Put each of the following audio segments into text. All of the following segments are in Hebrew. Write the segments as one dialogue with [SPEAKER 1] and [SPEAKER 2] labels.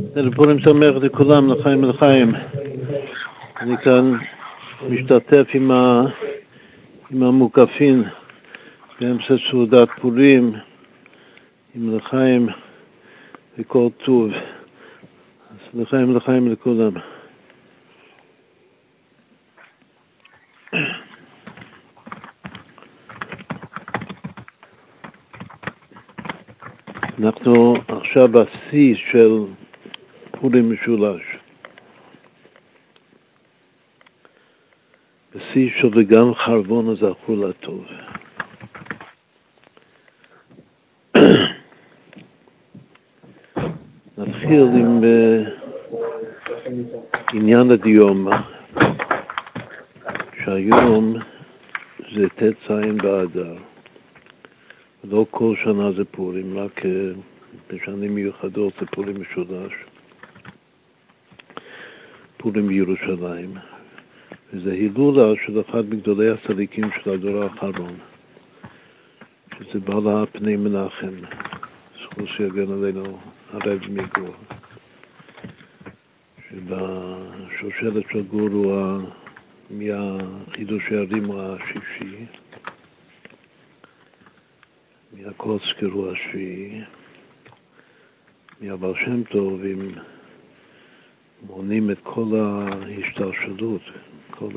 [SPEAKER 1] לפורים שמח לכולם, לחיים ולחיים. אני כאן משתתף עם המוקפים באמצע סעודת פורים, עם לחיים וכל טוב. אז לחיים ולחיים לכולם. אנחנו עכשיו בשיא של פורים משולש. בשיא של וגם חרבון הזכור לטוב. נתחיל עם עניין הדיום, שהיום זה ט"ז באדר. לא כל שנה זה פורים, רק בשנים מיוחדות זה פורים משולש. פורים בירושלים. וזה הילולה של אחד מגדולי הצדיקים של הדור האחרון, שזה בעל פני מנחם, זכות שיגן עלינו הרב מגור, שבשושלת של גור הוא מהחידוש הערים השישי, מהקוצקר הוא השביעי, מהבר שם טוב, עם מונים את כל ההשתלשלות, כל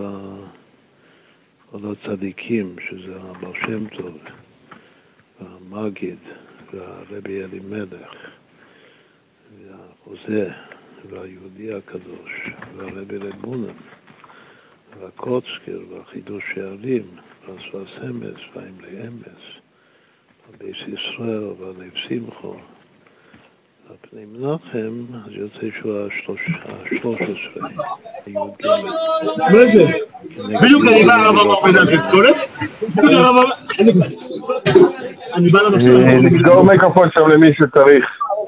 [SPEAKER 1] הצדיקים, שזה הבר שם טוב, והמגיד, והרבי אלימלך, והחוזה, והיהודי הקדוש, והרבי רבונן, והקוצקר, והחידוש שערים, והספס אמס, והאמרי אמס, והבייס ישראל, והלב שמחו, הפני מנחם, אז יוצא שהוא ה-13, הי"ג.
[SPEAKER 2] מה זה? בדיוק אני בא הרב בפדל שתקולת? אני בא למשל.
[SPEAKER 3] נסגור מיקרופון שם למי שצריך.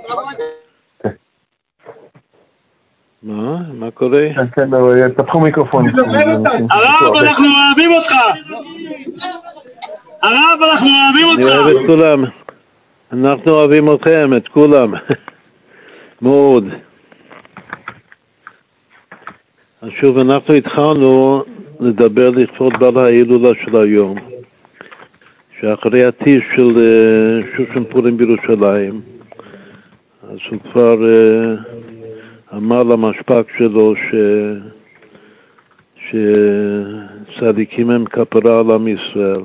[SPEAKER 1] מה קורה?
[SPEAKER 3] כן, תפחו מיקרופון.
[SPEAKER 2] הרב, אנחנו אוהבים אותך! הרב, אנחנו אוהבים אותך!
[SPEAKER 1] אני אוהב את כולם. אנחנו אוהבים אתכם, את כולם. מאוד. אז שוב, אנחנו התחלנו לדבר לכבוד בעל ההילולה של היום, שאחרי הטיש של שושן פורים בירושלים, אז הוא כבר אמר למשפק שלו שצדיקים הם כפרה על עם ישראל,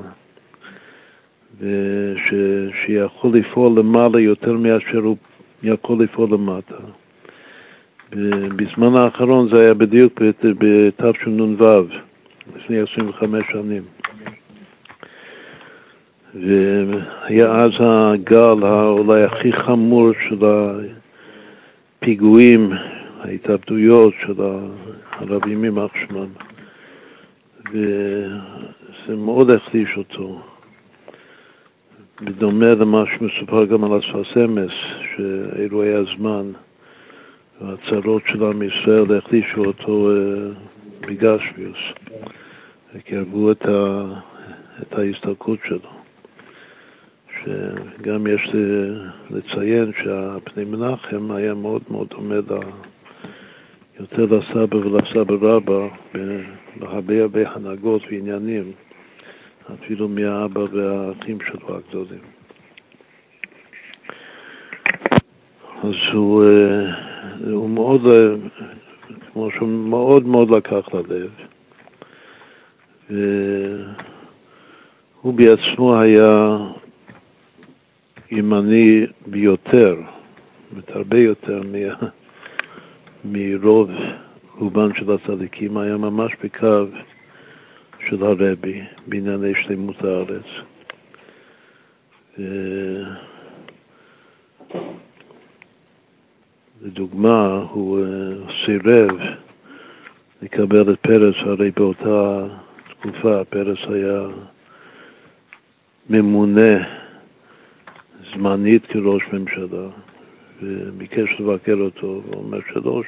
[SPEAKER 1] ושיכול לפעול למעלה יותר מאשר הוא יכול לפעול למטה. בזמן האחרון זה היה בדיוק בתשנ"ו, לפני 25 שנים. והיה אז הגל אולי הכי חמור של הפיגועים, ההתאבדויות של הרבים יימח שמם. וזה מאוד החליש אותו. בדומה למה שמסופר גם על השפת אמס, שאירועי הזמן והצרות של עם ישראל החלישו אותו בגשמיוס, וקרבו את ההסתלקות שלו. שגם יש לציין שהפני מנחם היה מאוד מאוד דומה יותר לסבא ולסבא רבא, בהרבה הנהגות ועניינים, אפילו מהאבא והאחים שלו הגדולים. אז הוא מאוד, כמו שהוא מאוד מאוד לקח ללב, והוא בעצמו היה ימני ביותר, הרבה יותר מרוב רובם של הצדיקים, היה ממש בקו של הרבי בענייני שלמות הארץ. לדוגמה, הוא סירב לקבל את פרס, הרי באותה תקופה פרס היה ממונה זמנית כראש ממשלה, וביקש לבקר אותו, הוא אומר שלא,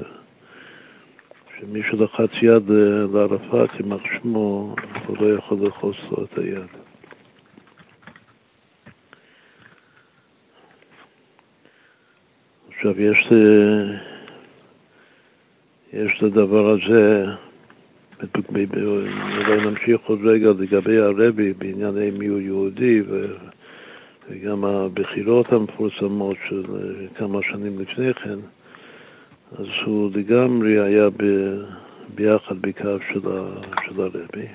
[SPEAKER 1] שמי שלחץ יד לערפאת יימח שמו, הוא לא יכול לחוץ לו את היד. עכשיו יש יש לדבר הזה, אולי נמשיך עוד רגע לגבי הרבי בענייני מיהו יהודי וגם הבחירות המפורסמות של כמה שנים לפני כן, אז הוא לגמרי היה ביחד בקו של הרבי.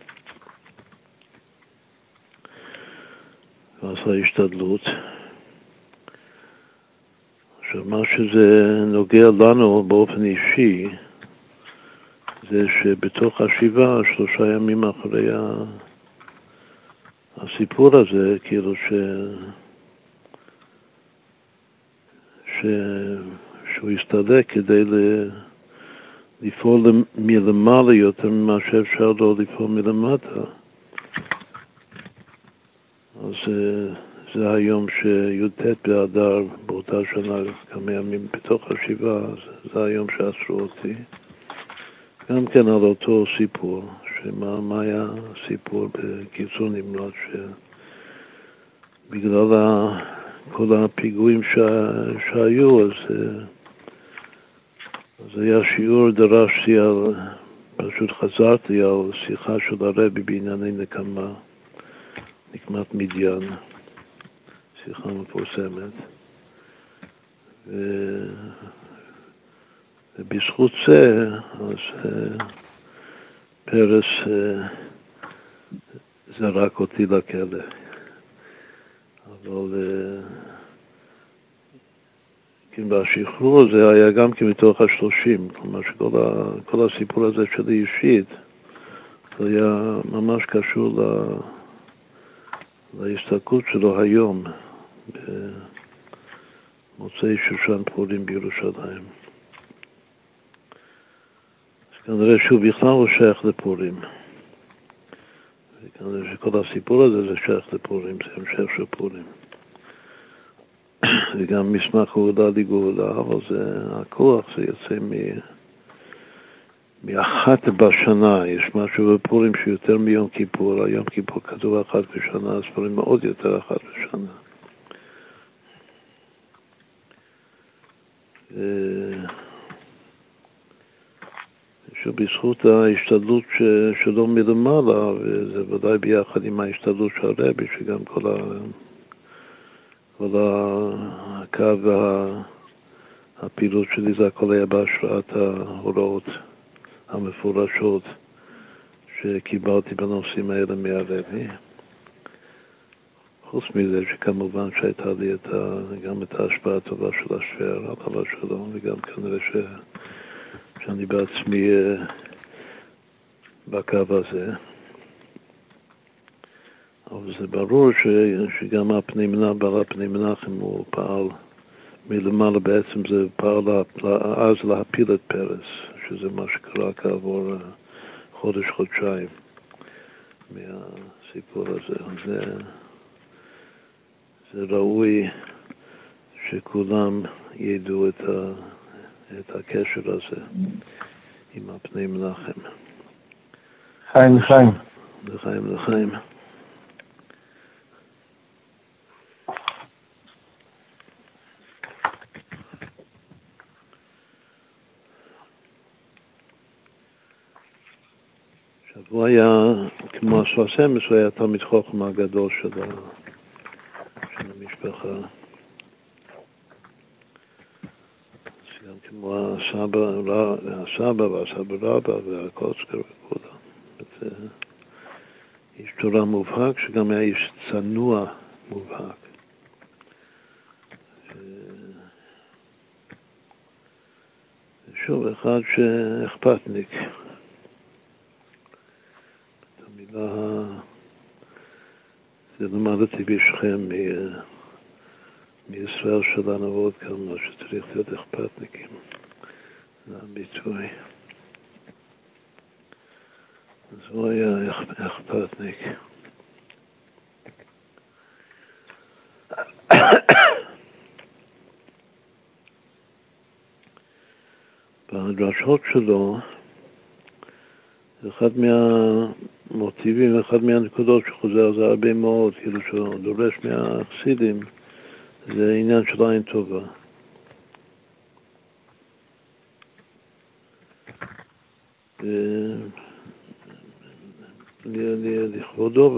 [SPEAKER 1] ועשה השתדלות. עכשיו, מה שזה נוגע לנו באופן אישי, זה שבתוך השבעה, 3 ימים אחרי הסיפור הזה, כאילו שהוא הסתדק כדי לפעול מלמעלה יותר ממה שאפשר לו לפעול מלמטה. אז זה היום שי"ט באדר באותה שנה, כמה ימים בתוך השבעה, זה היום שעצרו אותי. גם כן על אותו סיפור, מה היה הסיפור בקיצור נמרץ, שבגלל כל הפיגועים שהיו, אז היה שיעור, דרשתי פשוט חזרתי על שיחה של הרבי בענייני נקמת מדיין, שיחה מפורסמת, ובזכות זה, אז פרס זרק אותי לכלא. אבל בשחרור זה היה גם כמתוך 30, כלומר שכל הסיפור הזה שלי אישית, זה היה ממש קשור להסתכלות שלו היום, במוצאי שושן פורים בירושלים. כנראה שהוא בכלל לא שייך לפורים. כנראה שכל הסיפור הזה זה שייך לפורים, זה המשך של פורים. זה גם מסמך גאולה לגאולה, אבל הכוח זה יוצא מאחת בשנה. יש משהו בפורים שיותר מיום כיפור. היום כיפור כתוב אחת בשנה, אז פורים מאוד יותר אחת בשנה. שבזכות ההשתדלות שלו מלמעלה, וזה ודאי ביחד עם ההשתדלות של הרבי, שגם כל הקו והפעילות שלי זה הכל היה בהשראת ההוראות המפורשות שקיבלתי בנושאים האלה מהרבי. חוץ מזה שכמובן שהייתה לי גם את ההשפעה הטובה של השפעה הטובה שלו, וגם כנראה שאני בעצמי בקו הזה. אבל זה ברור שגם בעל הפני מנחם הוא פעל מלמעלה, בעצם זה פעל אז להפיל את פרס, שזה מה שקרה כעבור חודשיים מהסיפור הזה. זה ראוי שכולם ידעו את הקשר הזה עם הפני מנחם.
[SPEAKER 3] חיים לחיים.
[SPEAKER 1] לחיים לחיים. עכשיו הוא היה, כמו הספסמס, הוא היה תלמיד חוכמה הגדול של המשפחה. גם כמו הסבא והסבא רבא והקוצקר וכולם. איש תורה מובהק, שגם היה איש צנוע מובהק. שוב, אחד שאכפתניק. את המילה, זה למדתי בשכם מישראל שלנו ועוד כמה שצריך להיות אכפתניקים. זה הביטוי. אז הוא היה אכפתניק. בדרשות שלו, אחד מהמוטיבים, אחד מהנקודות שחוזר זה הרבה מאוד, כאילו שהוא דורש מהחסידים, זה עניין של עין טובה. לכבודו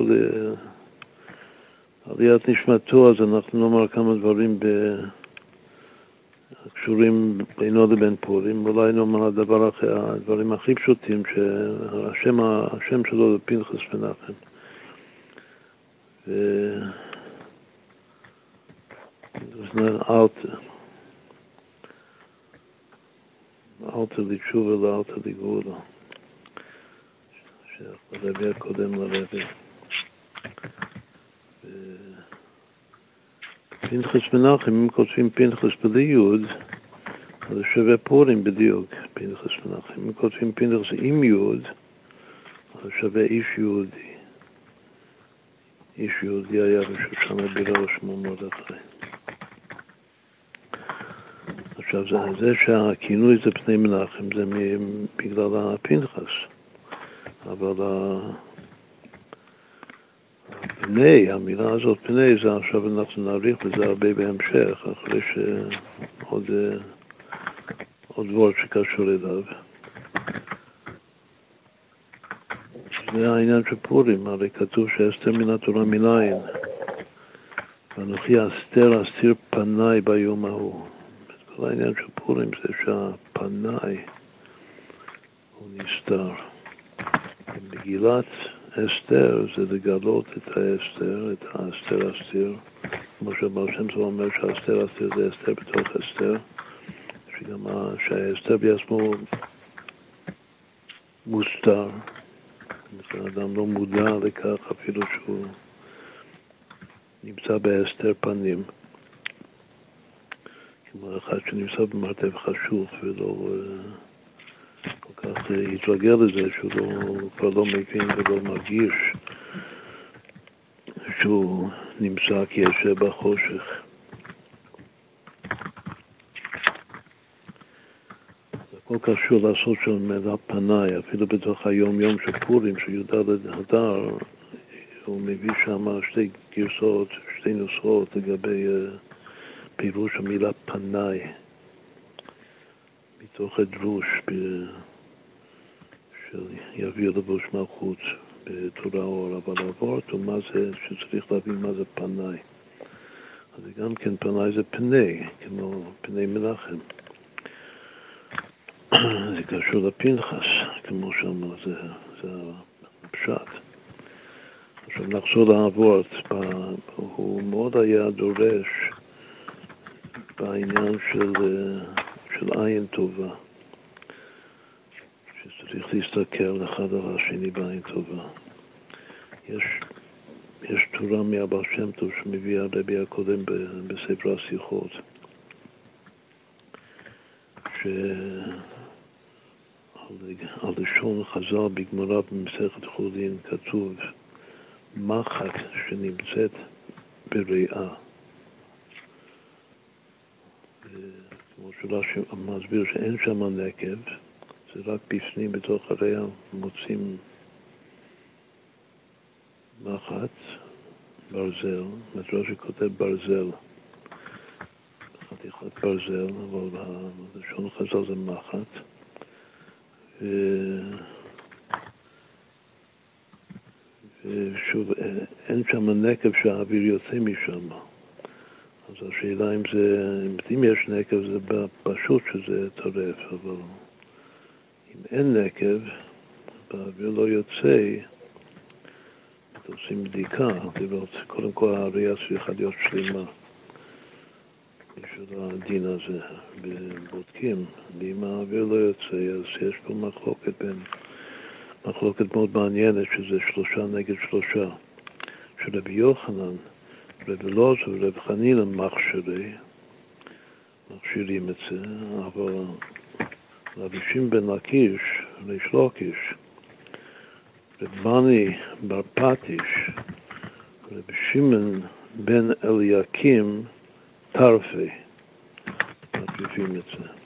[SPEAKER 1] ולעליית נשמתו, אז אנחנו נאמר כמה דברים הקשורים בינו לבין פורים. אולי נאמר הדברים הכי פשוטים, שהשם שלו זה פנחס מנחם. אלתר לתשובה לאלתר לגאולה, שהרבי הקודם לרבי. פנחס מנחם, אם כותבים פנחס בלי יוד, אז זה שווה פורים בדיוק, פנחס מנחם. אם כותבים פנחס עם יוד, אז זה שווה איש יהודי. איש יהודי היה בשושן הבירה ושמו מרדכי. עכשיו, זה שהכינוי זה פני מנחם, זה בגלל הפנחס. אבל פני, המילה הזאת פני, זה עכשיו אנחנו נעריך בזה הרבה בהמשך, אחרי שעוד וורט שקשור אליו. זה העניין של פורים, הרי כתוב שאסתר מן התורה מנין, ואנוכי אסתיר פניי ביום ההוא. כל העניין של פורים זה שהפניי הוא נסתר. בגילת אסתר זה לגלות את האסתר, את האסתר אסתיר. כמו שהבר שם טוב אומר שהאסתר אסתיר זה אסתר בתוך אסתר. שגם שהאסתר בעצמו מוסתר. האדם לא מודע לכך אפילו שהוא נמצא באסתר פנים. כמו אחד שנמצא במרתף חשוך ולא כל כך התרגל לזה שהוא כבר לא מבין ולא מרגיש שהוא נמצא כיושב בחושך. זה כל קשור לעשות של מילה פניי, אפילו בתוך היום של פורים, שי"ד אדר, הוא מביא שם שתי גרסאות, שתי נוסחות לגבי פירוש המילה פניי, מתוך הדרוש של יביא לבוש מלכות בתורה אור, אבל עבורת הוא מה זה, שצריך להבין מה זה פניי. אז גם כן פניי זה פני, כמו פני מנחם. זה קשור לפנחס, כמו שאמר, זה הפשט. עכשיו נחזור לעבורת, הוא מאוד היה דורש בעניין של עין טובה, שצריך להסתכל אחד על השני בעין טובה. יש תורה מהבר שם טוב שמביא הרבי הקודם בספר השיחות, על לשון חז"ל בגמרא במסכת חולין כתוב מחט שנמצאת בריאה. כמו שרש"י מסביר שאין שם נקב, זה רק בפנים בתוך הריאה מוצאים מחט, ברזל, רש"י כותב ברזל, חתיכת ברזל, אבל לשון חז"ל זה מחט. ושוב, אין שם נקב שהאוויר יוצא משם. אז השאלה אם יש נקב זה פשוט שזה טרף, אבל אם אין נקב, והאוויר לא יוצא, עושים בדיקה, לראות, קודם כל הראייה צריכה להיות שלמה. בשביל הדין הזה, בודקים, ואם האוויר לא יוצא, אז יש פה מחלוקת מאוד מעניינת, שזה 3 נגד 3. שרבי יוחנן, רבי לוז ורבי חנינא מכשירים את זה, אבל רבי שמעון בן לקיש, ריש לקיש, רבי בני בר פטיש, רבי שמעון בן אליקים טרפי, מחליפים את זה.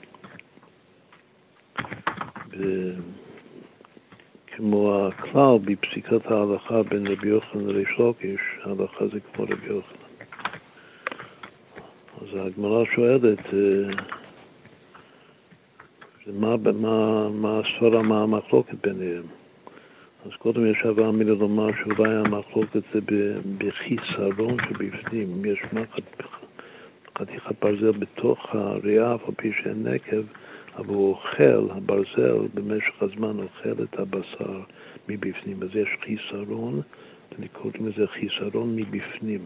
[SPEAKER 1] כמו הכלל בפסיקת ההלכה בין רבי יוחנן לריש לקיש, ההלכה זה כמו רבי יוחנן. אז הגמרא שואלת, מה הספרה, מה המחלוקת ביניהם. אז קודם יש הבאה מילה לומר שאולי המחלוקת זה בחיסרון שבפנים, אם יש חתיכת ברזל בתוך הריאה, אף על פי שאין נקב, אבל הוא אוכל, הברזל במשך הזמן אוכל את הבשר מבפנים, אז יש חיסרון, קוראים לזה חיסרון מבפנים.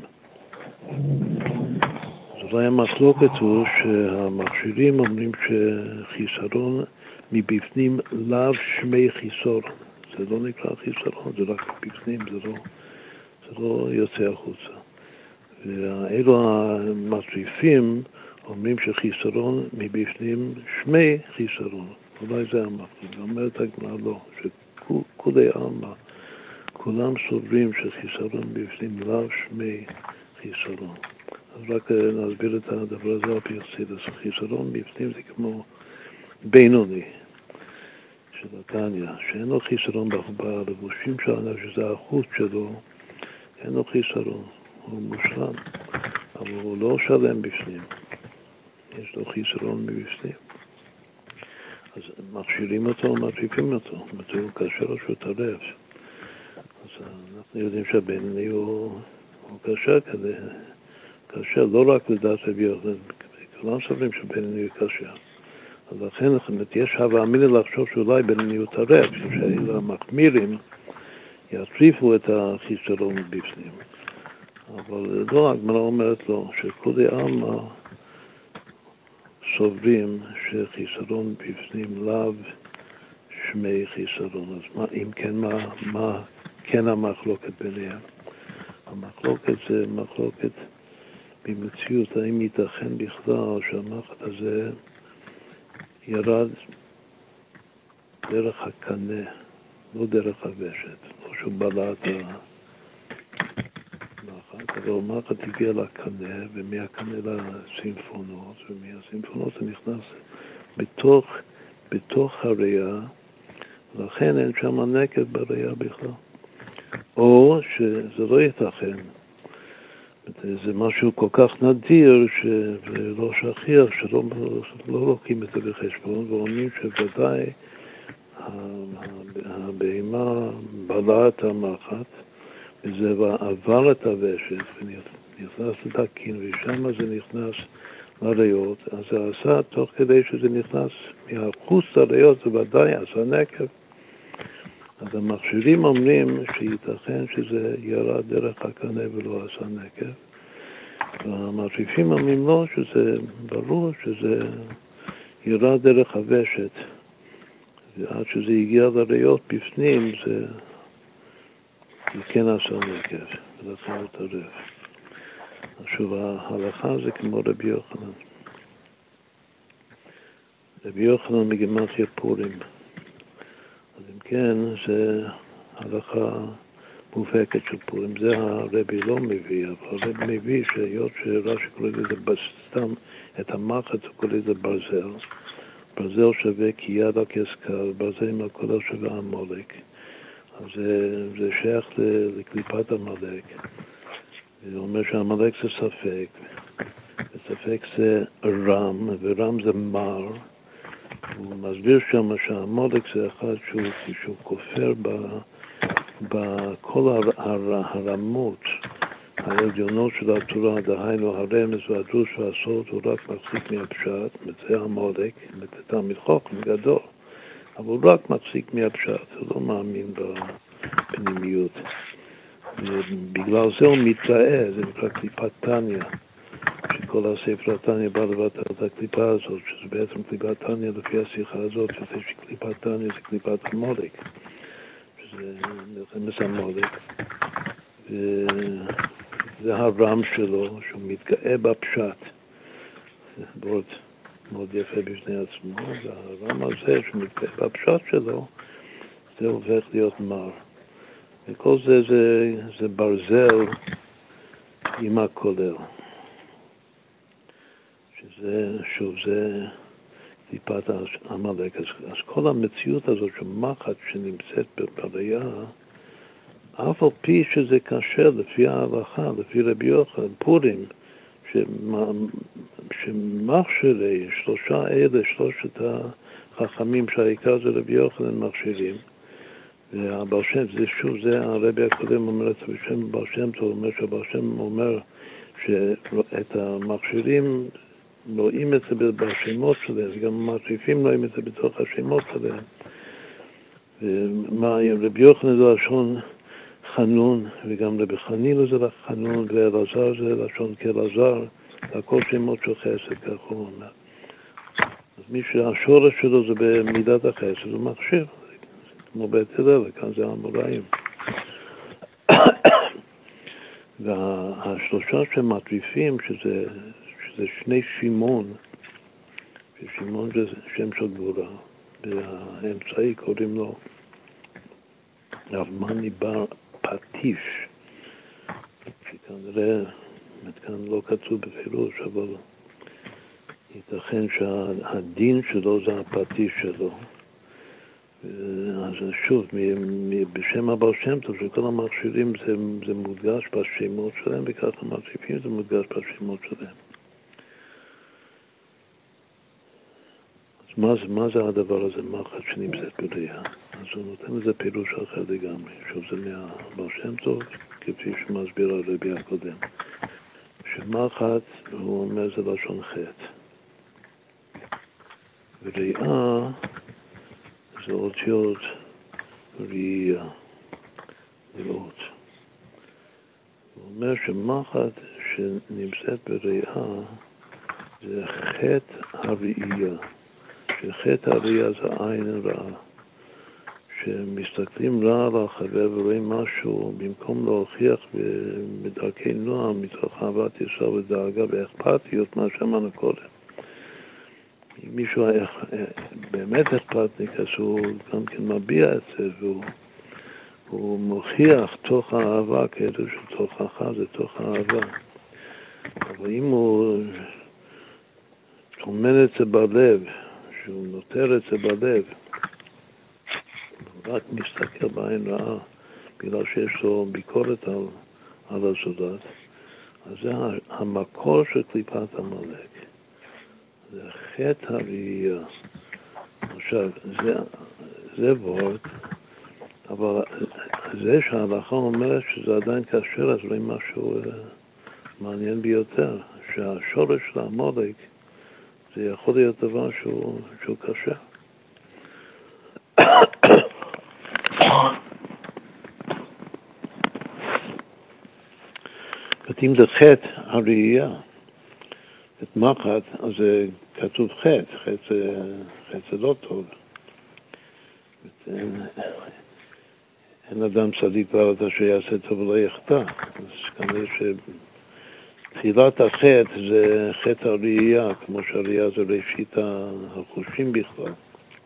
[SPEAKER 1] אז אולי המחלוקת הוא שהמכשירים אומרים שחיסרון מבפנים לאו שמי חיסור. זה לא נקרא חיסרון, זה רק בפנים, זה לא יוצא החוצה. ואלו המטריפים אומרים שחיסרון מבפנים שמי חיסרון. אולי זה המחלוקת. אומרת הגמרא לא, שכולי עלמא, כולם סוברים שחיסרון בפנים לאו שמי חיסרון. אז רק נסביר את הדבר הזה על פי חסידות. חיסרון בפנים זה כמו בינוני של התניא, שאין לו חיסרון בלבושים שלנו, שזה החוץ שלו, אין לו חיסרון, הוא מושלם, אבל הוא לא שלם בפנים, יש לו חיסרון מבפנים. אז מכשירים אותו, מטריפים אותו, הוא קשה לו שהוא טרף. אז אנחנו יודעים שהבינוני הוא קשה כזה, קשה לא רק לדעת רבי יוחנן, כולם סוברים שבינוני הוא קשה. אז לכן יש הבאה מילה לחשוב שאולי בינוני הוא טרף, שהמחמירים יטריפו את החיסרון בפנים. אבל לא, הגמרא אומרת לו, שכולי עלמא סוברים שחיסרון בפנים לאו שמי חיסרון. אז אם כן, מה כן המחלוקת ביניהם? המחלוקת זה מחלוקת במציאות, האם ייתכן בכלל שהמחט הזה ירד דרך הקנה, לא דרך הוושת, לא שהוא בלע את המחט, אבל המחט הגיע לקנה, ומהקנה לסימפונות, ומהסימפונות זה נכנס בתוך הריאה, לכן אין שם נקב בריאה בכלל. או שזה לא ייתכן, זה משהו כל כך נדיר ולא שכיח שלא לוקחים את זה בחשבון, ואומרים שוודאי הבהמה בלעה את המחט וזה עבר את הוושת ונכנס לדקין ושם זה נכנס לריאות, אז זה עשה תוך כדי שזה נכנס מהחוץ לריאות, זה ודאי עשה נקב. אז המכשירים אומרים שייתכן שזה ירד דרך הקנה ולא עשה נקב. והמטריפים אומרים לא, שזה ברור שזה ירד דרך הוושת. ועד שזה הגיע לריאות בפנים, זה כן עשה נקב, ולכן הוא טרף. עכשיו, ההלכה זה כמו רבי יוחנן. רבי יוחנן מגימטריה פורים. אז אם כן, זה הלכה מובהקת של פורים. זה הרבי לא מביא, אבל הרבי מביא שהיות שרש"י קורא לזה סתם את המחט, הוא קורא לזה ברזל. ברזל שווה כי יד על כסקל, ברזל עם הקודר שווה המולק. אז זה שייך לקליפת המלק. זה אומר שהמלק זה ספק, וספק זה רם, ורם זה מר. הוא מסביר שם שהמולק זה אחד שהוא כופר בכל הרמות העליונות של התורה, דהיינו הרמז והדרוש והסוד, הוא רק מחזיק מהפשט, זה המולק, תלמיד חכם גדול, אבל הוא רק מחזיק מהפשט, הוא לא מאמין בפנימיות. ובגלל זה הוא מתראה, זה נקרא קליפת תניא, שכל הספר התניא בא לבטל את הקליפה הזאת, שזה בעצם קליפת תניא לפי השיחה הזאת, שזה שקליפת תניא זה קליפת המולק, שזה מלחמת המולק, וזה הרם שלו, שהוא מתגאה בפשט, זה מאוד יפה בפני עצמו, והרם הזה שמתגאה בפשט שלו, זה הופך להיות מר. וכל זה ברזל עם הכולל. שזה, שוב, זה טיפת המלך. אז כל המציאות הזאת של מחט שנמצאת בבריאה, אף על פי שזה קשה לפי ההלכה, לפי רבי יוחנן, פורים, שמכשירי שלושת החכמים שהעיקר זה רבי יוחנן מכשירים, והבר שם, זה הרבי הקודם אומר את זה בשם בר שם טוב, אומר שהבר שם אומר שאת המכשירים רואים את זה בשמות שלהם, וגם מטריפים רואים את זה בתוך השמות שלהם. רבי יוחנן זה לשון חנון, וגם רבי חנילו זה חנון, ואלעזר זה לשון כאלעזר, הכל שמות של חסד, כך הוא אומר. אז מי שהשורש שלו זה במידת החסד, הוא מכשיר, כמו בית הלל, כאן זה האמוראים. והשלושה שמטריפים, שזה שני שמעון, ששמעון זה שם של גבורה, והאמצעי קוראים לו רב מני בר פטיש, שכנראה, כאן לא כתוב בפירוש, אבל ייתכן שהדין שלו זה הפטיש שלו. אז שוב, בשם הבר שם טוב, שכל המכשירים זה מודגש בשמות שלהם, וכך המטריפים זה מודגש בשמות שלהם. אז מה זה הדבר הזה, מחט שנמצאת בראייה? אז הוא נותן לזה פירוש אחר לגמרי, שוב זה מהבר שם טוב, כפי שמסביר הרבי הקודם. שמחט, הוא אומר, זה לשון חטא. וראייה זה אותיות ראייה, לראות. הוא אומר שמחט שנמצאת בראייה זה חטא הראייה. שחטא הראייה זה עין רעה. שמסתכלים רע על החבר ורואים משהו, במקום להוכיח בדרכי נועם, מתוך אהבת ישראל ודאגה ואכפתיות, מה שאמרנו קודם. אם מישהו באמת אכפתניק, אז הוא גם כן מביע את זה, והוא מוכיח תוך האהבה, כאילו שתוכחה זה תוך האהבה. אבל אם הוא טומן את זה בלב, שהוא נותר את זה בלב, הוא רק מסתכל בעין רעה, בגלל שיש לו ביקורת על הזולת, אז זה המקור של קליפת עמלק. זה חטא הראייה. עכשיו, זה וורט, אבל זה שההלכה אומרת שזה עדיין קשה, אז רואים משהו מעניין ביותר, שהשורש של עמלק זה יכול להיות דבר שהוא קשה. אם זה חטא הראייה, את מחט, אז זה כתוב חטא, חטא זה לא טוב. אין אדם צדיק בעלת אשר יעשה טוב ולא יחטא. אז כנראה שתחילת החטא זה חטא הראייה, כמו שהראייה זה ראשית החושים בכלל.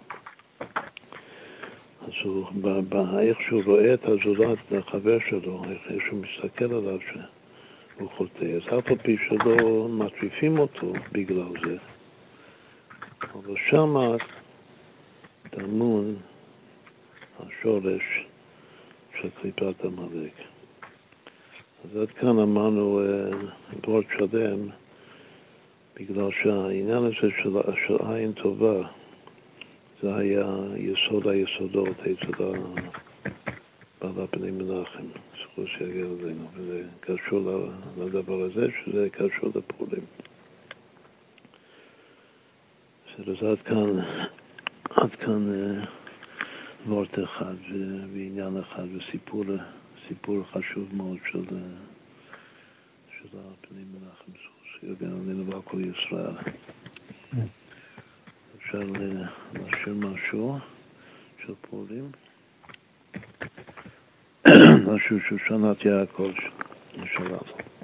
[SPEAKER 1] אז איך שהוא רואה את הזולת לחבר שלו, איך שהוא מסתכל עליו הוא חוטא, אז אף על פי שלא מטריפים אותו בגלל זה, אבל שמה טמון השורש של קליפת עמלק. אז עד כאן אמרנו וורט שלם, בגלל שהעניין הזה של עין טובה, זה היה יסוד היסודות, היסוד בעלה פני מנחם, זכות שיגיע אלינו, וזה קשור לדבר הזה, שזה קשור לפורים. אז עד כאן וורט אחד ועניין אחד, וסיפור חשוב מאוד של פני מנחם, זכות שיגיע אלינו ועל כל ישראל. אפשר להשאיר משהו של פורים. משהו שושנת יעקב שלנו.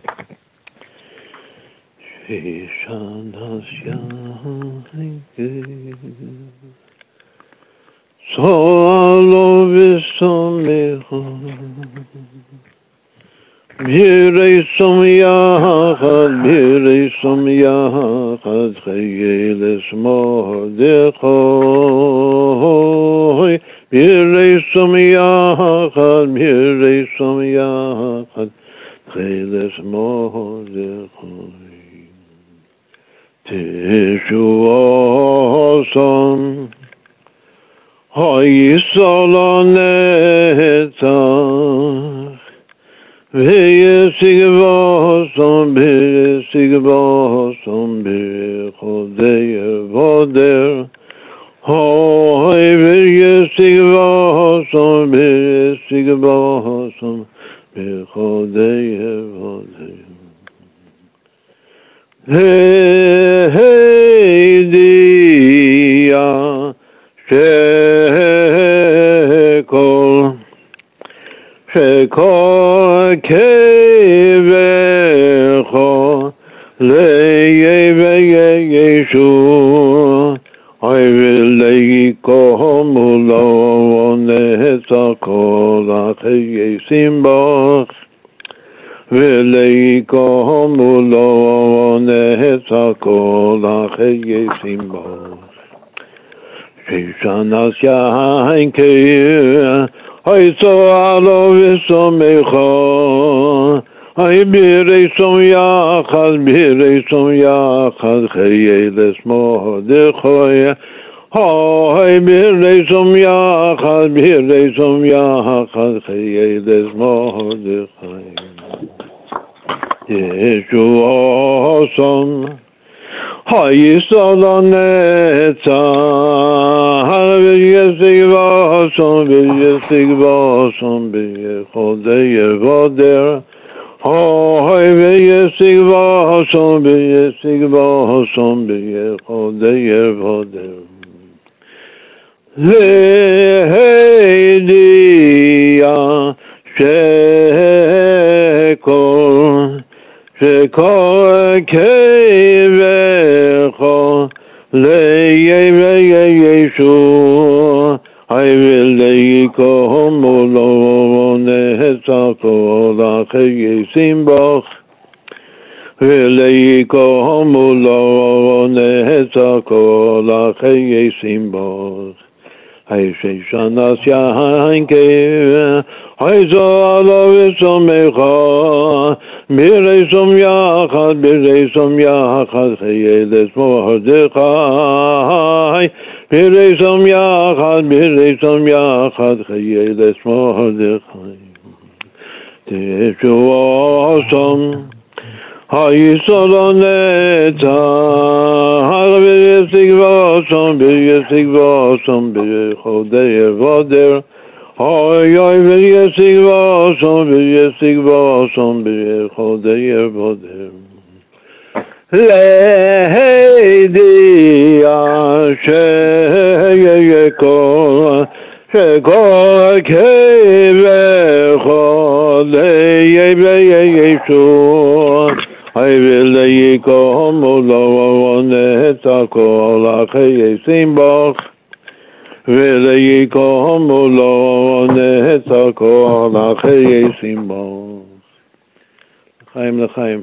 [SPEAKER 1] שושנת יעקב צהלו ושמחו מירי סום יחד חיי לשמור דחוי מירי סום יחד חיי לשמור דחוי ישועתם היסול הנצח וישיג בוסם בחודי עבודר הוי וישיג בוסם בחודי עבודר הידיעה שכל כאבך לישוע ולקומו לו נצח כל החייסים בך ולקומו לו נצח כל החייסים בך ששנס יין קיר היי צועלו ושומחו היי בירסום יחד חיילס מרדכי היי בירסום יחד חיילס מרדכי ישועתם היסול הנצח וישיג בוסם בחודי עבודר הוי וישיג בוסם בחודי עבודר והידיעה שכל כאבך לישוע ולקומו לו נצח כל החייסים בך ולקומו לו נצח כל החייסים בך היי ששנס יין קיר היי צועלו ושומחו בירסום יחד חיילס מרדכי בירסום יחד חיילס מרדכי ישועתם היסול הנצח וישיג בוסם בחודי עבודר הוי וישיג בוסם בחודי עבודר לידיעה שכל כאבך לישוע ולקומו לו נצח כל החייסים בך ולקומו לו נצח כל החייסים בך לחיים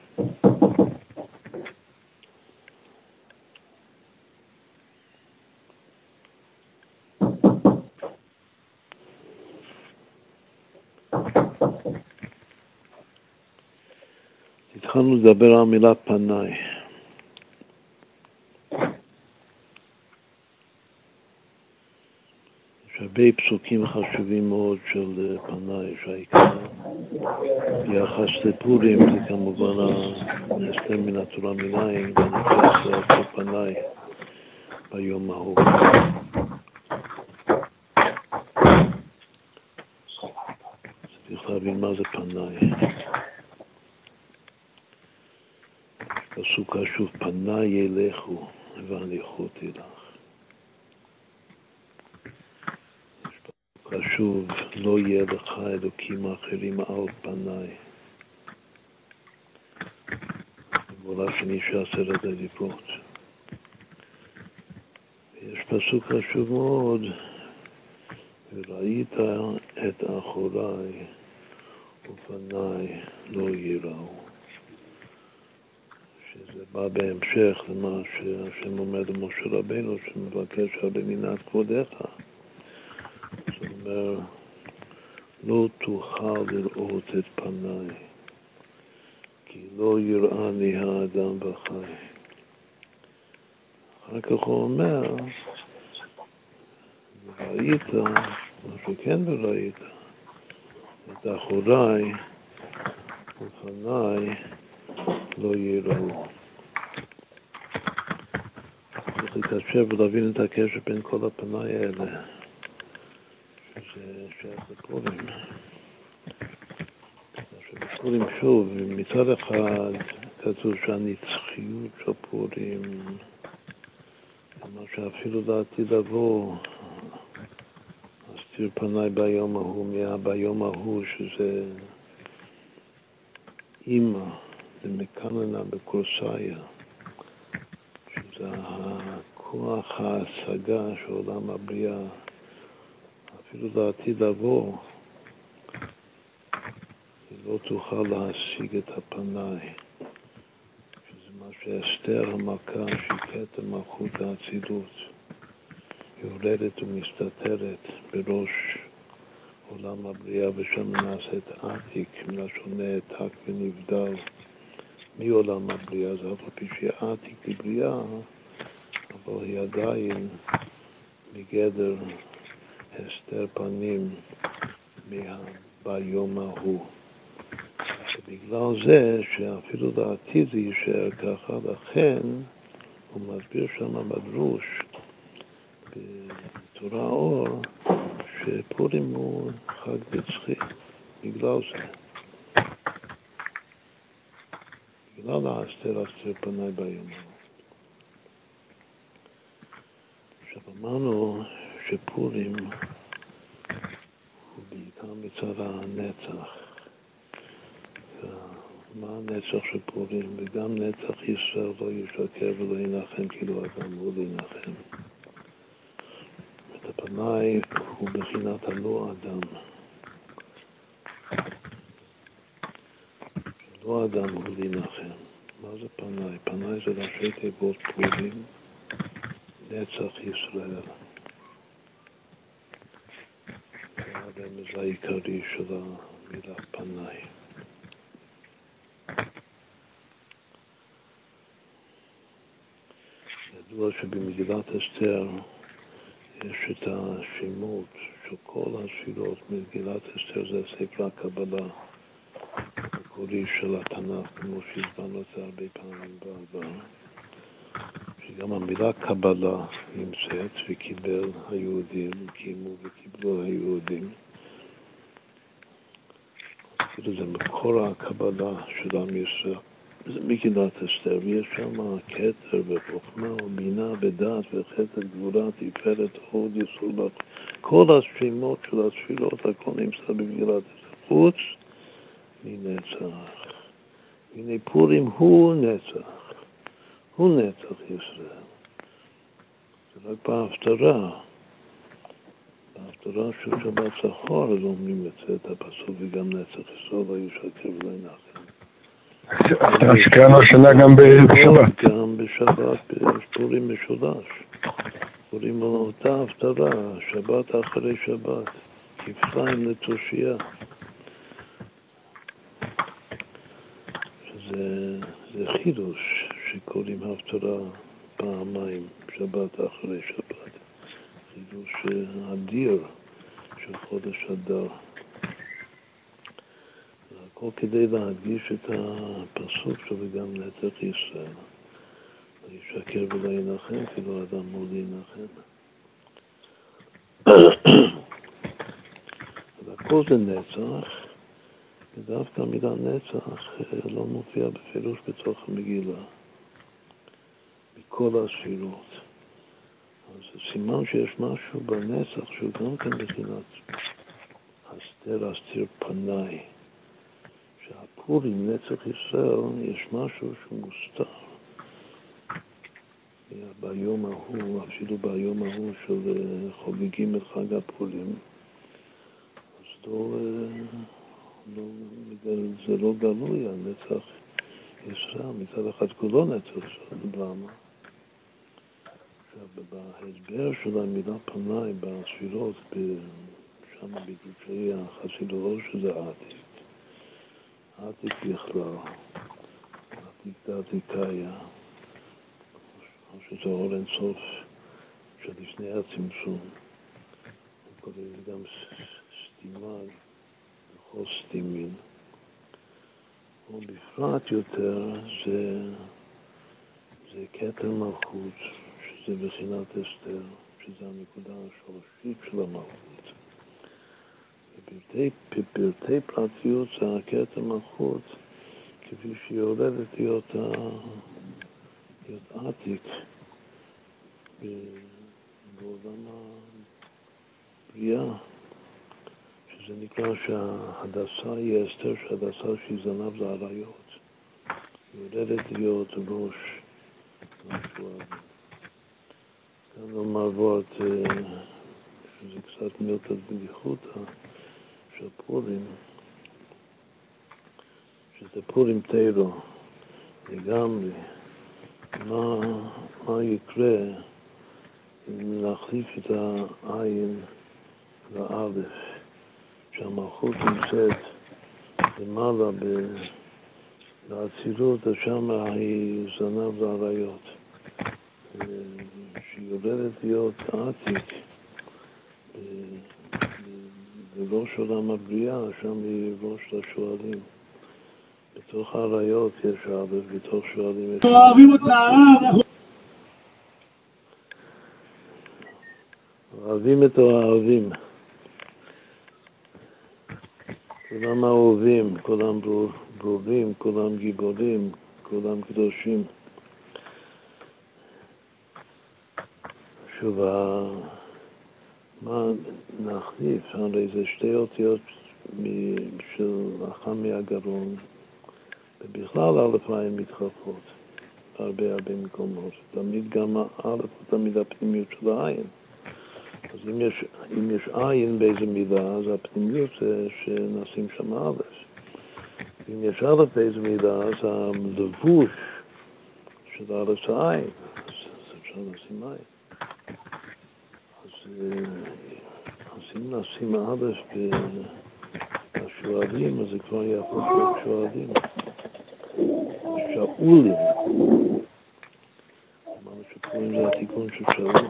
[SPEAKER 1] התחלנו לדבר על מילה פנאי. יש הרבה פסוקים חשובים מאוד של פנאי, שהעיקר ביחס לפורים זה כמובן ההסתר מן התורה מנין, ונפלח לעשות פנאי ביום ההוא. צריך להבין מה זה פנאי. פסוק חשוב, פניי ילכו והניחותי לך. חשוב, לא יהיה לך אלוקים אחרים על פניי. בגבולה שני של 10 הדיברות. יש פסוק חשוב מאוד, וראית את אחוריי ופניי לא ייראו. שזה בא בהמשך למה שהשם אומר למשה רבנו, שמבקש הרבה מנת כבודך. זאת אומרת, לא תוכל לראות את פניי, כי לא יראני האדם וחי. אחר כך הוא אומר, ראית, מה שכן וראית, את אחוריי ופניי לא יראו. צריך להתקשר ולהבין את הקשר בין כל הפני האלה, שזה שייך לפורים. פורים שוב, מצד אחד כתוב שהנצחיות של פורים, מה שאפילו לעתיד לבוא, אסתיר פניי ביום ההוא, ביום ההוא שזה אימא, זה מקננה בקורסאיה, שזה הכוח ההשגה של עולם הבריאה, אפילו לעתיד לבוא, היא לא תוכל להשיג את הפניי, שזה מה שאסתר המלכה שיקת מלכות האצילות, יורדת ומסתתרת בראש עולם הבריאה, ושם נעשית עתיק, מלשון נעתק ונבדל מעולם הבריאה. זה אף פי שהיא עתיק לבריאה, אבל היא עדיין מגדר הסתר פנים ביום ההוא. בגלל זה שאפילו לעתיד זה יישאר ככה, לכן הוא מסביר שם בדרוש בתורה אור שפורים הוא חג נצחי בגלל זה, בגלל האסתר פניי ביום ההוא. עכשיו אמרנו שפורים הוא בעיקר מצד הנצח. מה הנצח של פורים? וגם נצח ישראל לא ישקר ולא ינחם, כאילו אדם הוא להנחם. את הפניי הוא בחינת הלא אדם. לא אדם הוא להנחם. מה זה פניי? פניי זה ראשי תיבות פורים, נצח ישראל. זה הרמז העיקרי של המילה פניי. ידוע שבמגילת אסתר יש את השמות של כל הספירות. מגילת אסתר זה ספר הקבלה המקורי של התנ"ך, כמו שהסברנו את זה הרבה פעמים בעבר, שגם המילה קבלה נמצאת וקיבל היהודים, קיימו וקיבלו היהודים. כאילו זה מקור הקבלה של עם ישראל. זה מגילת אסתר, ויש שם כתר וחוכמה ובינה ודעת וחסד גבורה תפארת הוד יסוד, כל השמות של הספירות הכל נמצא במגילת אסתר, חוץ מנצח. הנה פורים הוא נצח, הוא נצח ישראל. זה רק בהפטרה, בהפטרה של שבת זכור, אז אומרים את הפסוק וגם נצח ישראל לא ישקר ולא ינחם.
[SPEAKER 3] שקראנו השנה גם בשבת.
[SPEAKER 1] גם בשבת, פורים משולש. פורים אותה הפטרה, שבת אחרי שבת, כפליים לתושייה. זה חידוש שקוראים הפטרה פעמיים, שבת אחרי שבת. חידוש אדיר של חודש אדר. הכל כדי להדגיש את הפסוק שלו וגם נצח ישראל. לא ישקר ולא ינחם, כאילו אדם הוא להנחם. אז הכל זה נצח, ודווקא המילה נצח לא מופיע בפירוש בתוך המגילה, מכל הספירות. אז סימן שיש משהו בנצח שהוא גם כן בחינת אסתיר פניי. שהפורים, נצח ישראל, יש משהו שמוסתר ביום ההוא, אפילו ביום ההוא של חוגגים את חג הפורים, אז זה לא גלוי, הנצח ישראל, מצד אחד כולו נצח ישראל, למה? בהסבר של המילה פניי בספירות, שם בגופי החסידות שזה עתיק. עתיק בכלל, עתיק דעתיקאיה, או שזה אור אין סוף שלפני הצמצום. הוא כולל גם סתימה, לכל סתימין. ובפרט יותר זה כתר מלכות, שזה בחינת אסתר, שזה הנקודה השורשית של המלכות. בפרטי פרטיות זה הכתר מלכות, כפי שהיא יורדת להיות עתיק בעולם הבריאה, שזה נקרא שההדסה היא אסתר, שההדסה שהיא זנב זה עריות. היא יורדת להיות ראש משהו. כאן נאמר וורט, שזה קצת מילתא בדיחותא של פורים, שזה פורים תירו לגמרי. מה יקרה אם להחליף את העין לאלף, שהמלכות נמצאת למעלה באצילות, שם היא זנב לעריות, שהיא יורדת להיות עתיק בראש עולם הבריאה, שם היא ראש לשואלים. בתוך העריות יש אלף, בתוך שואלים יש
[SPEAKER 2] אוהבים אותך, אנחנו
[SPEAKER 1] אוהבים את האוהבים. כולם אהובים, כולם ברורים, כולם גיבורים, כולם קדושים. שוב, מה נחליף? הרי זה שתי אותיות של החם מהגרון, ובכלל א' עין מתחלפות בהרבה מקומות. תמיד גם א' הוא תמיד הפנימיות של העין. אז אם יש עין באיזה מידה, אז הפנימיות זה שנשים שם א'. אם יש א' באיזה מידה, אז הלבוש של א' זה עין. אז אפשר לשים עין. אז אם נשים א' בשואלים, אז זה כבר יהפוך להיות שואלים. שאולים. אמרנו שפורים זה התיקון של שאולים.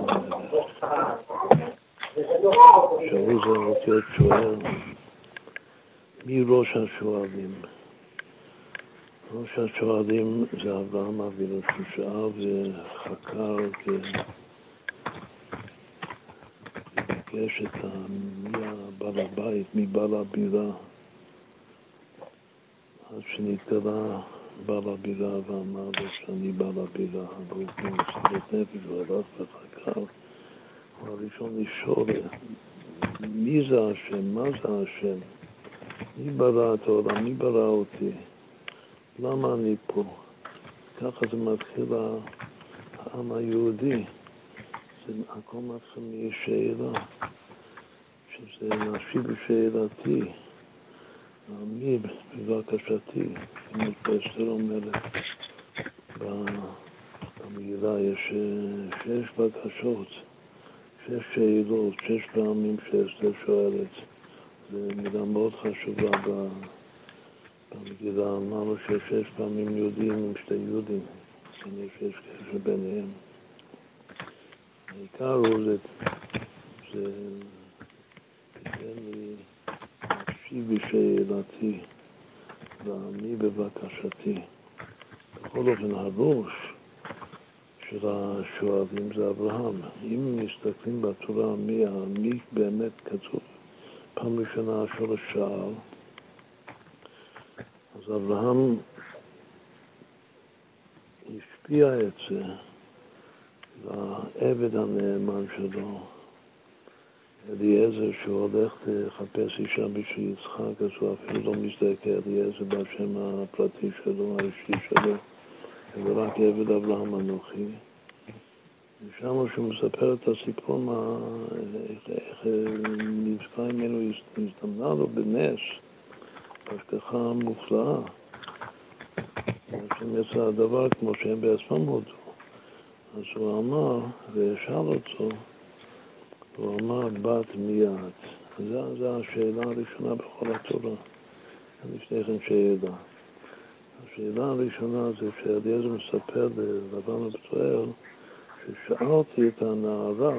[SPEAKER 1] שאול זה אותיות שואל. מי ראש השואלים? ראש השואלים זה אברהם אבינו, ששאל וחקר וביקש את מי הבעל הבית, מי בעל הבירה, עד שנתגלה בעל הבירה ואמר לו שאני בעל הבירה, והוא במסירות נפש, הוא הלך וחקר. הוא הראשון לשאול מי זה השם, מה זה השם, מי ברא את העולם, מי ברא אותי, למה אני פה. ככה זה מתחיל העם היהודי, זה הכל מתחיל משאלה, שזה נפשי בשאלתי, מי בבקשתי. כמו שאסתר אומרת במגילה יש 6 בקשות, 6 שאלות, 6 פעמים שאסתר שואלת. זו מילה מאוד חשובה במגילה. אמרנו שיש 6 פעמים יהודים עם 2 יהודים, יש קשר ביניהם. העיקר הוא זה תיתן לי נפשי בשאלתי ועמי בבקשתי. בכל אופן הראש של השואלים זה אברהם. אם מסתכלים בתורה מי באמת כתוב פעם ראשונה השורש שאל, אז אברהם השפיע את זה לעבד הנאמן שלו, אליעזר, שהוא הולך לחפש אישה בשביל יצחק, אז הוא אפילו לא מזדהה כאליעזר בשם הפרטי שלו, האישי שלו, אלא רק עבד אברהם אנוכי. ושם שהוא מספר את הסיפור, איך נזכה ממנו הזדמנה לו בנס, בהשגחה מופלאה. השם יצא הדבר כמו שהם בעצמם הודו. אז הוא אמר, ושאל אותו, הוא אמר בת מיד. זו השאלה הראשונה בכל התורה. לפני כן שאלה. השאלה הראשונה זה שאליעזר מספר ללבן ובתואל כששאלתי את הנערה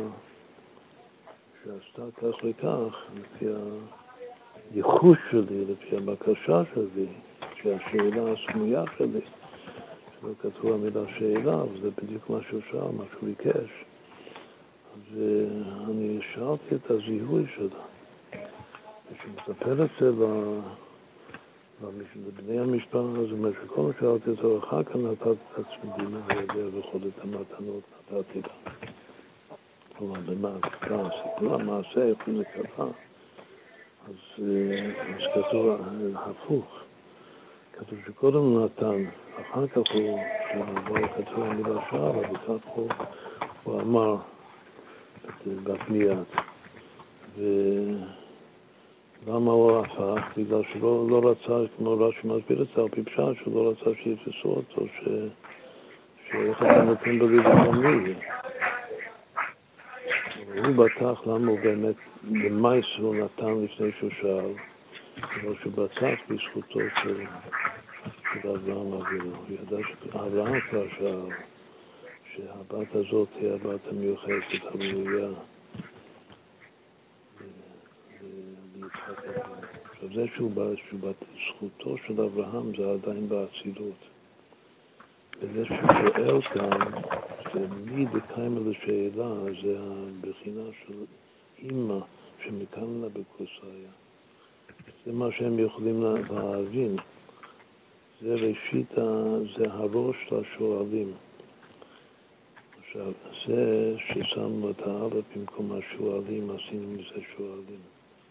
[SPEAKER 1] שעשתה כך וכך, לפי הייחוש שלי, לפי הבקשה שלי, שהשאלה הסמויה שלי, שלא כתוב המילה שאלה, וזה בדיוק מה שהוא שאל, מה שהוא ביקש. אז אני שאלתי את הזיהוי שלה. כשמספר את זה לבני המשפחה, זאת אומרת שכל מה שאלתי אותו, אחר כך נתתי את הצמידים האלה וכל את המתנות נתתי לה. כלומר, במה קרה, סיפור המעשה, איפה זה קרה. אז כתוב הפוך. כתוב שקודם הוא נתן, אחר כך הוא, כתוב המילה שעה, וכך הוא אמר בפניית. ולמה הוא הפך? בגלל שלא רצה, כמו רש"י מסביר את זה, על פי פשט, שלא רצה שיתפסו אותו, שאיך אתה נותן בלי לפעמי. הוא בטח למה הוא באמת, במייס הוא נתן לפני שהוא שאל, אבל שהוא בטח בזכותו של אברהם אבינו. הוא ידע שאברהם כבר שאל, שהבת הזאת היא הבת המיוחסת הראויה ליצחק אבינו. עכשיו זה שהוא בזכותו של אברהם זה עדיין באצילות. וזה שהוא שואל כאן, שמי דקיימה לשאלה, זה הבחינה של אימא שמכאן לה בקוסאיה. זה מה שהם יכולים להבין. זה ראשית, זה הראש לשואלים. עכשיו, זה ששמנו את האלף במקום השואלים, עשינו מזה שואלים.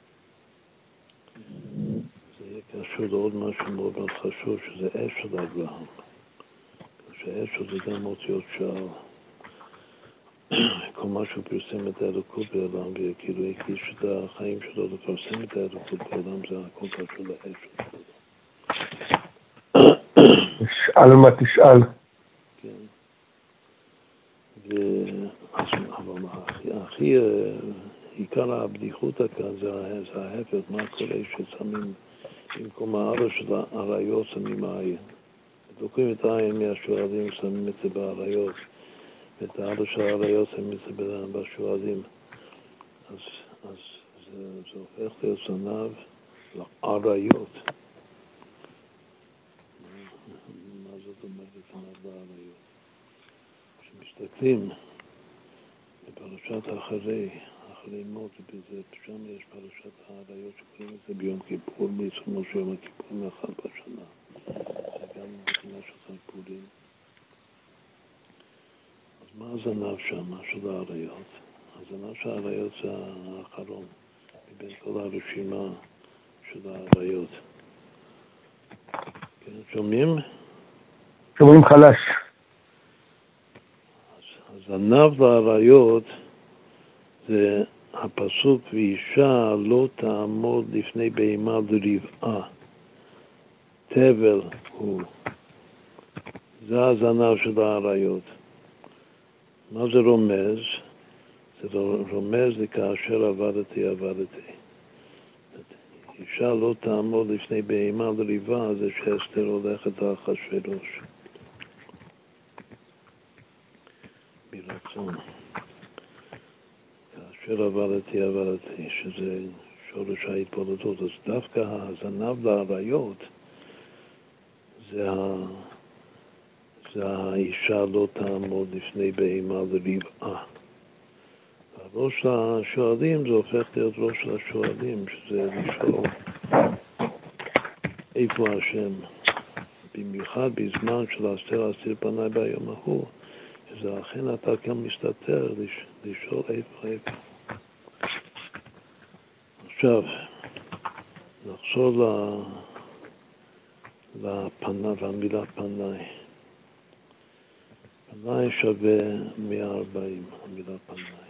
[SPEAKER 1] זה יהיה קשור לעוד משהו מאוד מאוד חשוב, שזה אש של אברהם. שהאש זה גם אותיות שער. כל מה שהוא פרסם את האלוקות בעולם, וכאילו הקדיש את החיים שלו לפרסם את האלוקות בעולם, זה הכל קשור לאש שלו.
[SPEAKER 3] תשאל מה תשאל.
[SPEAKER 1] כן. אבל הכי עיקר הבדיחות כאן זה ההפך, מה קורה ששמים במקום הארץ של העריות שמים העין. לוקחים את העין מהשואלים, שמים את זה בעריות, ואת הארץ של העריות שמים את זה בשואלים. אז זה הופך להיות זנב לעריות. מה זאת אומרת זנב לעריות? כשמסתכלים בפרשת אחרי מות, שם יש פרשת העריות שקוראים את זה ביום כיפור, בעיצומו של יום הכיפור מאחד בשנה. זה גם בחינה של חג-פורים. אז מה הזנב שם של העריות? הזנב של העריות זה האחרון מבין כל הרשימה של העריות. כן, שומעים?
[SPEAKER 3] שומעים חלש.
[SPEAKER 1] הזנב לעריות זה הפסוק ואישה לא תעמוד לפני בהמה לרבעה. תבל הוא. זה הזנב של העריות. מה זה רומז? זה רומז לכאשר עבדתי. אישה לא תעמוד לפני בהמה לרבעה, זה שאסתר הולכת על אחשוורוש. ברצון. כאשר עבדתי, שזה שורש ההתבודדות. אז דווקא הזנב לעריות, זה האישה לא תעמוד לפני בהמה לרבעה. הראש השואלים זה הופך להיות ראש השואלים, שזה לשאול איפה השם. במיוחד בזמן של אסתר פניי ביום ההוא, שזה אכן אתה כאן מסתתר לשאול איפה. עכשיו, נחזור למילה פניי. פניי שווה 140, המילה פניי.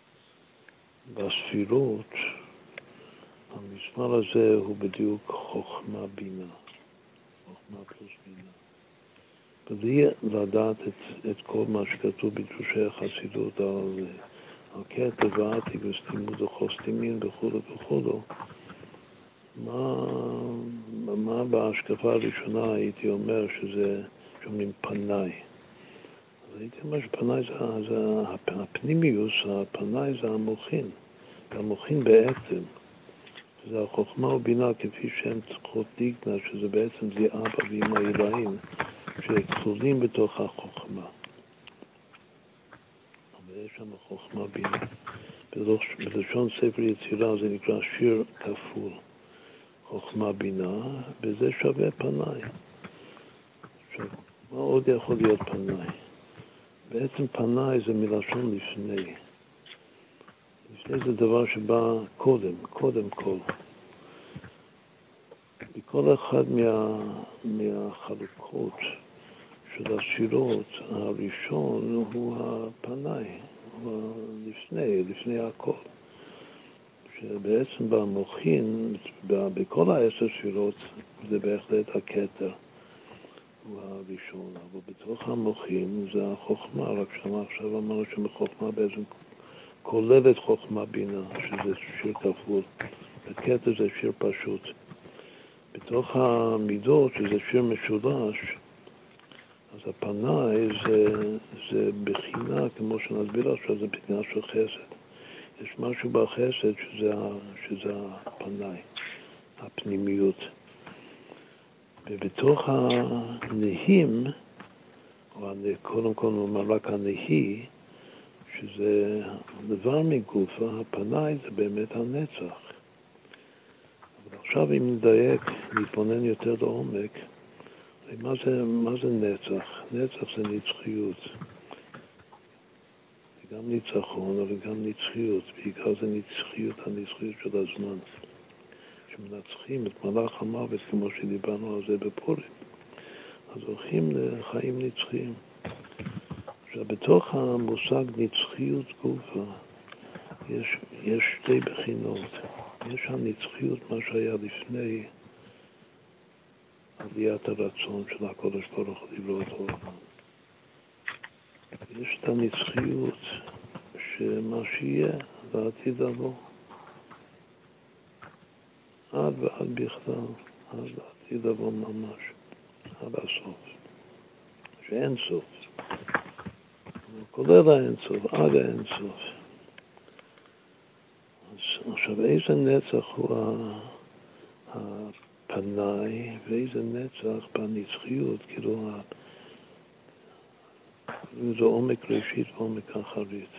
[SPEAKER 1] בספירות, המספר הזה הוא בדיוק חוכמה בינה. חוכמה פלוס בינה. בלי לדעת את כל מה שכתוב בדרושי החסידות על קטע ועתיק וסתימות וחוסתימין וכו', מה בהשקפה הראשונה הייתי אומר שזה שאומרים פניי. הייתי אומר שפנאי זה הפנימיוס, הפנאי זה המוחין. המוחין בעצם, זה החוכמה ובינה כפי שהן צריכות להגנה, שזה בעצם זה אבא ואמא אלוהים, שכלולים בתוך החוכמה. אבל יש שם חוכמה בינה. בלשון ספר יצירה זה נקרא שיר כפול. חוכמה בינה, וזה שווה פנאי. מה עוד יכול להיות פנאי? בעצם פנאי זה מלשון לפני. לפני זה דבר שבא קודם כל. בכל אחד מהחלוקות של השירות, הראשון הוא הפנאי, הוא לפני הכל. שבעצם במוחין, בכל 10 שירות, זה בהחלט הכתר. הוא הראשון, אבל בתוך המוחין זה החוכמה, רק שמה עכשיו אמרנו שמחוכמה בעצם כוללת חוכמה בינה, שזה שיר כפול. הכתר זה שיר פשוט. בתוך המידות, שזה שיר משולש, אז הפנאי זה בחינה, כמו שנסביר עכשיו, זה בחינה של חסד. יש משהו בחסד שזה הפנאי, הפנימיות. ובתוך הנהים, או קודם כל נאמר רק הנהי, שזה דבר מגופה, הפנאי זה באמת הנצח. אבל עכשיו אם נדייק, נתבונן יותר לעומק, מה זה נצח? נצח זה נצחיות. זה גם ניצחון, אבל גם נצחיות. בעיקר זה הנצחיות של הזמן. שמנצחים את מלאך המוות, כמו שדיברנו על זה בפורים. אז הולכים לחיים נצחיים. עכשיו, בתוך המושג נצחיות גופה, יש 2 בחינות. יש הנצחיות, מה שהיה לפני עליית הרצון של הקודש ברוך הוא לברוא את העולם. יש את הנצחיות שמה שיהיה לעתיד לבוא. עד ועד בכלל, עד לעתיד לבוא ממש, עד הסוף. שאין סוף. כולל האין סוף, עד האין סוף. עכשיו, איזה נצח הוא הפנאי, ואיזה נצח בנצחיות, כאילו זה עומק ראשית ועומק אחרית.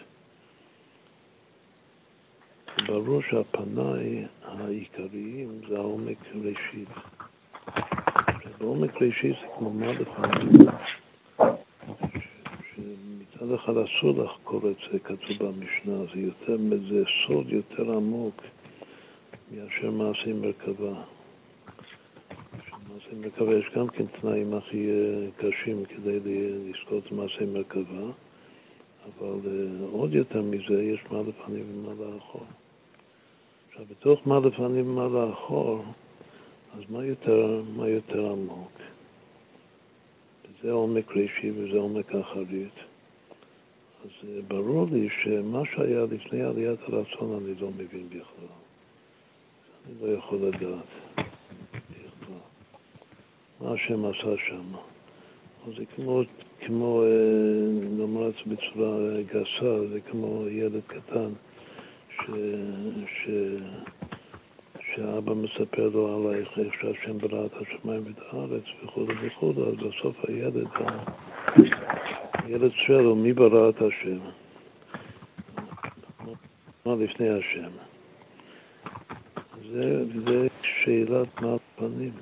[SPEAKER 1] ברור שהפנאי העיקריים זה העומק ראשית. בעומק ראשית זה כמו מה לפעמים, שמצד אחד אסור לחקור את זה, כתוב במשנה, זה סוד יותר עמוק מאשר מעשי מרכבה. מעשי מרכבה יש גם כן תנאים הכי קשים כדי לזכות מעשי מרכבה, אבל עוד יותר מזה יש מה לפנים ומה לאחור. עכשיו, בתוך מה לפנים ומה לאחור, אז מה יותר עמוק? זה עומק ראשי וזה עומק אחרית. אז ברור לי שמה שהיה לפני עליית הרצון אני לא מבין בכלל. אני לא יכול לדעת בכלל. מה השם עשה שם. אז זה כמו נאמר את זה בצורה גסה, זה כמו ילד קטן שהאבא מספר לו עלייך איך שהשם ברא את השמיים ואת הארץ וכו' וכו', אז בסוף הילד שואל לו מי ברא את השם? מה לפני השם? זה שאלת מה הפנים.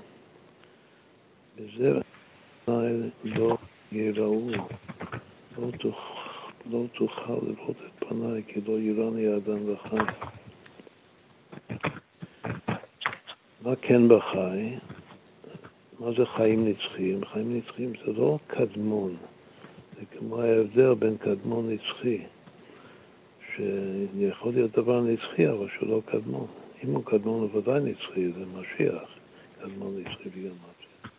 [SPEAKER 1] וזה לא יראו, לא תוכל לראות את פניי, כי לא יראני האדם וחי. מה כן בחי? מה זה חיים נצחיים? חיים נצחיים זה לא קדמון, זה כמו ההבדל בין קדמון נצחי, שיכול להיות דבר נצחי, אבל שהוא לא קדמון. אם הוא קדמון הוא ודאי נצחי, זה משיח, קדמון נצחי בגמטריה.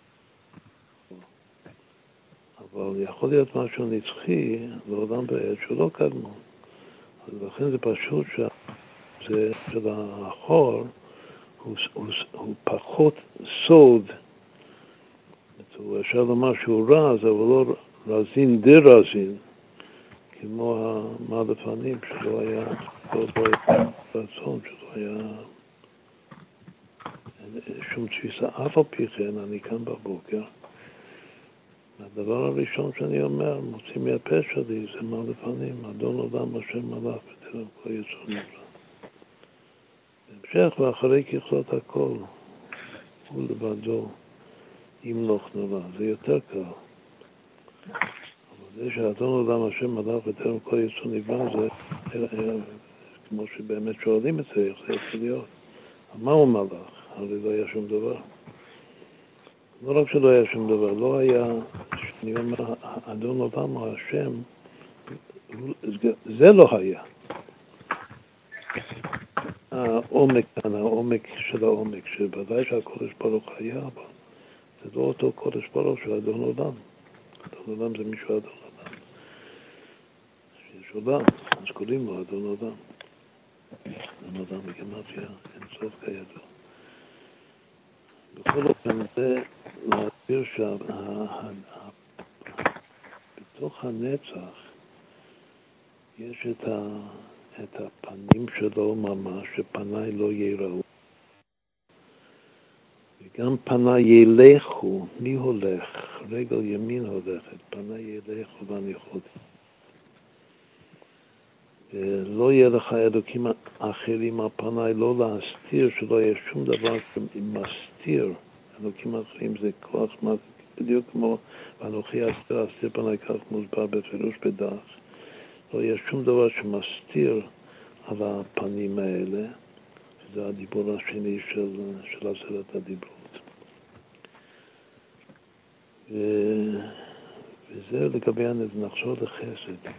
[SPEAKER 1] אבל יכול להיות משהו נצחי לעולם בעת שהוא לא קדמון. אז לכן זה פשוט שזה של האחור הוא פחות סוד. הוא אפשר לומר שהוא רז, אבל לא רזין די רזין. כמו המעדפנים, שלא היה רצון, שלא היה שום תפיסה. אף על פי כן, אני כאן בבוקר, הדבר הראשון שאני אומר, מוציא מהפה שלי, זה מעדפנים, אדון עולם השם מלך בטרם כל יצור נברא. בהמשך ואחרי ככלות הכל, הוא לבדו ימלוך נורא, זה יותר קל. אבל זה שאדון עולם השם מלך בטרם כל יצור נברא, זה כמו שבאמת שואלים את זה, איך זה יכול להיות. מה הוא מלך? הרי לא היה שום דבר. לא רק שלא היה שום דבר, לא היה, אני אומר, אדון עולם השם, זה לא היה. העומק כאן, העומק של העומק, שבוודאי שהקודש ברוך היה, אבל זה לא אותו קודש ברוך של אדון עולם. אדון עולם זה מישהו אדון עולם. יש עולם, אז קוראים לו אדון עולם. אדון עולם בגימטריה, אין סוף כידוע. בכל אופן זה להסביר שבתוך הנצח יש את הפנים שלו ממש, שפניי לא ייראו. וגם פניי ילכו, מי הולך? רגל ימין הולכת, פניי ילכו ואניחות. ולא יהיה לך אלוקים אחרים על פניי, לא להסתיר, שלא יהיה שום דבר שמסתיר. אלוקים אחרים זה כוח, בדיוק כמו ואנוכי אסתיר פניי, כך מוסבר בפירוש בדף. לא יהיה שום דבר שמסתיר על הפנים האלה, שזה הדיבור השני של 10 הדיברות. וזה לגבי נחזור לחסד.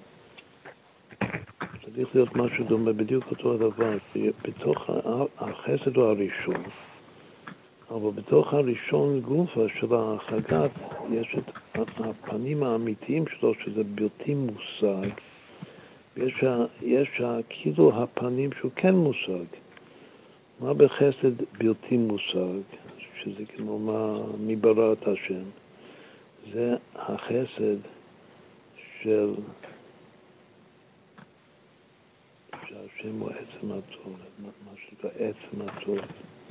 [SPEAKER 1] צריך להיות משהו דומה, בדיוק אותו הדבר. בתוך החסד הוא הראשון, אבל בתוך הראשון גופה של החגת יש את הפנים האמיתיים שלו, שזה בלתי מושג. יש כאילו הפנים שהוא כן מושג. מה בחסד בלתי מושג? שזה כמו מי ברא את השם. זה החסד של שהשם הוא עצם הצורת, מה שנקרא עצם הצורת.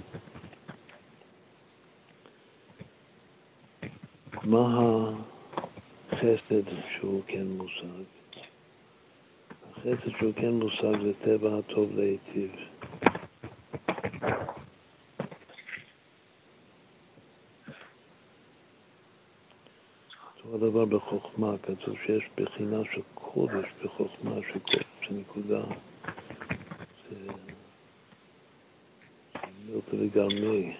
[SPEAKER 1] מה החסד שהוא כן מושג? החסד שהוא כן מושג זה טבע הטוב להיטיב. אותו הדבר בחוכמה, כתוב שיש בחינה של קודש בחוכמה, שקודש שנקודה זה מילתא לגמרי,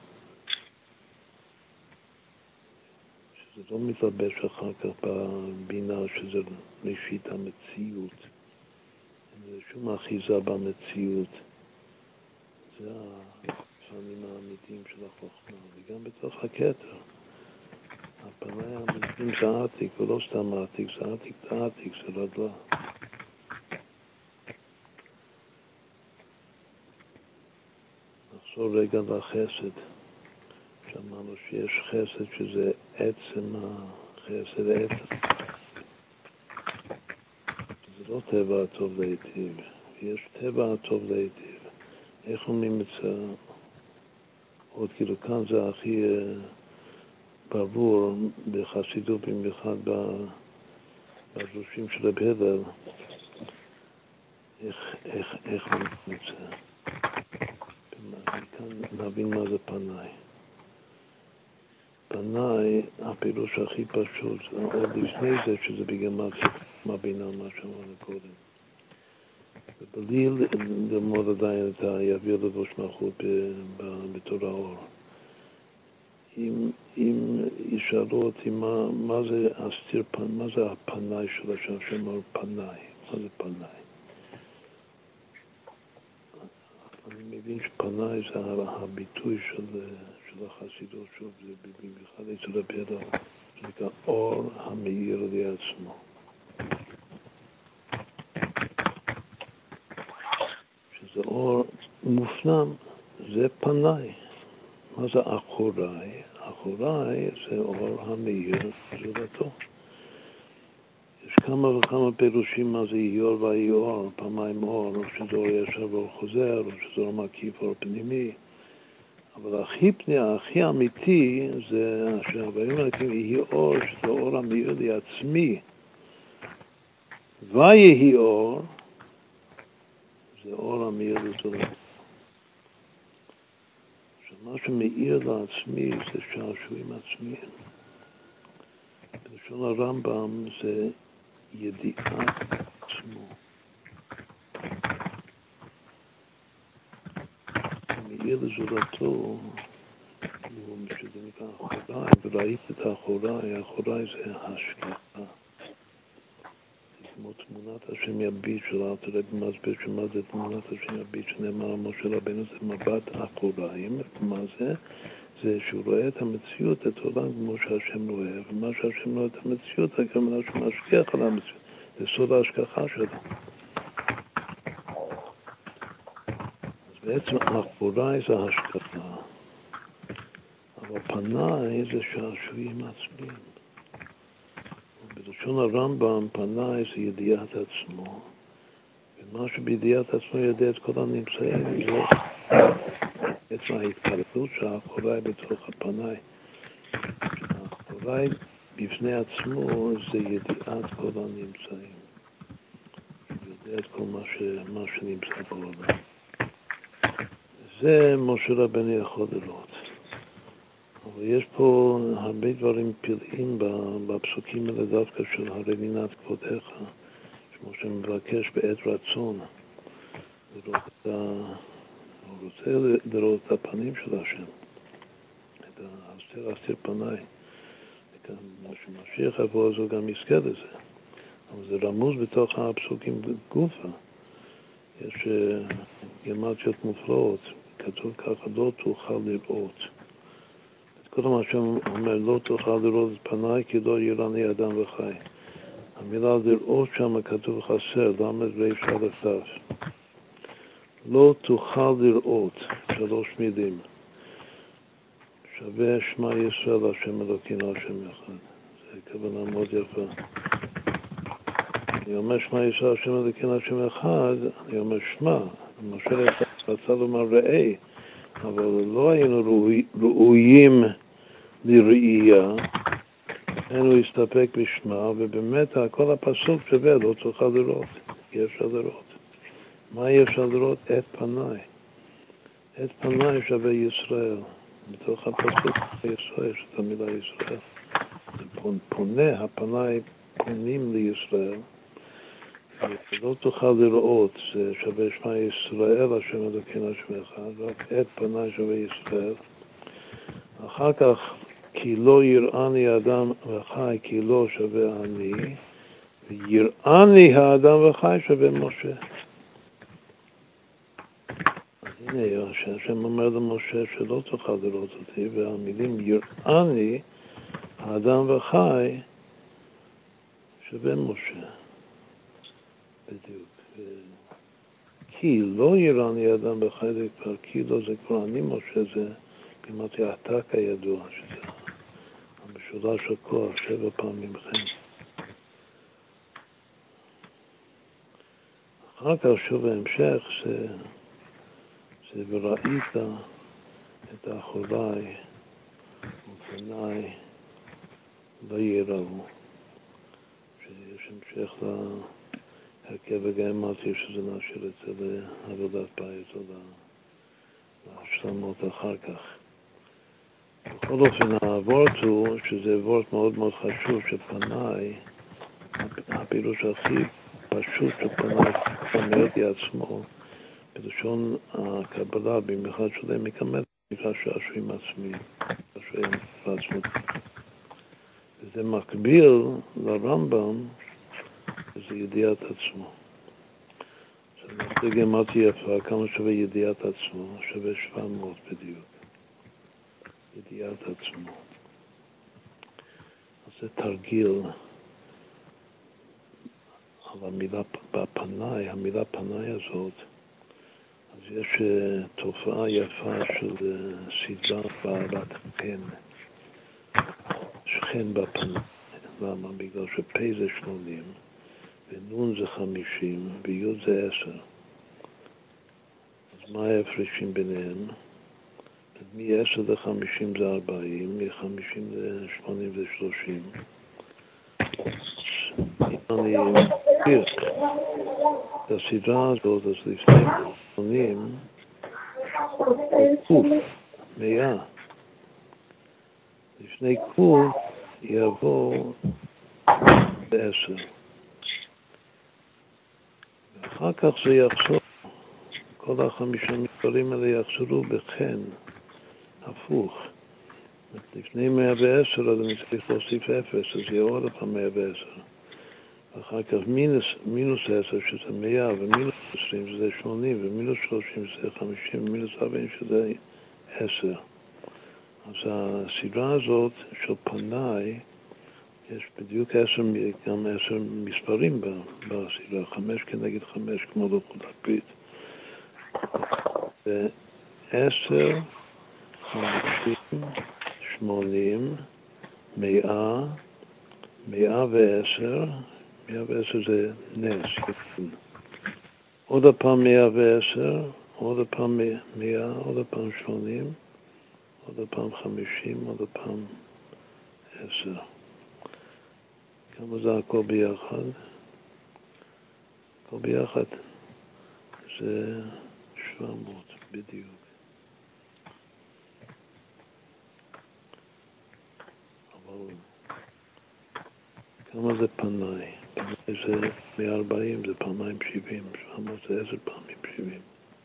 [SPEAKER 1] שזה לא מתלבש אחר כך בבינה שזה ראשית המציאות, אין שום אחיזה במציאות, זה הפנים האמיתיים של החוכמה. וגם בתוך הכתר הפני האמיתיים זה העתיק, ולא סתם העתיק, זה העתיק, זה העתיק, זה רדלה. נחזור רגע לחסד. שאמרנו שיש חסד שזה עצם החסד, עצם. זה לא טבע הטוב להיטיב, יש טבע הטוב להיטיב. איך אומרים את זה? עוד כאילו כאן זה הכי ברור בחסידות, במיוחד בדרושים של רב הלל, איך אומרים את זה? כאן נבין מה זה פניי. פניי, הפירוש הכי פשוט, עוד לפני זה שזה בגימטריה מבינה מה שאמרנו קודם. ובלי ללמוד עדיין את היביר לבוש מלכות בתור האור. אם ישאלו אותי מה זה הסתיר פן, מה זה הפניי של השם, שאומר פניי, מה זה פניי? אני מבין שפניי זה הביטוי של החסידות, שוב, זה במיוחד אצל רב הלל, זה נקרא אור המאיר לעצמו. שזה אור מופנם, זה פניי. מה זה אחוריי? אחוריי זה אור המאיר זולתו. יש כמה וכמה פירושים מה זה איור ואיור, פעמיים אור, או שזה אור ישר ואור חוזר, או שזה אור מקיף ואור פנימי. אבל הכי אמיתי זה שהרבנים אומרים יהי אור, שזה אור המאיר לי עצמי. ויהי אור, זה אור המאיר לזולת. מה שמאיר לעצמי זה שעשועים עצמיים. בלשון הרמב"ם זה ידיעת עצמו. מאיר לזולתו, שזה נקרא אחוריי, וראית את האחוריי, האחוריי זה השגחה. זה כמו תמונת השם יביט של אל תראה במסביר שמה זה תמונת השם יביט שנאמר משה רבנו, זה מבט אחוריים, מה זה? זה שהוא רואה את המציאות, את העולם כמו שהשם רואה, ומה שהשם רואה את המציאות, זה כמובן שהוא משגיח על המציאות, זה סוד ההשגחה שלו. אז בעצם אחוריי זה השגחה, אבל פניי זה שעשועים עצמיים. בלשון הרמב"ם פניי זה ידיעת עצמו, ומה שבידיעת עצמו יודע את כל הנמצאים, זה בעצם ההתפרדות שהאחוריי בתוך הפניי. האחוריי בפני עצמו זה ידיעת כל הנמצאים. יודע את כל מה שנמצא בעולם. זה משה רבנו יכול לראות. אבל יש פה הרבה דברים פלאים בפסוקים האלה דווקא של הרי נינת כבודך, שמשה מבקש בעת רצון לראות הוא רוצה לראות את הפנים של השם, את הסתר פניי. כשמשיח יבוא אז הוא גם יזכה לזה. אבל זה רמוז בתוך הפסוקים גופה. יש גמטריות מופלאות, כתוב ככה, לא תוכל לראות. כל מה שאומר, לא תוכל לראות את פניי, כי לא יראני אדם וחי. המילה לראות שם כתוב חסר, למד ואפשר לפתף. לא תוכל לראות, 3 מילים. שווה שמע ישראל, השם אלוקינו, השם אחד. זה כוונה מאוד יפה. אני אומר שמע ישראל, השם אלוקינו, השם אחד, אני אומר שמע. משה רצה לומר ראה, אבל לא היינו ראויים לראייה, הוא הסתפק בשמה, ובאמת כל הפסוק שווה, לא תוכל לראות, אי אפשר לראות. מה אי אפשר לראות? את פניי. את פניי שווה ישראל. בתוך הפסוק ישראל, שאת המילה ישראל. זה פונה, הפניי פונים לישראל, ולא תוכל לראות, זה שווה שמע ישראל, השם אלוקינו השם אחד, רק את פניי שווה ישראל. אחר כך, כי לא יראני אדם וחי, כי לא שווה אני, ויראני האדם וחי שווה משה. אז הנה, השם אומר למשה שלא תוכל לראות אותי, והמילים יראני האדם וחי שווה משה. בדיוק. כי לא יראני אדם וחי, זה כבר, כי לא זה כבר אני משה, זה אמרתי, אתה כידוע, שזה המשולש של כוח, 7 פעמים חן. אחר כך שוב ההמשך, זה וראית את האחוריי ופניי לא יראו. שיש המשך להרכב הגאמטי, שזה נשאיר את זה לעבודת בית או להשלמות אחר כך. בכל אופן, הוורט הוא, שזה וורט מאוד מאוד חשוב, שפניי, הפירוש הכי פשוט שפניי פניתי עצמו, בלשון הקבלה, במיוחד שלהם מקמל, נקרא שעשועים עצמיים, שעשועים לעצמות. וזה מקביל לרמב"ם, וזה ידיעת עצמו. זה גמרתי יפה, כמה שווה ידיעת עצמו, שווה 700 בדיוק. ידיעת עצמו. אז זה תרגיל על המילה בפניי, המילה פניי הזאת. אז יש תופעה יפה של סדרה בעלת חן. שכן בפניי. למה? בגלל שפה זה 80. ונון זה 50, ויוד זה 10. אז מה ההפרשים ביניהם? מ-10 ל-50 זה 40, מ-50 ל-80 זה 30. אם אני מכיר את הסדרה הזאת, אז לפני 80, קוף, 100. לפני קוף יבוא ב-10. ואחר כך זה יחזור. כל 5 מספרים האלה יחזרו בכן, הפוך. לפני 110, אז אני צריך להוסיף 0, אז יהיה עוד פעם 110. אחר כך מינוס 10, שזה 100, ומינוס 20, שזה 80, ומינוס 30, שזה 50, ומינוס 40, שזה 10. אז הסדרה הזאת של פנאי, יש בדיוק 10 מספרים בסדרה, 5 כנגד 5, כמו לוחות הברית. 10, 50, 80, 100, 110, 110 זה נס, עוד הפעם 110, עוד הפעם 100, עוד הפעם 80, עוד הפעם 50, עוד הפעם 10. כמה זה הכל ביחד? הכל ביחד זה 700 בדיוק. אבל כמה זה פנאי? פנאי זה 140, זה פעמיים 70, 700 זה 10 פעמים 70.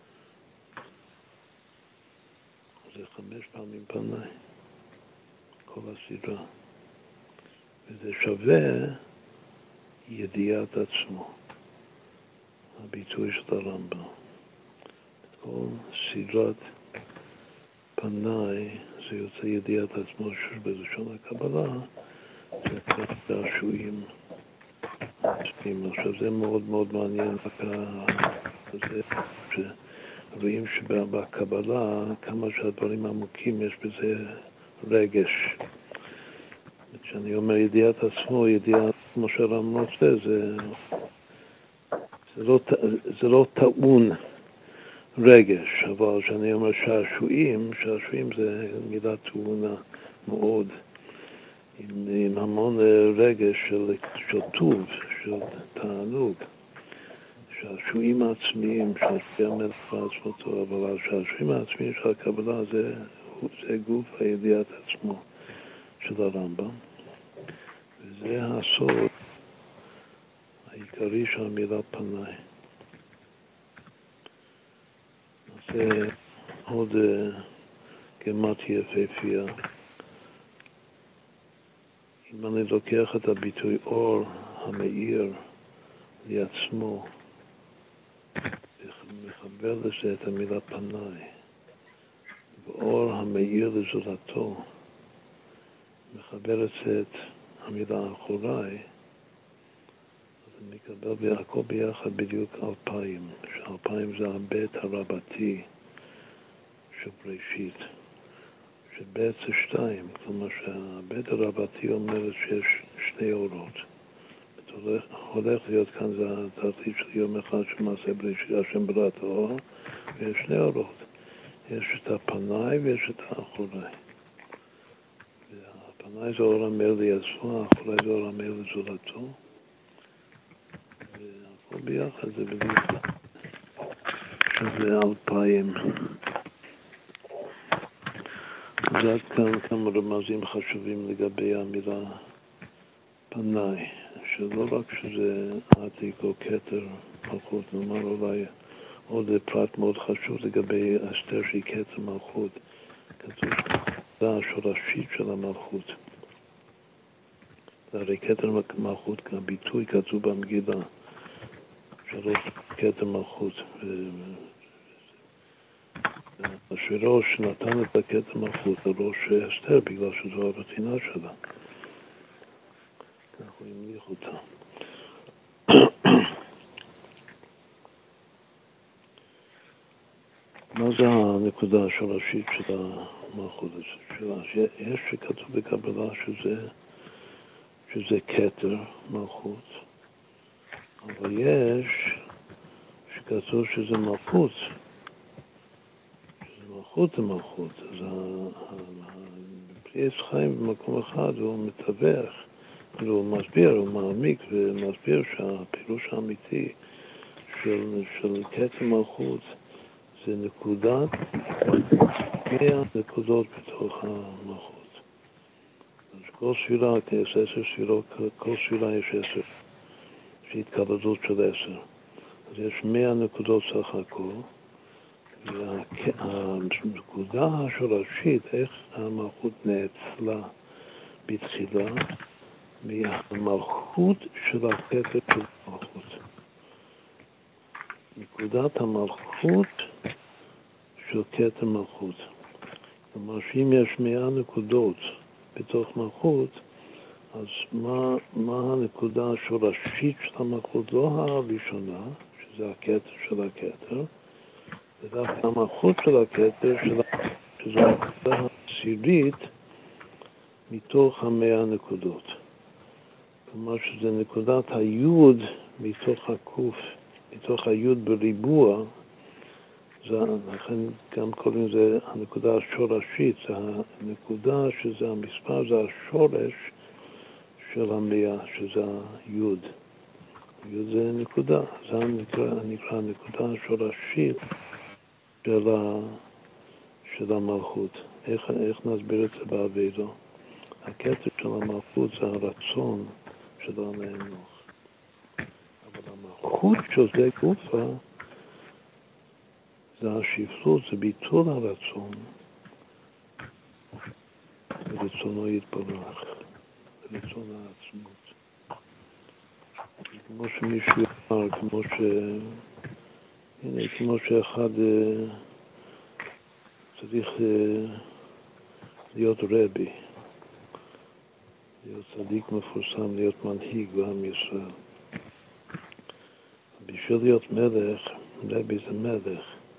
[SPEAKER 1] זה 5 פעמים פנאי, כל הסדרה. וזה שווה ידיעת עצמו, הביטוי של הרמב"ם. כל סדרת פנאי זה יוצא ידיעת עצמו, שבלשון הקבלה זה השעשועים. עכשיו זה מאוד מאוד מעניין, זה שרואים שבקבלה כמה שהדברים עמוקים יש בזה רגש. כשאני אומר ידיעת עצמו, ידיעת כמו שהרמב"ם רוצה, זה לא טעון רגש, אבל כשאני אומר שעשועים זה מילה טעונה מאוד, עם המון רגש של טוב, של תענוג, שעשועים העצמיים, שעשוי המלך בעצמותו, אבל השעשועים העצמיים של הקבלה זה גוף הידיעת עצמו של הרמב"ם, וזה הסוד העיקרי של המילה פנאי. זה עוד גמטריה יפהפייה. אם אני לוקח את הביטוי אור המאיר לעצמו, מחבר לזה את המילה פנאי, ואור המאיר לזולתו, מחבר לזה את המילה אחוריי, אז אני אקבל הכל ביחד בדיוק 2000, ש2000 זה הבית הרבתי של בראשית, שבית זה 2, כלומר שהבית הרבתי אומר שיש 2 אורות. הולך להיות כאן זה התרחיש של יום אחד שמעשה בראשית השם ברא את האור, ויש 2 אורות. יש את הפנאי ויש את האחורי. הפנאי זה אור המאיר לעצמו, האחורי זה אור המאיר לזולתו. והכל ביחד זה בדיוק שזה 2000. אז עד כאן כמה רמזים חשובים לגבי המילה פנאי, שלא רק שזה עתיק או כתר מלכות, נאמר אולי עוד פרט מאוד חשוב לגבי אסתר שהיא כתר מלכות, כתוב שזה השורשית של המלכות. הרי כתר מלכות, הביטוי כתוב במגילה, שלוש כתר מלכות. השראש נתן את הכתר מלכות לראש אסתר בגלל שזו הבחינה שלה. אנחנו נמליך אותה. מה זה הנקודה השורשית של המלכות שלה? יש שכתוב בקבלה שזה כתר מלכות, אבל יש שכתוב שזה מלכות. שזה מלכות המלכות. אז יש חיים במקום אחד, הוא מתווך, הוא מסביר, הוא מעמיק ומסביר שהפירוש האמיתי של כתר מלכות זה נקודת 100 נקודות בתוך המלכות. אז כל ספירה, יש 10 ספירות, כל ספירה יש 10, שהתקבלות של 10. אז יש 100 נקודות סך הכל, והנקודה השורשית, איך המלכות נאצלה בתחילה, מהמלכות של הכתר של המלכות. נקודת המלכות של כתר מלכות. כלומר, שאם יש 100 נקודות בתוך מלכות, אז מה הנקודה השורשית של המלכות? לא הראשונה, שזה הכתר של הכתר, ודווקא המלכות של הכתר, שזו הנקודה העשירית מתוך 100 נקודות. כלומר, שזה נקודת היוד מתוך הקוף, מתוך היוד בריבוע, לכן גם קוראים זה הנקודה השורשית, זה הנקודה שזה המספר, זה השורש של 100, שזה היוד. היוד זה נקודה, זה נקרא הנקודה השורשית של המלכות. איך נסביר את זה בעבודה? הכתר של המלכות זה הרצון שלו לאנוש. אבל המלכות של זה גופה, זה השפלות, זה ביטול הרצון, ורצונו יתברך, רצון העצמות. כמו שמישהו אמר, כמו שאחד צריך להיות רבי, להיות צדיק מפורסם, להיות מנהיג בעם ישראל. בשביל להיות מלך, רבי זה מלך,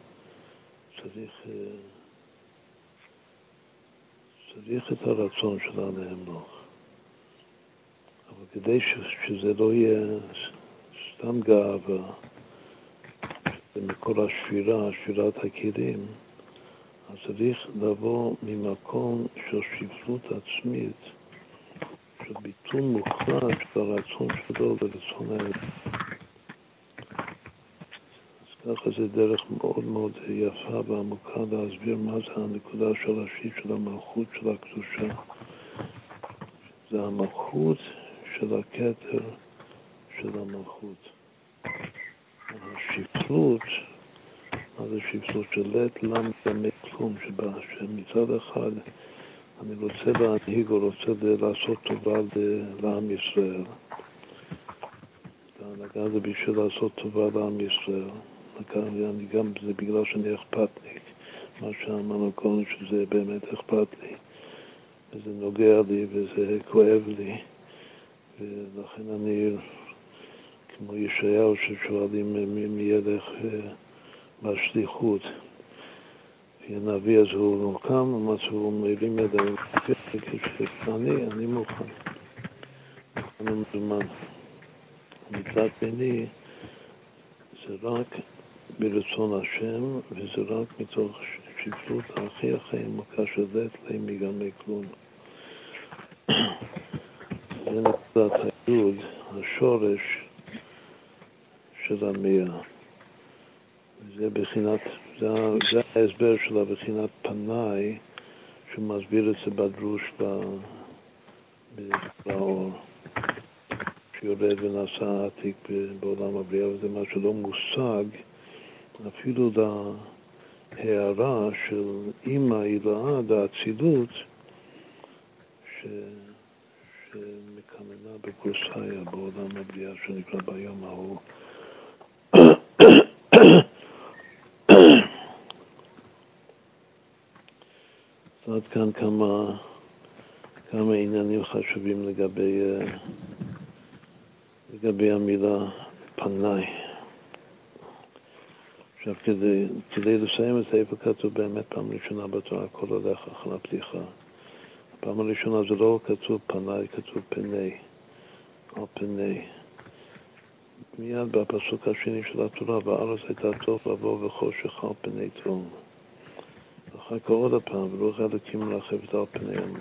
[SPEAKER 1] צריך את הרצון שלה להמלוך. אבל כדי שזה לא יהיה סתם גאווה, ומכל שבירת הכלים, אז צריך לבוא ממקום של שפלות עצמית, של ביטול מוחלט של הרצון שלו לרצון האלוהים. ככה זה דרך מאוד מאוד יפה ועמוקה להסביר מה זה הנקודה השורשית של המלכות של הקדושה. זה המלכות של הכתר של המלכות. השפלות, מה זה שפלות? של לית לם ימי כלום, שמצד אחד אני רוצה להנהיג או רוצה לעשות טובה לעם ישראל. ההנהגה זה בשביל לעשות טובה לעם ישראל. אני גם זה בגלל שאני אכפתניק, מה שאמרנו קודם שזה באמת אכפת לי, וזה נוגע לי וזה כואב לי, ולכן אני כמו ישעיהו ששואלים מי ילך בשליחות, והנביא אז הוא קם ומצאו מילים ידיים, אני מוכן, אני מזומן. מצד שני זה רק ברצון השם, וזה רק מתוך שפלות הכי עמוקה של לית להם יגמי כלום. זה נקודת היוד, השורש של 100. וזה בחינת, זה ההסבר שלה בחינת פנאי, שמסביר את זה בדרוש באור. שיורד ונעשה עתיק בעולם הבריאה, וזה מה שלא מושג אפילו להערה של אמא הילאה, האצילות, שמקננה בקורסאיה בעולם הבריאה, שנקרא ביום ההוא. עד כאן כמה עניינים חשובים לגבי המילה פנאי. עכשיו, כדי לסיים את זה, איפה כתוב באמת פעם ראשונה בתורה, הכל הולך אחר הפתיחה. הפעם הראשונה זה לא כתוב פנאי, כתוב פני, או פני. מיד בפסוק השני של התורה, והארץ הייתה טוב לבוא וחושך על פני תהום. אחר כך עוד הפעם, ורוח אלוקים מרחפת על פני המים.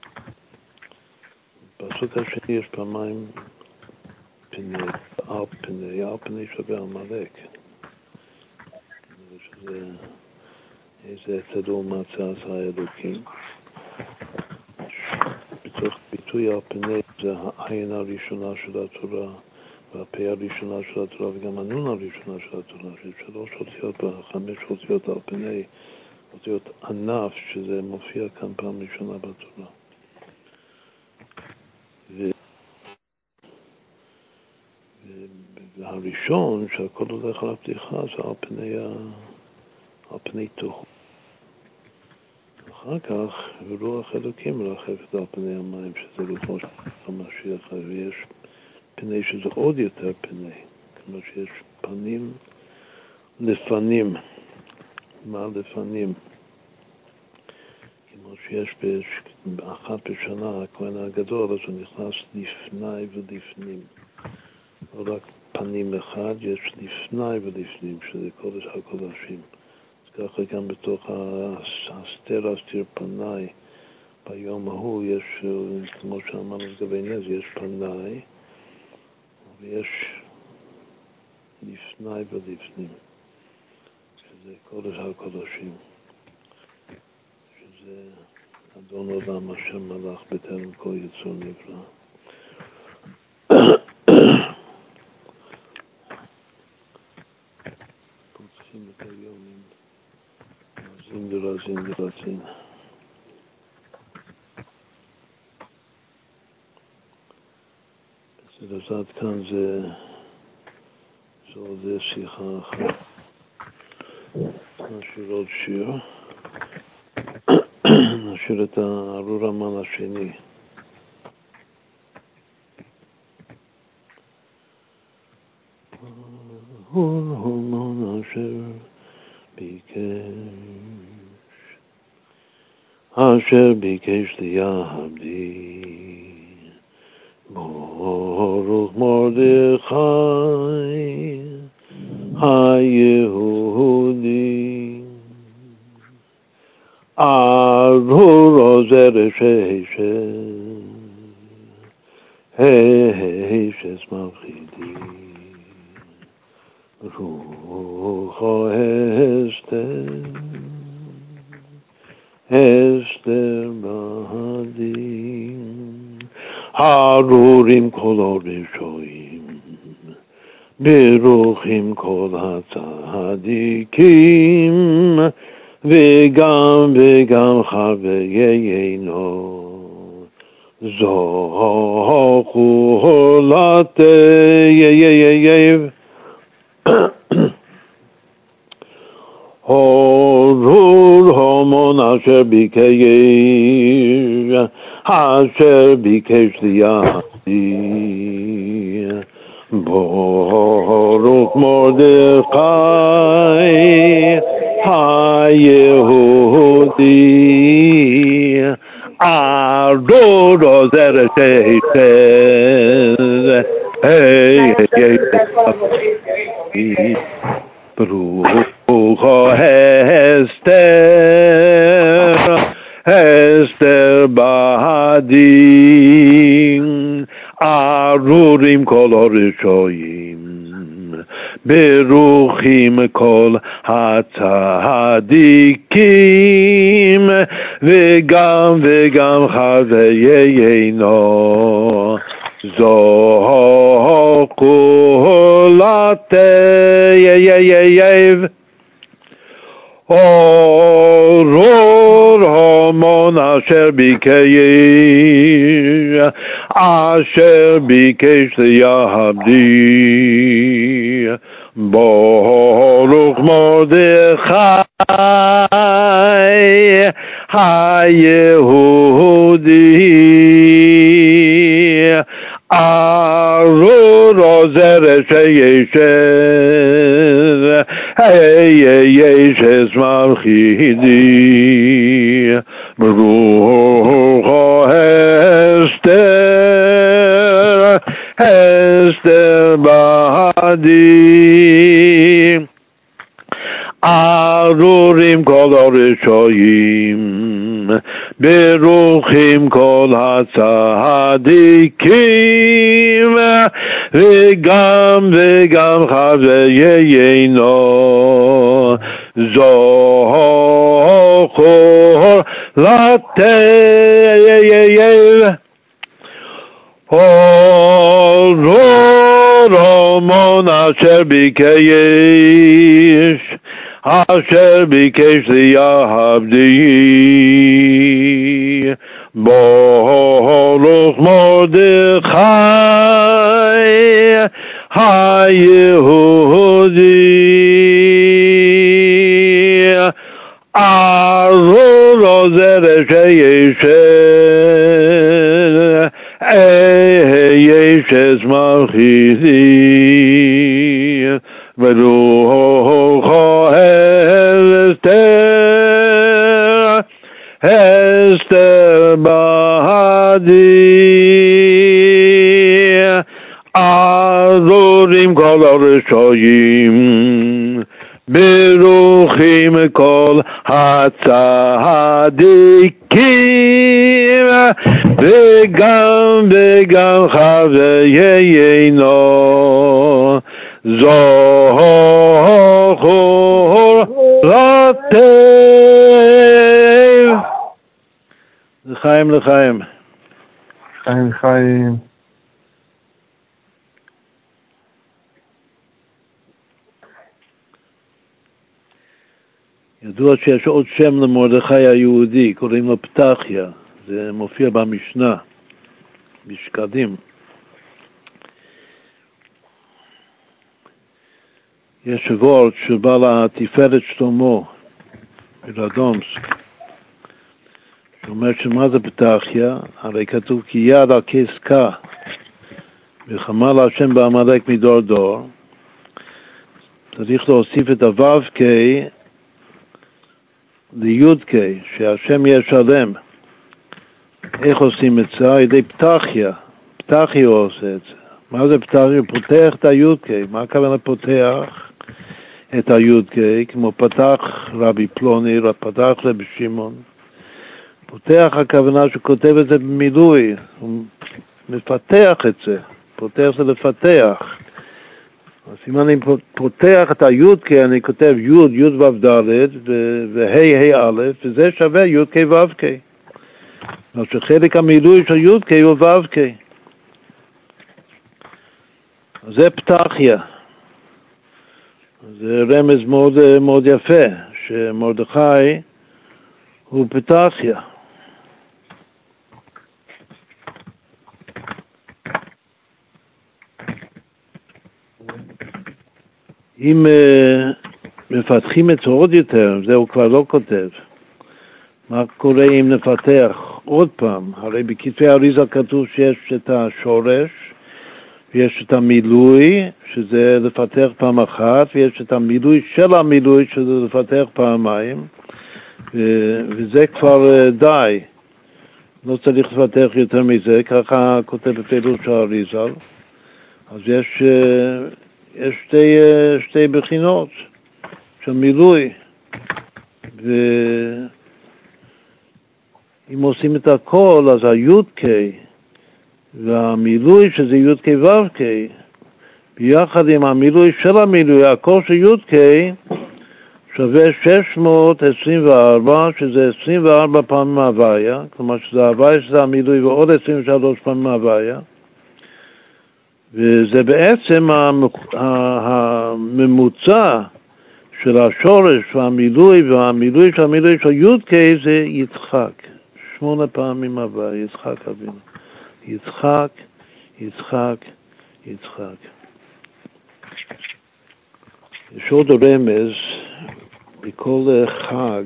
[SPEAKER 1] בפסוק השני יש פעמיים פני, על פני שווה עמלק. שזה איזה תדעו מצא עשה האלוקים. בתוך ביטוי על פני זה העין הראשונה של התורה, והפה הראשונה של התורה, וגם הנון הראשונה של התורה, שיש 3 אותיות ו5 אותיות על פני, אותיות ענף, שזה מופיע כאן פעם ראשונה בתורה. והראשון, שהכל הולך על הפתיחה, זה על פני תהום. אחר כך, רוח אלוקים מרחפת על פני המים, שזה רוחו של המשיח, ויש פני שזה עוד יותר פני, כמו שיש פנים לפנים. מה לפנים? כמו שיש באחת בשנה, הכהן הגדול, אז הוא נכנס לפני ולפנים. לא רק פנים אחד, יש לפני ולפנים, שזה קודש הקודשים. אז ככה גם בתוך הסתר אסתיר פני, ביום ההוא יש, כמו שאמרנו לגבי נז, יש פני, ויש לפני ולפנים, שזה קודש הקודשים, שזה אדון עולם השם מלך בטרם כל יצור נברא. פותחים את היומים, זינדרזין. אז עד כאן זה עוד שיחה אחת. נשאיר עוד שיר. נשאיר את הארור המן השני. ארור המן אשר ביקש ליעבדי ברוך מרדכי היהודי ארור עוזר שש מלכידי רוחו אסתר בהדין ארורים כל הרשעים ברוכים כל הצדיקים וגם חוויינו זוכו לתייב הורור המון אשר ביקש ליעבדי ברוך מרדכי היהודי ארור עוזר ברוך אסתר בהדין ארורים כל הרשעים ברוכים כל הצדיקים וגם חוויינו זוכו לתייב ארור המון אשר ביקש ליעבדי ברוך מרדכי היהודי ארור עוזר ישש מלכידי ברוך אסתר אסתר בעדי ארורים כל הרשעים ברוכים כל הצדיקים וגם חוויינו זוכר לטייב רומון אשר ביקש ליעבדי ברוך מרדכי היהודי ארור עוזר שישס מלכיתי ורוחו אסתר בעדי ארורים כל הרשעים ברוכים כל הצדיקים וגם חוויינו זוכר לטייב. לחיים.
[SPEAKER 3] חיים.
[SPEAKER 1] ידוע שיש עוד שם למרדכי היהודי, קוראים לו פתחיה, זה מופיע במשנה, בשקדים. יש וורט שבא לתפארת שלמה, מרדומסק, שאומר שמה זה פתחיה? הרי כתוב כי יד על כסקה, וחמה להשם בעמלק מדור דור, צריך להוסיף את הו"ק לי"ק, שהשם יהיה שלם. איך עושים את זה? על ידי פתחיה. פתחיה עושה את זה. מה זה פתחיה? פותח את הי"ק. מה הכוונה פותח את הי"ק? כמו פתח רבי פלוני, פתח רבי שמעון. פותח הכוונה שכותב את זה במילוי. הוא מפתח את זה. פותח זה לפתח. אז אם אני פותח את הי"ק, אני כותב י' ו' ד' וה' א', וזה שווה י"ק ו"ק. אז שחלק המילוי של י"ק הוא ו"ק. זה פתחיה. זה רמז מאוד, מאוד יפה, שמרדכי הוא פתחיה. אם מפתחים את זה עוד יותר, זה הוא כבר לא כותב. מה קורה אם נפתח עוד פעם? הרי בכתבי אריזה כתוב שיש את השורש, ויש את המילוי, שזה לפתח פעם אחת, ויש את המילוי של המילוי, שזה לפתח פעמיים, וזה כבר די. לא צריך לפתח יותר מזה, ככה כותב בפירוש של אריזה. אז יש שתי בחינות של מילוי, ואם עושים את הכל, אז הי"ק והמילוי שזה י"ק ו"ק, ביחד עם המילוי של המילוי, הכל של י"ק שווה 624, שזה 24 פעמים הוויה, כלומר שזה הוויה שזה המילוי ועוד 23 פעמים הוויה, וזה בעצם הממוצע של השורש והמילוי של המילוי של י"ק זה יצחק. 8 פעמים הוויה, יצחק אבינו. יצחק. יש עוד רמז, בכל חג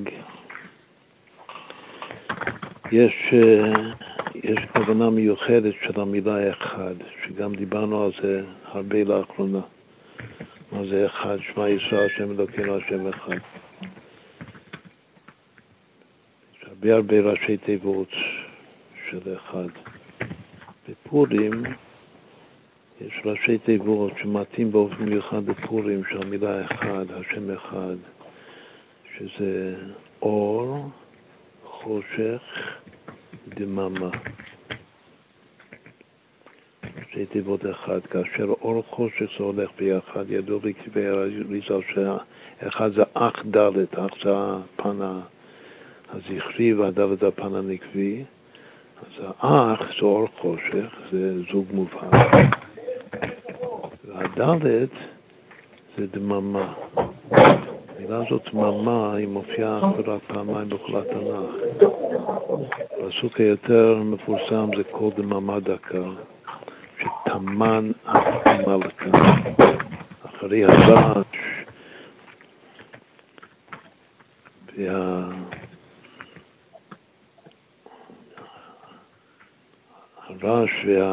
[SPEAKER 1] יש כוונה מיוחדת של המילה אחד, שגם דיברנו על זה הרבה לאחרונה. מה זה אחד? שמע ישראל השם אלוקינו השם אחד. יש הרבה ראשי תיבות של אחד. בפורים יש ראשי תיבות שמתאים באופן מיוחד לפורים, שהמילה אחד, השם אחד, שזה אור, חושך, דממה. ראשי תיבות אחד, כאשר אור חושך זה הולך ביחד, ידוע בכתבי אריז"ל שאחד זה אח ד', אח זה הפן הזכרי והד' זה הפן הנקבי, אז האח זה אור חושך, זה זוג מובהק. והד' זה דממה. המילה הזאת דממה היא מופיעה רק פעמיים בכל התנ"ך. הפסוק היותר מפורסם זה כל דממה דקה, שתמן המלכה. אחרי הרעש הרעש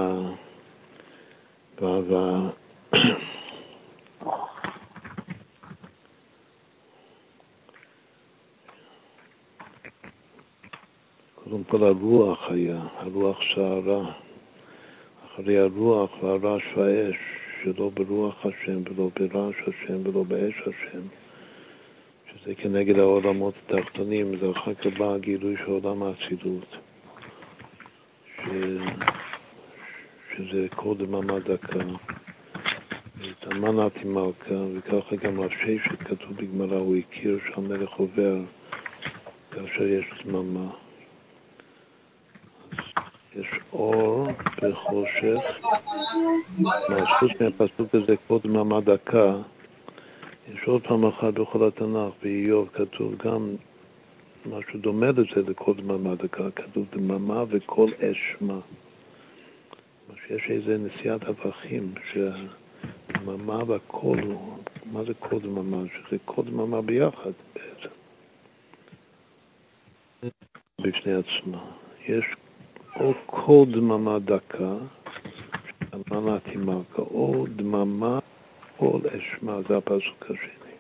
[SPEAKER 1] קודם כל הרוח היה, הרוח סערה, אחרי הרוח והרעש והאש, שלא ברוח השם ולא ברעש השם ולא באש השם, שזה כנגד העולמות התחתונים, זה אחר כך בא הגילוי של עולם האצילות, שזה קודם דממה דקה, ותמנעתי מלכה, וככה גם רב ששת כתוב בגמרא, הוא הכיר שהמלך עובר כאשר יש דממה. יש אור וחושך, חוץ מהפסוק הזה קודם דממה דקה, יש עוד פעם אחת בכל התנ"ך, באיוב כתוב גם משהו דומה לזה לקודם דממה דקה, כתוב דממה וכל אש שמה. שיש איזה נשיאת הפכים, שהדממה והכל, מה זה כל דממה? שזה כל דממה ביחד בעצם, בפני עצמה. יש או כל דממה דקה, שמנעתי מלכה, או דממה כל אשמה, זה הפסוק השני.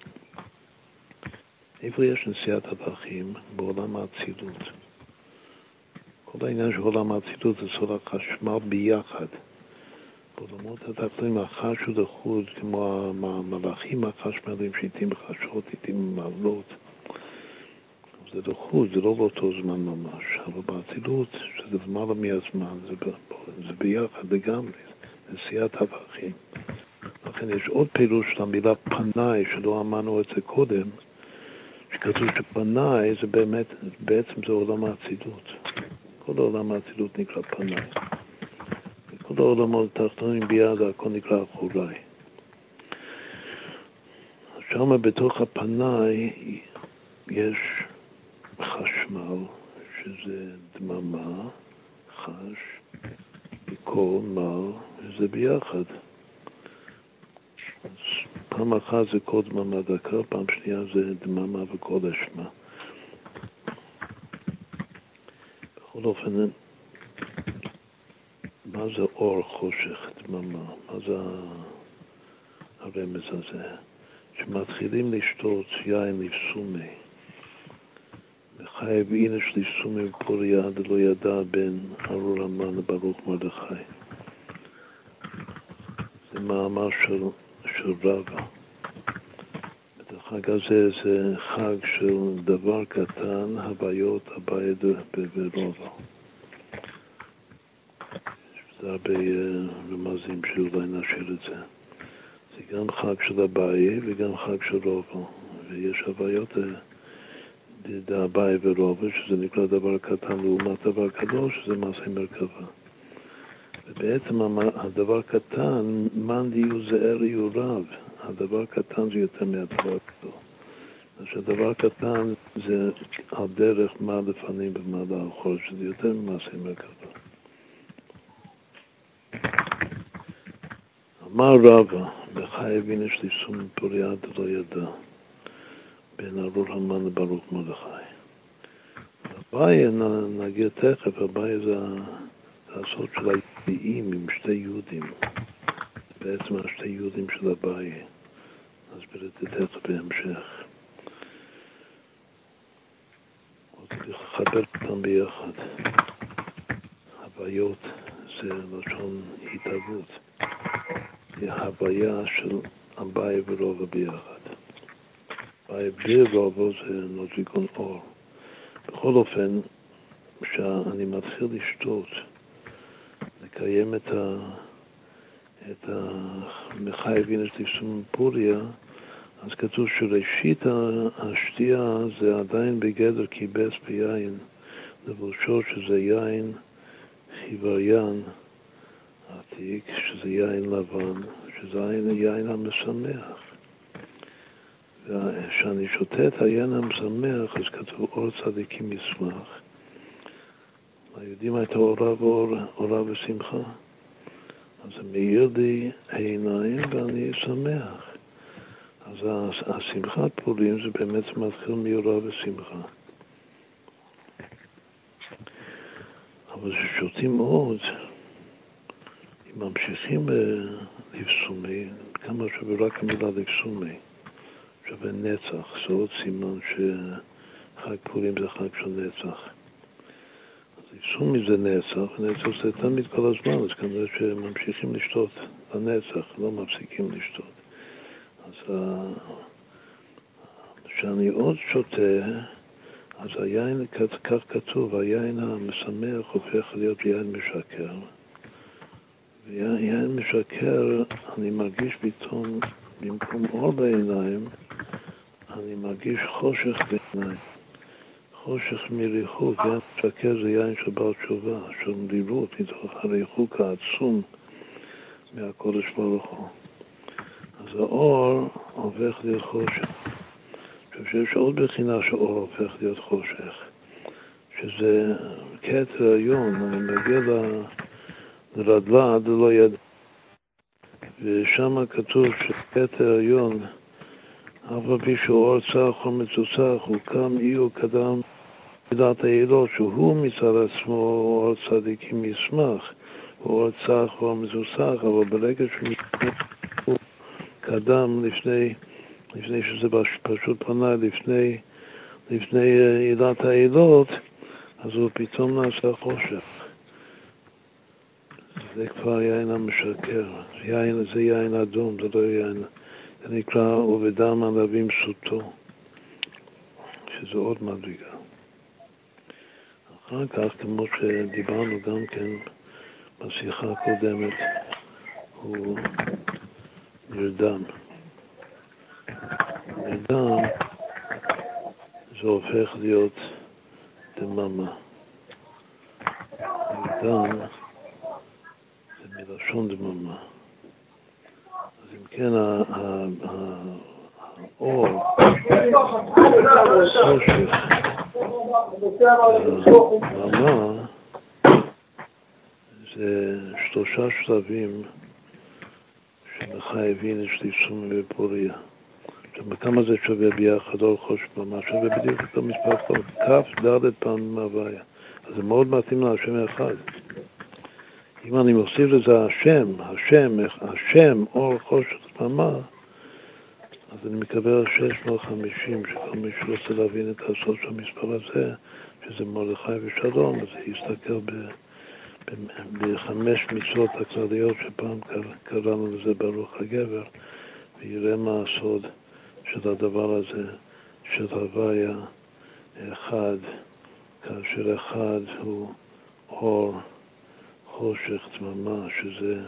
[SPEAKER 1] איפה יש נשיאת הפכים? בעולם האצילות. כל העניין של עולם האצילות זה סוד החשמל ביחד. בעולמות התחתונים החש הוא לחוד, כמו המלאכים החשמליים שעיתים בחשות, עיתים במעלות. זה לחוד, זה לא באותו זמן ממש, אבל באצילות, שזה למעלה מהזמן, זה ביחד לגמרי, נשיאת הפכים. לכן יש עוד פירוש של המילה פנאי, שלא אמרנו את זה קודם, שכתוב שפנאי זה באמת, בעצם זה עולם האצילות. כל העולם האצילות נקרא פנאי. וכל העולמות התחתונים ביד, הכל נקרא אחורי. שם בתוך הפנאי יש חשמל, שזה דממה, חש, וקול, מר, וזה ביחד. אז פעם אחת זה כל דממה דקה, פעם שנייה זה דממה וכל אשמה. בכל אופן, מה זה אור, חושך, דממה? מה זה הרמז הזה? שמתחילים לשתות יין לפסומי, וחייב אינש לפסומי ופוריה דלא ידע בין ארור המן לברוך מרדכי. זה מאמר של רבא. החג הזה זה חג של דבר קטן, הוויות הבית ורובע. זה הרבה רמזים שאולי נשאיר את זה. זה גם חג של הבית וגם חג של רובע. ויש הוויות הבית ורובע, שזה נקרא דבר קטן לעומת דבר קדוש, שזה מעשה מרכבה. ובעצם הדבר קטן, מן דיו זער יהיו רב. הדבר קטן זה יותר מהדבר גדול. שהדבר קטן זה על דרך מה לפנים ומה לאחור, שזה יותר ממעשה מרכבה. אמר רבא, בחייב אינש לפסום פוריה דלא ידע, בין ארור המן לברוך מרדכי. הבעיה, נגיד תכף, הבעיה זה הסוד של היהודים עם שתי יהודים. בעצם השתי יהודים של הבעיה. אז תכף בהמשך. אז לחבר אותם ביחד. הבעיות זה לשון התאבות. היא הוויה של אביי ורובו ביחד. אביי ורובו זה נוזיקון אור. בכל אופן, כשאני מתחיל לשתות, לקיים את המחייבים לפסום פוריה, אז כתוב שראשית השתייה זה עדיין בגדר קיבץ ביין, לבושו שזה יין חיווריין עתיק, שזה יין לבן, שזה יין המשמח. וכשאני שותה את היין המשמח, אז כתוב אור צדיקים ישמח. היהודים הייתה אורה ושמחה. אז זה מאיר לי העיניים ואני שמח. אז השמחת פורים זה באמת מתחיל מאורה ושמחה. אבל כששותים עוד, אם ממשיכים לפסומי, כמה שווה רק המילה לפסומי, שווה נצח, זה עוד סימן שחג פורים זה חג של נצח. לפסומי זה נצח, ונצח זה תמיד כל הזמן, אז כנראה שממשיכים לשתות לנצח, לא מפסיקים לשתות. אז כשאני עוד שותה, אז היין, כך כתוב, היין המשמח הופך להיות יין משקר. ויין משקר, אני מרגיש פתאום, במקום אור בעיניים, אני מרגיש חושך בעיניים. חושך מריחוק, יין משקר זה יין של בעל תשובה, של מרירות, מתוך הריחוק העצום מהקודש ברוך הוא. אז האור הופך להיות חושך. שיש עוד בחינה שאור הופך להיות חושך, שזה כתר עליון, אני מגיע לרדלה עד לא ידע. ושם כתוב שכתר עליון, אף על פי שהוא אור צח או מצוצח, הוא קם אי או קדם מידת העילות, שהוא מצד עצמו אור צדיקים ישמח, הוא אור צח או מצוצח, אבל ברגע שהוא קדם לפני שזה פשוט פנה לפני עילת העילות, אז הוא פתאום נעשה חושך. זה כבר יין המשקר. זה יין אדום, זה לא יין. זה נקרא ובדם ענבים סוטו, שזה עוד מדרגה. אחר כך, כמו שדיברנו גם כן בשיחה הקודמת, הוא נרדם. נרדם זה הופך להיות דממה. נרדם זה מלשון דממה. אז אם כן, האור, החושך, הדממה, זה 3 שלבים שמחייבים את לפסום ופוריה. כמה זה שווה ביחד אור חושך דממה? שווה בדיוק את המספר טוב, כף ד' פעם מהוויה. אז זה מאוד מתאים להשם אחד. אם אני מוסיף לזה השם, אור חושך דממה, אז אני מקבל 650, שכל מי שרוצה להבין את הסוד של המספר הזה, שזה מרדכי ושלום, אז יסתכל ב5 מצוות הכלליות שפעם קראנו לזה ברוך הגבר, ויראה מה הסוד של הדבר הזה, של הוויה אחד, כאשר אחד הוא אור, חושך, דממה, שזה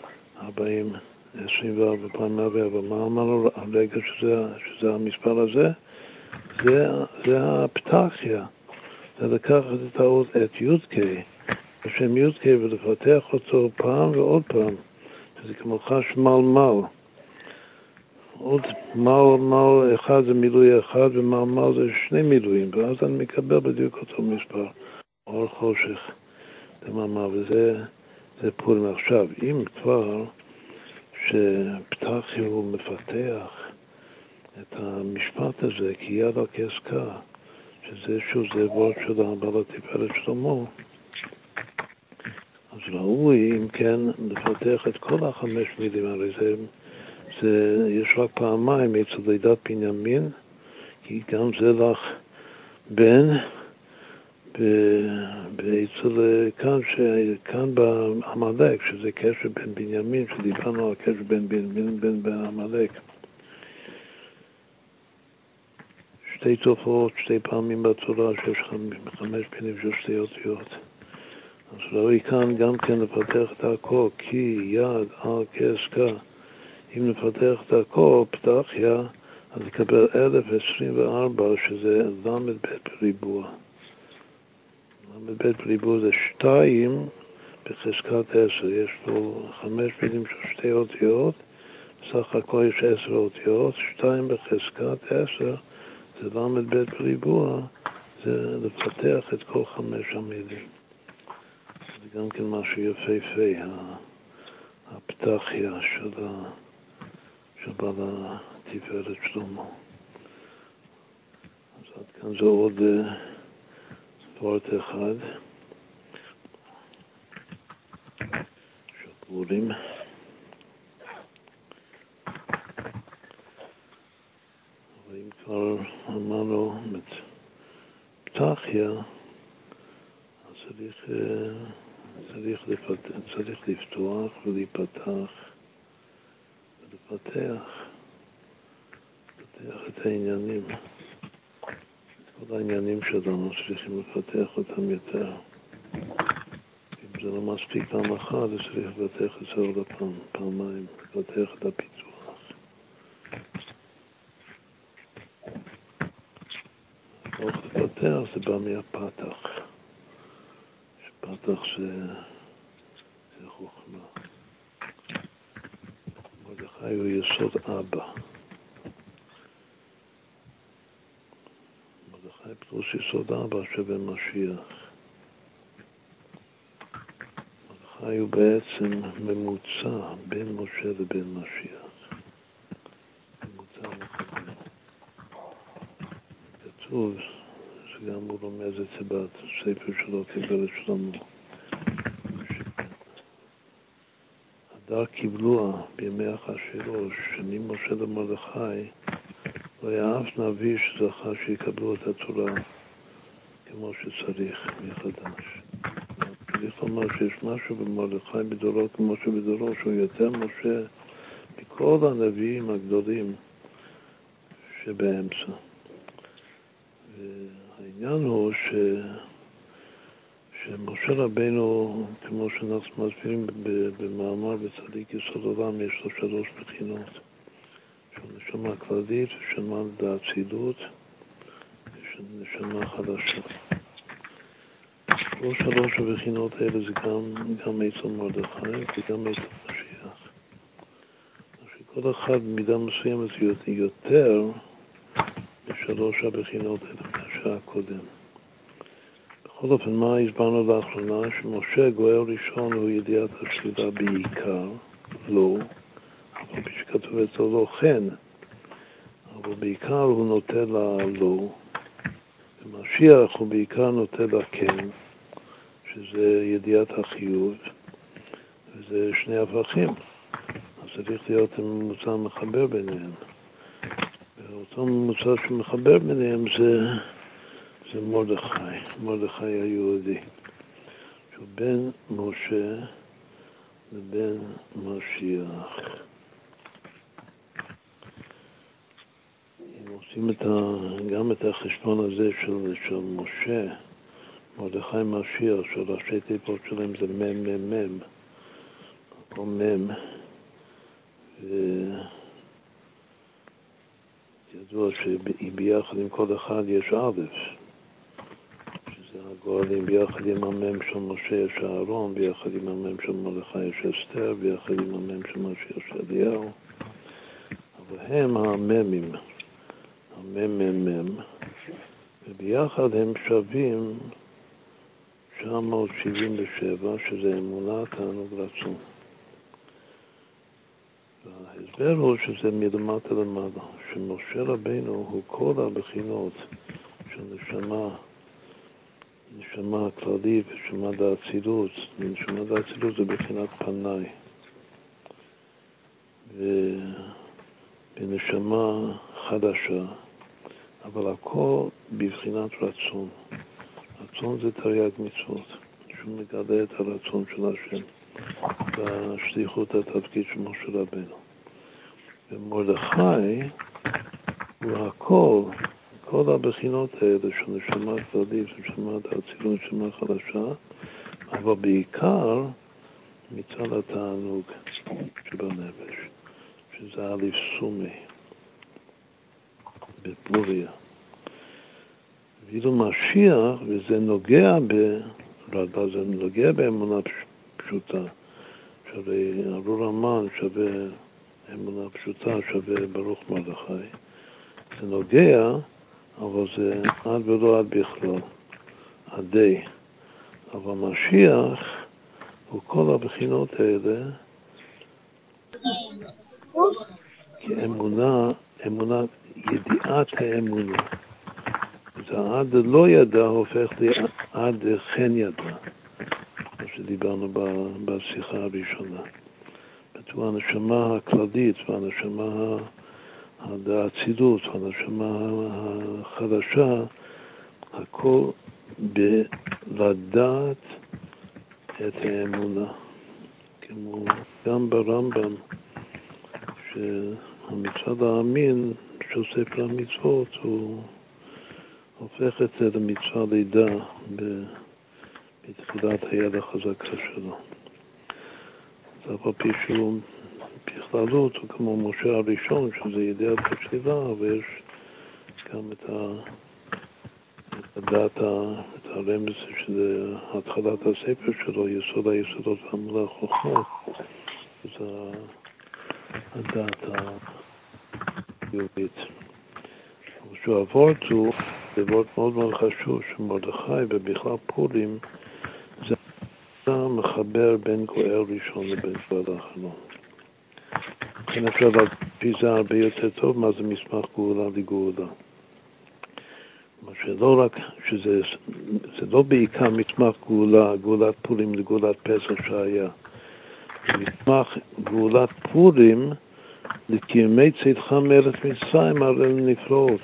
[SPEAKER 1] 24 פעם 100, אבל מה אמרנו הרגע שזה המספר הזה? זה הפתחיה, זה לקחת את האות, את יודקי, השם יודקי, ולפתח אותו פעם ועוד פעם, זה כמו חשמל. עוד מל אחד זה מילוי אחד, ומל זה 2 מילויים, ואז אני מקבל בדיוק אותו מספר, אור חושך, דממה, וזה פורים. עכשיו, אם כבר שפתחי הוא מפתח את המשפט הזה, כי יד על כעסקה, שזה שוב, זה וורד של הבעל התפארת שלמה, אז ראוי, אם כן, לפתח את כל 5 מילים, הרי יש רק פעמיים אצל לידת בנימין, כי גם זה לך בן כאן בעמלק, שזה קשר בין בנימין, שדיברנו על קשר בין בנימין בין בעמלק. שתי תופעות, שתי פעמים בצורה שיש 5 פנים של שתי אותיות. אז ראוי כאן גם כן לפתח את הכל, כי יד על כסקה. אם נפתח את הכל, פתחיה, אז נקבל 1024, שזה למד בית בריבוע. למד בית בריבוע זה 2 בחזקת 10. יש פה 5 פנים של שתי אותיות, סך הכל יש 10 אותיות, 2 בחזקת 10, זה למד בית בריבוע, זה לפתח את כל 5 המילים. זה גם כן משהו יפהפה, הפתחיה של בעל התפארת שלמה. אז עד כאן זה עוד פרט אחד של פורים. אבל אם כבר אמרנו את פתחיה, אז צריך לפתוח ולהיפתח ולפתח את העניינים. כל העניינים שלנו צריכים לפתח אותם יותר. אם זה לא מספיק פעם אחת, אז צריך לפתח את זה עוד פעמיים, לפתח את הפיתוח. לא לפתח זה בא מהפתח. שפתח זה חוכמה. מרדכי הוא יסוד אבא. מרדכי פלוס יסוד אבא שווה משיח. מרדכי הוא בעצם ממוצע בין משה לבין משיח. ממוצע מחבר. כתוב, שגם הוא לומד את זה בספר שלו, תפארת שלמה. הדר קיבלוה בימי אחשוורוש, שממשה למרדכי, לא היה אף נביא שזכה שיקבלו את התורה כמו שצריך מחדש. צריך לומר שיש משהו במרדכי בדורו כמו שבדורו, שהוא יותר משה מכל הנביאים הגדולים שבאמצע. והעניין הוא שמשה רבינו, כמו שאנחנו מסבירים במאמר בצדיק יסוד עולם, יש לו 3 בחינות. נשמה כללית, נשמה באצילות, נשמה חדשה. כל 3 הבחינות האלה זה גם אצל מרדכי וגם אצל משיח. שכל אחד במידה מסוימת יותר ב3 הבחינות האלה מהשעה הקודם. בכל אופן, מה הסברנו לאחרונה? שמשה גואל ראשון הוא ידיעת השלילה בעיקר, לא, אבל כשכתוב אצלו לא כן, אבל בעיקר הוא נוטה ללא, ומשיח הוא בעיקר נוטה לכן, שזה ידיעת החיוב, וזה 2 הפכים. אז צריך להיות ממוצע מחבר ביניהם. ואותו ממוצע שמחבר ביניהם זה מרדכי היהודי, שהוא בין משה לבין משיח. אם עושים גם את החשבון הזה של משה, מרדכי משיח, של ראשי תיבות שלהם זה מם, או מם, וידוע שביחד עם כל אחד יש א', שזה הגואלים, ביחד עם המם של משה יש אהרון, ביחד עם המם של מרדכי יש אסתר, ביחד עם המם של משיח יש אליהו, אבל הם הממים, המם, וביחד הם שווים 977, שזה אמונה, תענוג, רצון. וההסבר הוא שזה מלמטה למעלה, שמשה רבינו הוא כל הבחינות של נשמה כללית ונשמה דאצילות. נשמה דאצילות זה בחינת פנאי. ונשמה חדשה, אבל הכל בבחינת רצון. רצון זה תרי"ג מצוות, שהוא מגלה את הרצון של השם והשליחות התפקיד של משה רבנו. ומרדכי הוא הכל, כל הבחינות האלה של נשמה כללית, נשמה האצילות, נשמה חדשה, אבל בעיקר מצד התענוג שבנפש, שזה א' סומי בפוריה. ואילו משיח, וזה נוגע זה נוגע באמונה פשוטה, שווה ארור המן, שווה אמונה פשוטה, שווה ברוך מרדכי. זה נוגע, אבל זה עד ולא עד בכלל, עדי. אבל משיח הוא כל הבחינות האלה, כי אמונה, ידיעת האמונה. זה עד לא ידע הופך לעד כן ידע, כמו שדיברנו בשיחה הראשונה. זו הנשמה הכללית, והנשמה האצילות, והנשמה החדשה, הכל בלדעת את האמונה. כמו גם ברמב"ם, שהמצוות להאמין של ספר המצוות הוא הופך את זה למצווה לידה בתחילת היד החזקה שלו. זה אבל פי שהוא בכללות, הוא כמו משה הראשון, שזה ידיעת התפילה, ויש גם את הדעת, את הרמז, שזה התחלת הספר שלו, יסוד היסודות והמולה החוכמה, זה הדעת היהודית. שהוא הוורט הוא, זה וורט מאוד מאוד חשוב, שמרדכי ובכלל פורים, זה מחבר בין גואל ראשון לבין גואל האחרון. לכן אפשר להגיד זה הרבה יותר טוב מה זה מסמך גאולה לגאולה. מה שלא רק, זה לא בעיקר מסמך גאולה, גאולת פורים לגאולת פסח שהיה. זה מסמך גאולת פורים לקיומי צאתך מארץ מצרים הרי נפלאות.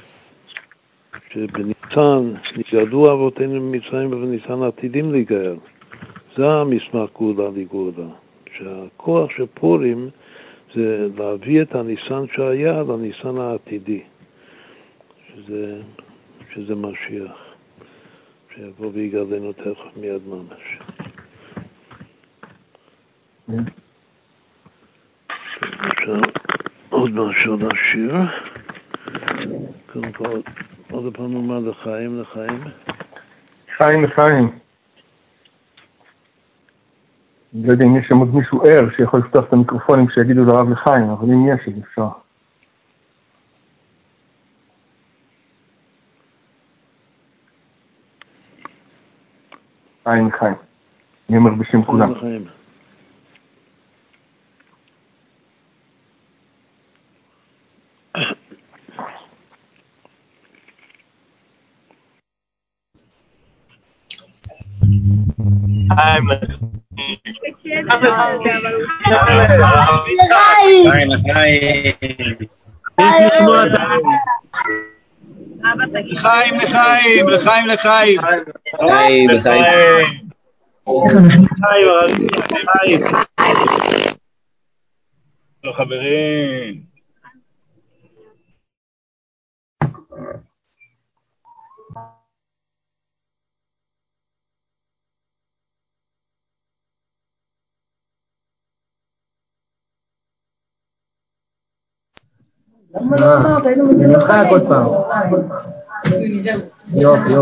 [SPEAKER 1] שבניסן נגאלו אבותינו ממצרים ובניסן עתידים להיגאל. זה המסמך גאולה לגאולה. שהכוח של פורים זה להביא את הניסן שהיה לניסן העתידי. שזה משיח. שיבוא ויגאלנו תכף מיד ממש. עכשיו עוד משהו לשיר. קודם כל, עוד פעם נאמר לחיים.
[SPEAKER 3] חיים. לא יודע אם יש שם עוד מישהו ער שיכול לפתוח את המיקרופונים כשיגידו לרב לחיים, אבל אם יש, אז אפשר. חיים. אני אומר בשם כולם.
[SPEAKER 1] לחיים.
[SPEAKER 2] חברים.
[SPEAKER 4] נתחיה כל פעם. יופי.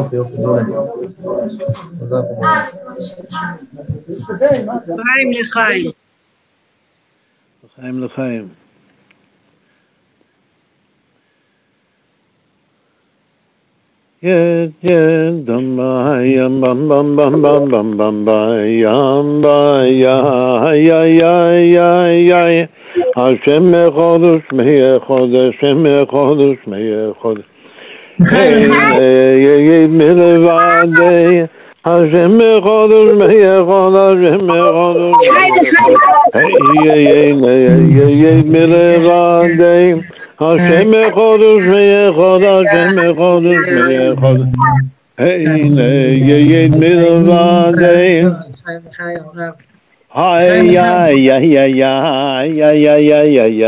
[SPEAKER 1] לחיים. dam bam bam bam bam bam bam bam ya Hashem chodesh me'chodesh Hashem chodesh me'chodesh hey milvadei Hashem chodesh me'chodesh Hashem chodesh hey milvadei Hashem chodesh me'chodesh Hashem chodesh me'chodesh הנה יהיה מלבדי היי היי היי היי היי היי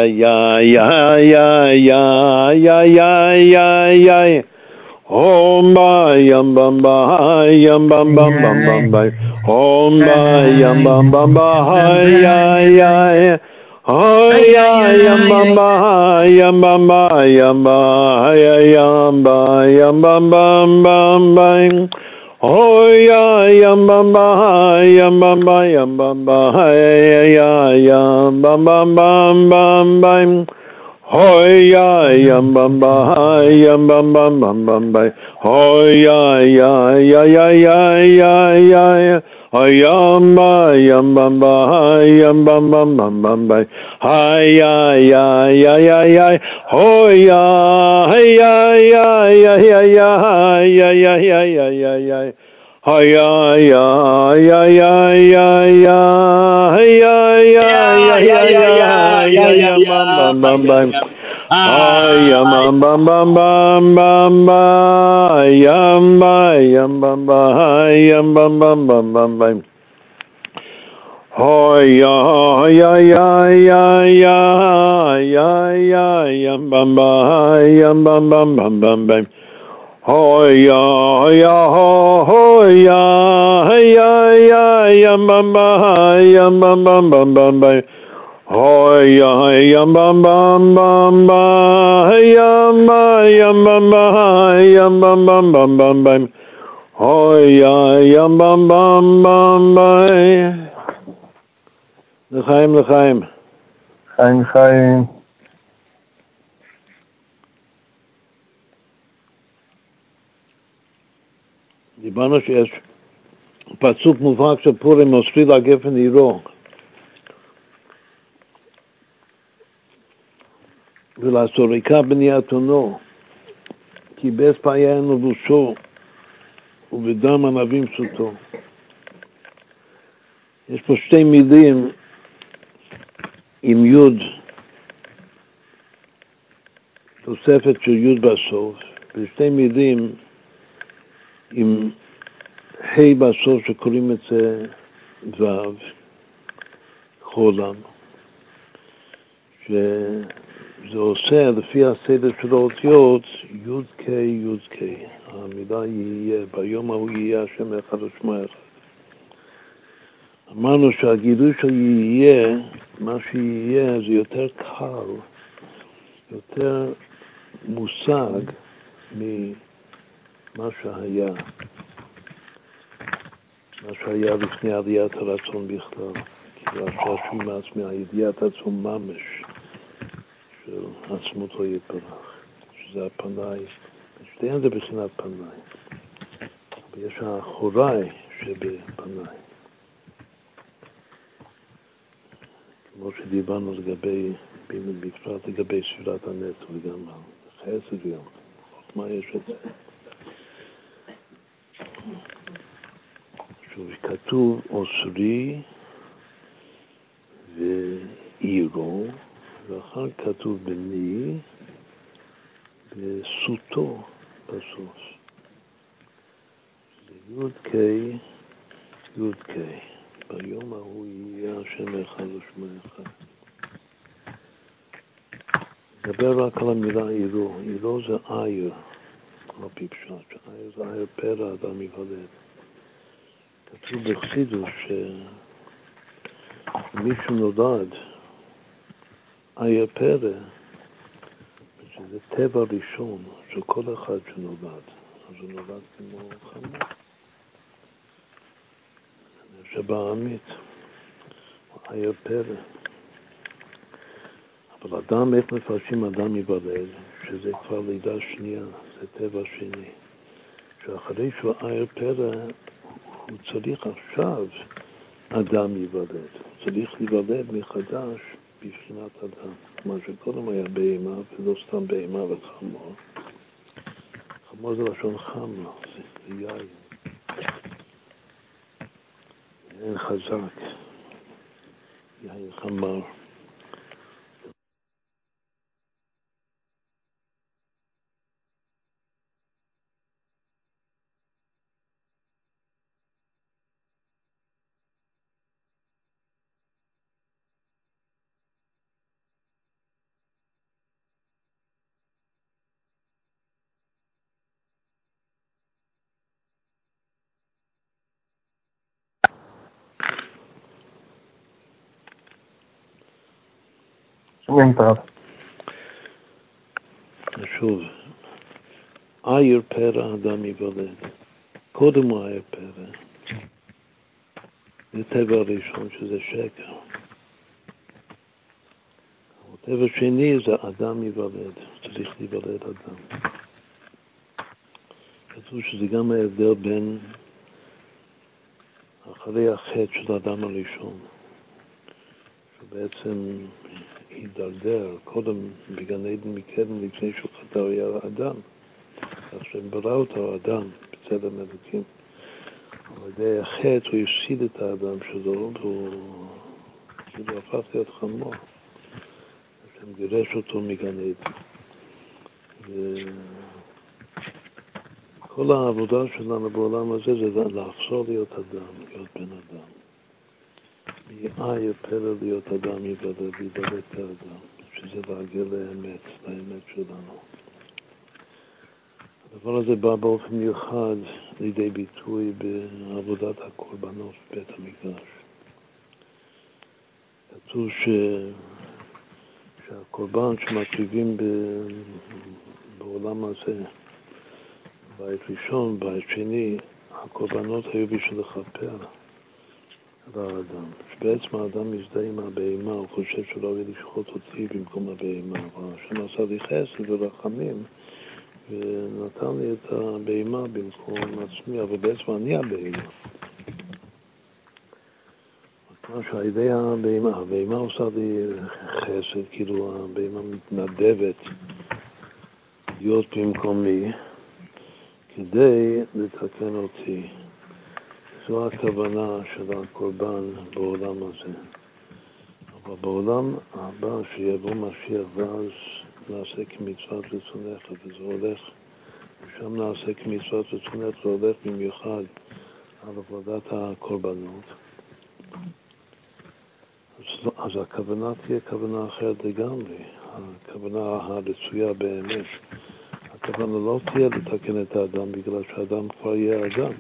[SPEAKER 1] היי היי היי Om Bayam Bam Bayam Bam Bam Bam Bam Bay. Om Bayam Bam Bam Bayam Bayam Bayam Bam Bayam Bam Bayam Bayam Bayam Bam Bam Bam Bay. Bayam Bam Bayam Bam Bayam Bam Bayam Bam Bam Bam Bam Bay. Hoy yam bam yam bam bam bam bam bay. Hoy yam bam yam bam bam bam bam bay. Hoy Ayam bam bam bam bam bam ayam bam ayam bam bam bam bam bam. Hoy ya ayam bam bam bam bam bam. Hoy ya ayam bam bam bam bam. Hoy yam bam bam bam yam bam yam bam bam bam bam bam. Hoy yam bam bam bam bam. לחיים
[SPEAKER 3] חיים
[SPEAKER 1] דיברנו שיש פסוק מובהק של פורים מוספי לגפן עירו ולסוריקה בנייתונו כיבס פיה נבושו ובדם ענבים סוטו. יש פה שתי מילים עם יוד, תוספת של יוד בסוף, ושתי מילים עם ה' בסוף שקוראים את זה ו', חולם, שזה עושה לפי הסדר של האותיות יוד ק', המילה יהיה, ביום ההוא יהיה השם אחד ושמו אחד. אמרנו שהגילוי של יהיה, מה שיהיה זה יותר קל, יותר מושג ממה שהיה. מה שהיה לפני עליית הרצון בכלל. כאילו השרשים מעצמי, הידיעת עצמו ממש של עצמותו יתברך. שזה הפנאי, שתיהן זה בחינת פנאי. ויש האחורי שבפנאי. כמו שדיברנו לגבי, בפרט לגבי ספירת הנצח וגם חסד ויום. מה יש את זה? כתוב אוסרי ואירו, ואחר כתוב בני וסוטו בסוף. זה יוד ק' ביום ההוא יהיה השם אחד ושמו אחד. נדבר רק על המילה אירו. אירו זה אייר, על פי פשט. אייר זה אייר פרע, אדם יוולד. כתוב בחסידות שמישהו נולד אייר פרע, שזה טבע ראשון של כל אחד שנולד. אז הוא נולד כמו חמור. שבעמית, אייר פרע. אבל אדם, איך מפרשים אדם יוולד, שזה כבר לידה שנייה, זה טבע שני. שאחרי שהוא אייר פרע, הוא צריך עכשיו אדם ייוולד. הוא צריך להיוולד מחדש בבחינת אדם. כלומר שקודם היה בהמה, ולא סתם בהמה וחמור. חמור זה לשון חמה, זה יין. יין חזק. יין חמר.
[SPEAKER 3] שומעים את הרב.
[SPEAKER 1] שוב, עיר פרא אדם ייוולד. קודם הוא עיר פרא. זה טבע הראשון שזה שקר. הטבע שני זה אדם ייוולד. צריך להיוולד אדם. כתוב שזה גם ההבדל בין אחרי החטא של האדם הראשון. שבעצם הידרדר, קודם בגן עדן מקדם לפני שהוא חטא הוא היה אדם. כך שברא אותו אדם בצלם אלוקים. על ידי החטא הוא הפסיד את האדם שלו והוא כאילו הפך להיות חמור. השם גירש אותו מגן עדן. כל העבודה שלנו בעולם הזה זה לחזור להיות אדם, להיות בן אדם. מעיר פרא להיות אדם ייוולד כאדם, שזה להגיע לאמת שלנו. הדבר הזה בא באופן מיוחד לידי ביטוי בעבודת הקורבנות בבית המקדש. כתוב שהקורבן שמקריבים בעולם הזה, בית ראשון, בית שני, הקורבנות היו בשביל לכפר על האדם. שבעצם האדם מזדהה עם הבהמה, הוא חושב שלא יהיה לשחוט אותי במקום הבהמה, אבל השם עשה לי חסד ורחמים, ונתן לי את הבהמה במקום עצמי, אבל בעצם אני הבהמה. כמו שעל ידי הבהמה עושה לי חסד, כאילו הבהמה מתנדבת להיות במקומי, כדי לתקן אותי. זו הכוונה של הקורבן בעולם הזה. אבל בעולם הבא שיבוא משיח ואז נעשה כמצוות רצונך, וזה הולך, ושם נעשה כמצוות רצונך, זה הולך במיוחד על עבודת הקורבנות. אז הכוונה תהיה כוונה אחרת לגמרי, הכוונה הרצויה באמת. הכוונה לא תהיה לתקן את האדם בגלל שהאדם כבר יהיה אדם.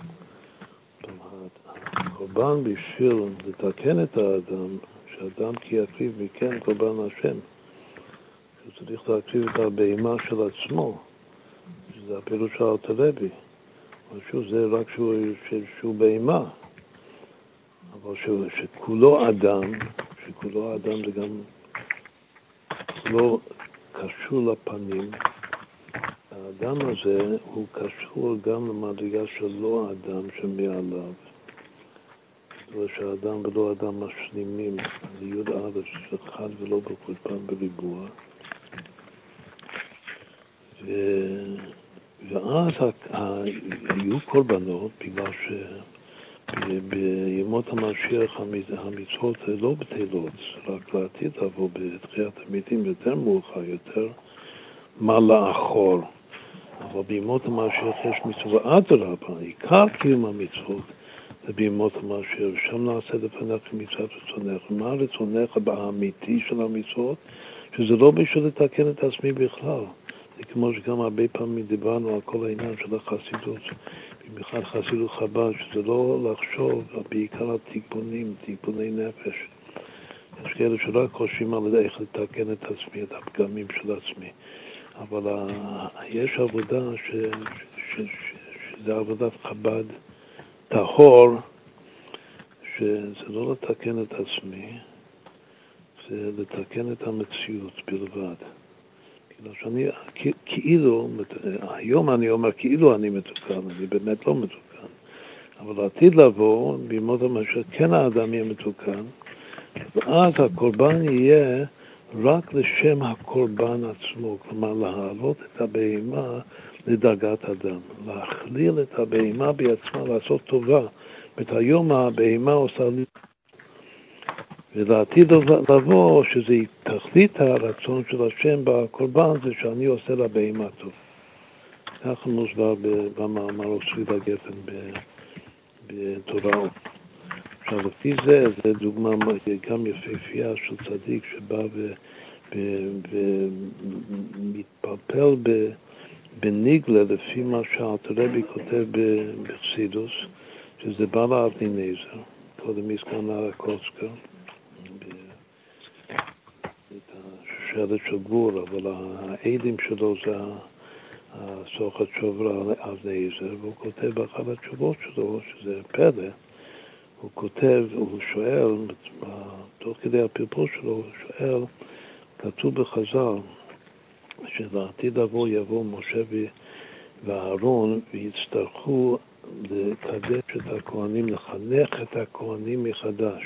[SPEAKER 1] הקורבן בשביל לתקן את האדם, שאדם כי יקריב מכם קורבן השם. הוא צריך להקריב את הבהמה של עצמו, שזה הפירוש של אלתר רבי. שוב, זה רק שהוא בהמה. אבל שכולו אדם זה גם לא קשור לפנים. האדם הזה הוא קשור גם למדרגה של לא האדם שמעליו. זאת שהאדם ולא אדם משלימים ליוד א' של אחד ולא בכל פעם בריבוע. ואז היו קורבנות בגלל בימות המשיח המצוות לא בטלות, רק לעתיד לבוא בתחיית המתים יותר מאוחר, יותר מה לאחור. אבל בימות המשיח יש מצווה אדרבה, עיקר קיום המצוות זה בימות המשיח, שם נעשה לפניך מצוות רצונך. מה רצונך באמיתי של המצוות? שזה לא בשביל לתקן את עצמי בכלל. זה כמו שגם הרבה פעמים דיברנו על כל העניין של החסידות, במיוחד חסידות חב"ד, שזה לא לחשוב בעיקר על תיקוני נפש. יש כאלה שלא חושבים על איך לתקן את עצמי, את הפגמים של עצמי. אבל יש עבודה שזה עבודת חב"ד טהור, שזה לא לתקן את עצמי, זה לתקן את המציאות בלבד. כאילו, היום אני אומר כאילו אני מתוקן, אני באמת לא מתוקן. אבל עתיד לבוא, בימות המשיח, כן האדם יהיה מתוקן, ואז הקורבן יהיה רק לשם הקורבן עצמו, כלומר להעלות את הבהמה לדרגת אדם, להכליל את הבהמה בעצמה, לעשות טובה. היום הבהמה עושה לי, ולעתיד לבוא שזה תכלית הרצון של השם בקורבן, זה שאני עושה לבהמה טוב. ככה מוסבר במאמר סביב הגפן בתורה. עכשיו לפי זה דוגמה גם יפהפייה של צדיק שבא ומתפלפל בניגלה לפי מה שאלתר רבי כותב בחסידות, שזה בעל אבני-נזר, קודם הזכרנו הקוצקר, את שלט של גבור, אבל העדים שלו זה הסוחת שובר על אבני עזר, והוא כותב באחד התשובות שלו, שזה פלא, הוא כותב, הוא שואל, תוך כדי הפרפור שלו, הוא שואל, כתוב בחז"ל, שבעתיד לבוא יבוא משה ואהרון ויצטרכו לקדש את הכהנים, לחנך את הכהנים מחדש.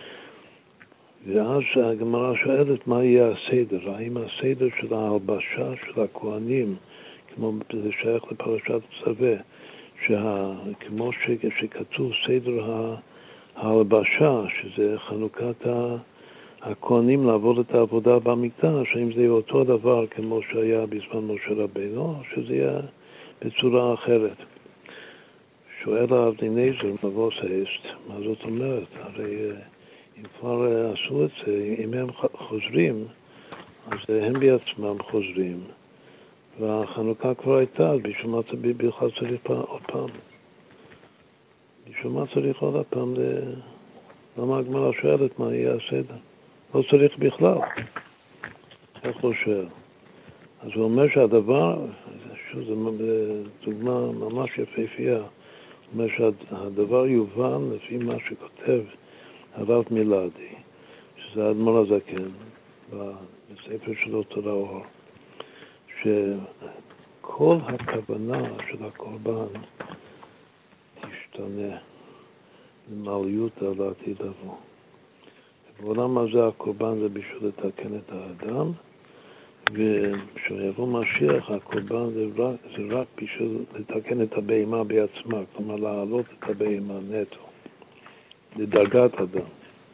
[SPEAKER 1] ואז הגמרא שואלת מה יהיה הסדר, האם הסדר של ההלבשה של הכהנים, כמו זה שייך לפרשת צווה, כמו שכתוב סדר ההלבשה, שזה חנוכת הכהנים לעבוד את העבודה במקדש, האם זה יהיה אותו דבר כמו שהיה בזמן משה רבינו, או שזה יהיה בצורה אחרת. שואל אבני עזר מבוס האסט, מה זאת אומרת? הרי אם כבר עשו את זה, אם הם חוזרים, אז הם בעצמם חוזרים, והחנוכה כבר הייתה, אז בשביל מה בכלל צריך עוד פעם? בשביל מה צריך עוד פעם? למה הגמרא שואלת מה יהיה הסדר? לא צריך בכלל. איך הוא שואל? אז הוא אומר שהדבר, שוב, זו דוגמה ממש יפהפייה, הוא אומר שהדבר יובן לפי מה שכותב הרב מילדי, שזה האדמו"ר הזקן, בספר שלו תורה אור, שכל הכוונה של הקורבן תשתנה למעליות על העתיד לבוא. בעולם הזה הקורבן זה בשביל לתקן את האדם, וכשיבוא משיח הקורבן זה רק בשביל לתקן את הבהמה בעצמה, כלומר להעלות את הבהמה נטו, לדרגת אדם.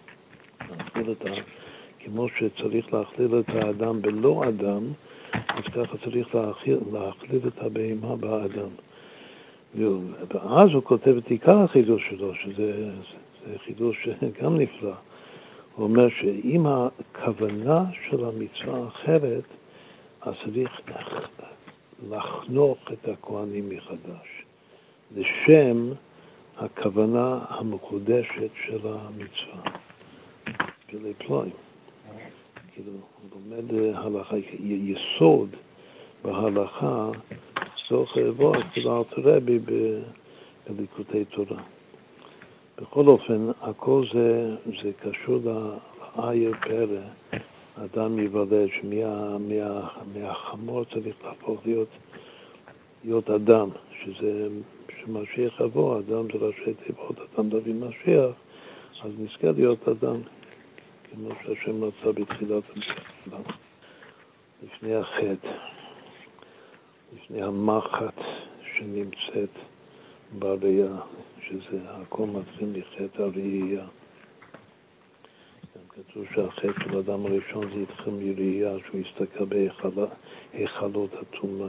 [SPEAKER 1] כמו שצריך להכליל את האדם בלא אדם, אז ככה צריך להכליל את הבהמה באדם. ואז הוא כותב את עיקר החידוש שלו, שזה חידוש גם נפלא. הוא אומר שאם הכוונה של המצווה אחרת, אז צריך לחנוך את הכהנים מחדש, לשם הכוונה המקודשת של המצווה, של פלואים. כאילו, הוא לומד הלכה, יסוד בהלכה, צורך לבוא, כאילו אל תראה בי בליקוטי תורה. בכל אופן, הכל זה קשור לעיר פרא, אדם ייוולד, מהחמור צריך להפוך להיות אדם, שמשיח יבוא, אדם זה ראשי תיבות, אדם דוד משיח, אז נזכה להיות אדם, כמו שהשם רצה בתחילת העולם, לפני החטא, לפני המחט שנמצאת בראייה, שזה הכל מתחיל מחטא הראייה. גם כתוב שהחטא של האדם הראשון זה התחיל מראייה, שהוא הסתכל בהיכלות הטומאה.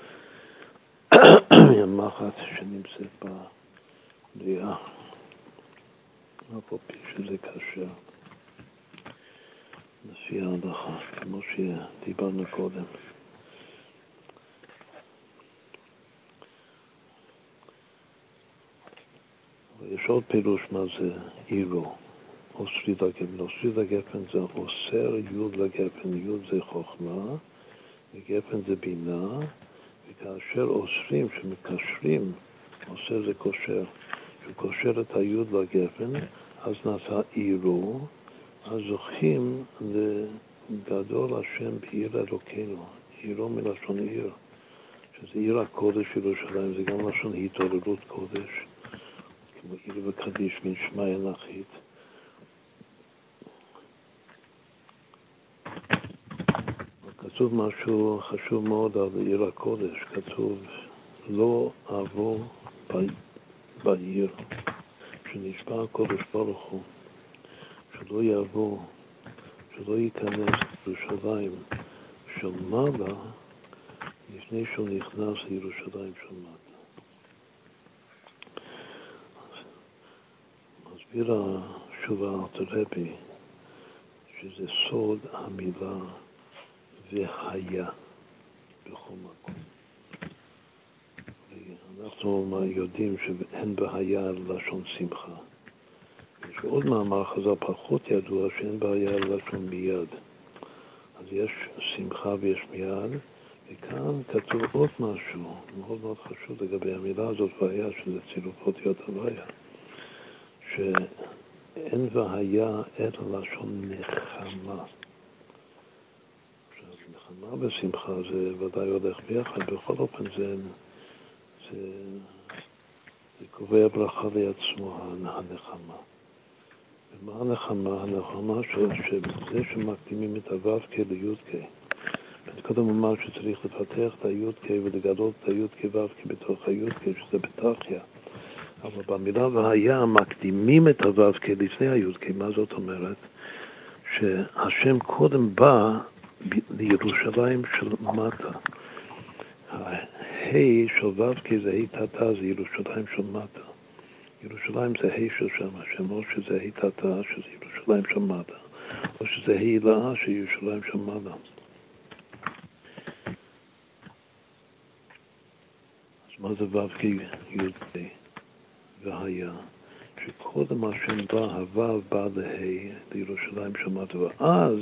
[SPEAKER 1] המחט שנמצאת בראייה. אף על פי שזה קשה. לפי ההלכה, כמו שדיברנו קודם. יש עוד פירוש מה זה עירו, אוסרי לגפן. אוסרי לגפן זה אוסר יוד לגפן, יוד זה חוכמה, וגפן זה בינה, וכאשר אוסרים, שמקשרים, אוסר זה קושר, שקושר את היוד לגפן, אז נעשה עירו, אז זוכים לגדול השם בעיר אלוקינו, עירו מלשון עיר, שזה עיר הקודש ירושלים, זה גם לשון התעוררות קודש, כמו עיר וקדיש מן שמאי אנכית. כתוב משהו חשוב מאוד על עיר הקודש, כתוב לא אבוא בעיר, שנשבע הקודש ברוך הוא, שלא יבוא, שלא ייכנס לירושלים של מעלה לפני שהוא נכנס לירושלים של מטה. מסביר שוב אלתר רבי שזה סוד המילה והיה בכל מקום. אנחנו יודעים שאין והיה לשון שמחה. יש עוד מאמר חז"ל פחות ידוע שאין והיה לשון מיד. אז יש שמחה ויש מיד, וכאן כתוב עוד משהו מאוד מאוד חשוב לגבי המילה הזאת, והיה, שזה צירוף אותיות הוויה, שאין והיה אלא לשון נחמה. עכשיו, נחמה ושמחה זה ודאי הולך ביחד, בכל אופן זה קובע ברכה לעצמו, הנחמה. ומה הנחמה? הנחמה שזה שמקדימים את הו"ק לי"ק. קודם אמר שצריך לפתח את הי"ק ולגדול את הי"ק ו"ק בתוך הי"ק, שזה בתחיה. אבל במילה והיה מקדימים את הו"ק לפני הי"ק. מה זאת אומרת? שהשם קודם בא לירושלים של מטה. ההי של ו"ק זה ה' תתא, זה ירושלים של מטה. ירושלים זה ה' של שם השם, או שזה ה' תתא, שזה ירושלים של מטה, או שזה ה' הילאה, שזה ירושלים של מטה. אז מה זה ו"ק י"ק והיה? שקודם השם בא, הו"ב בא לירושלים של מטה, ואז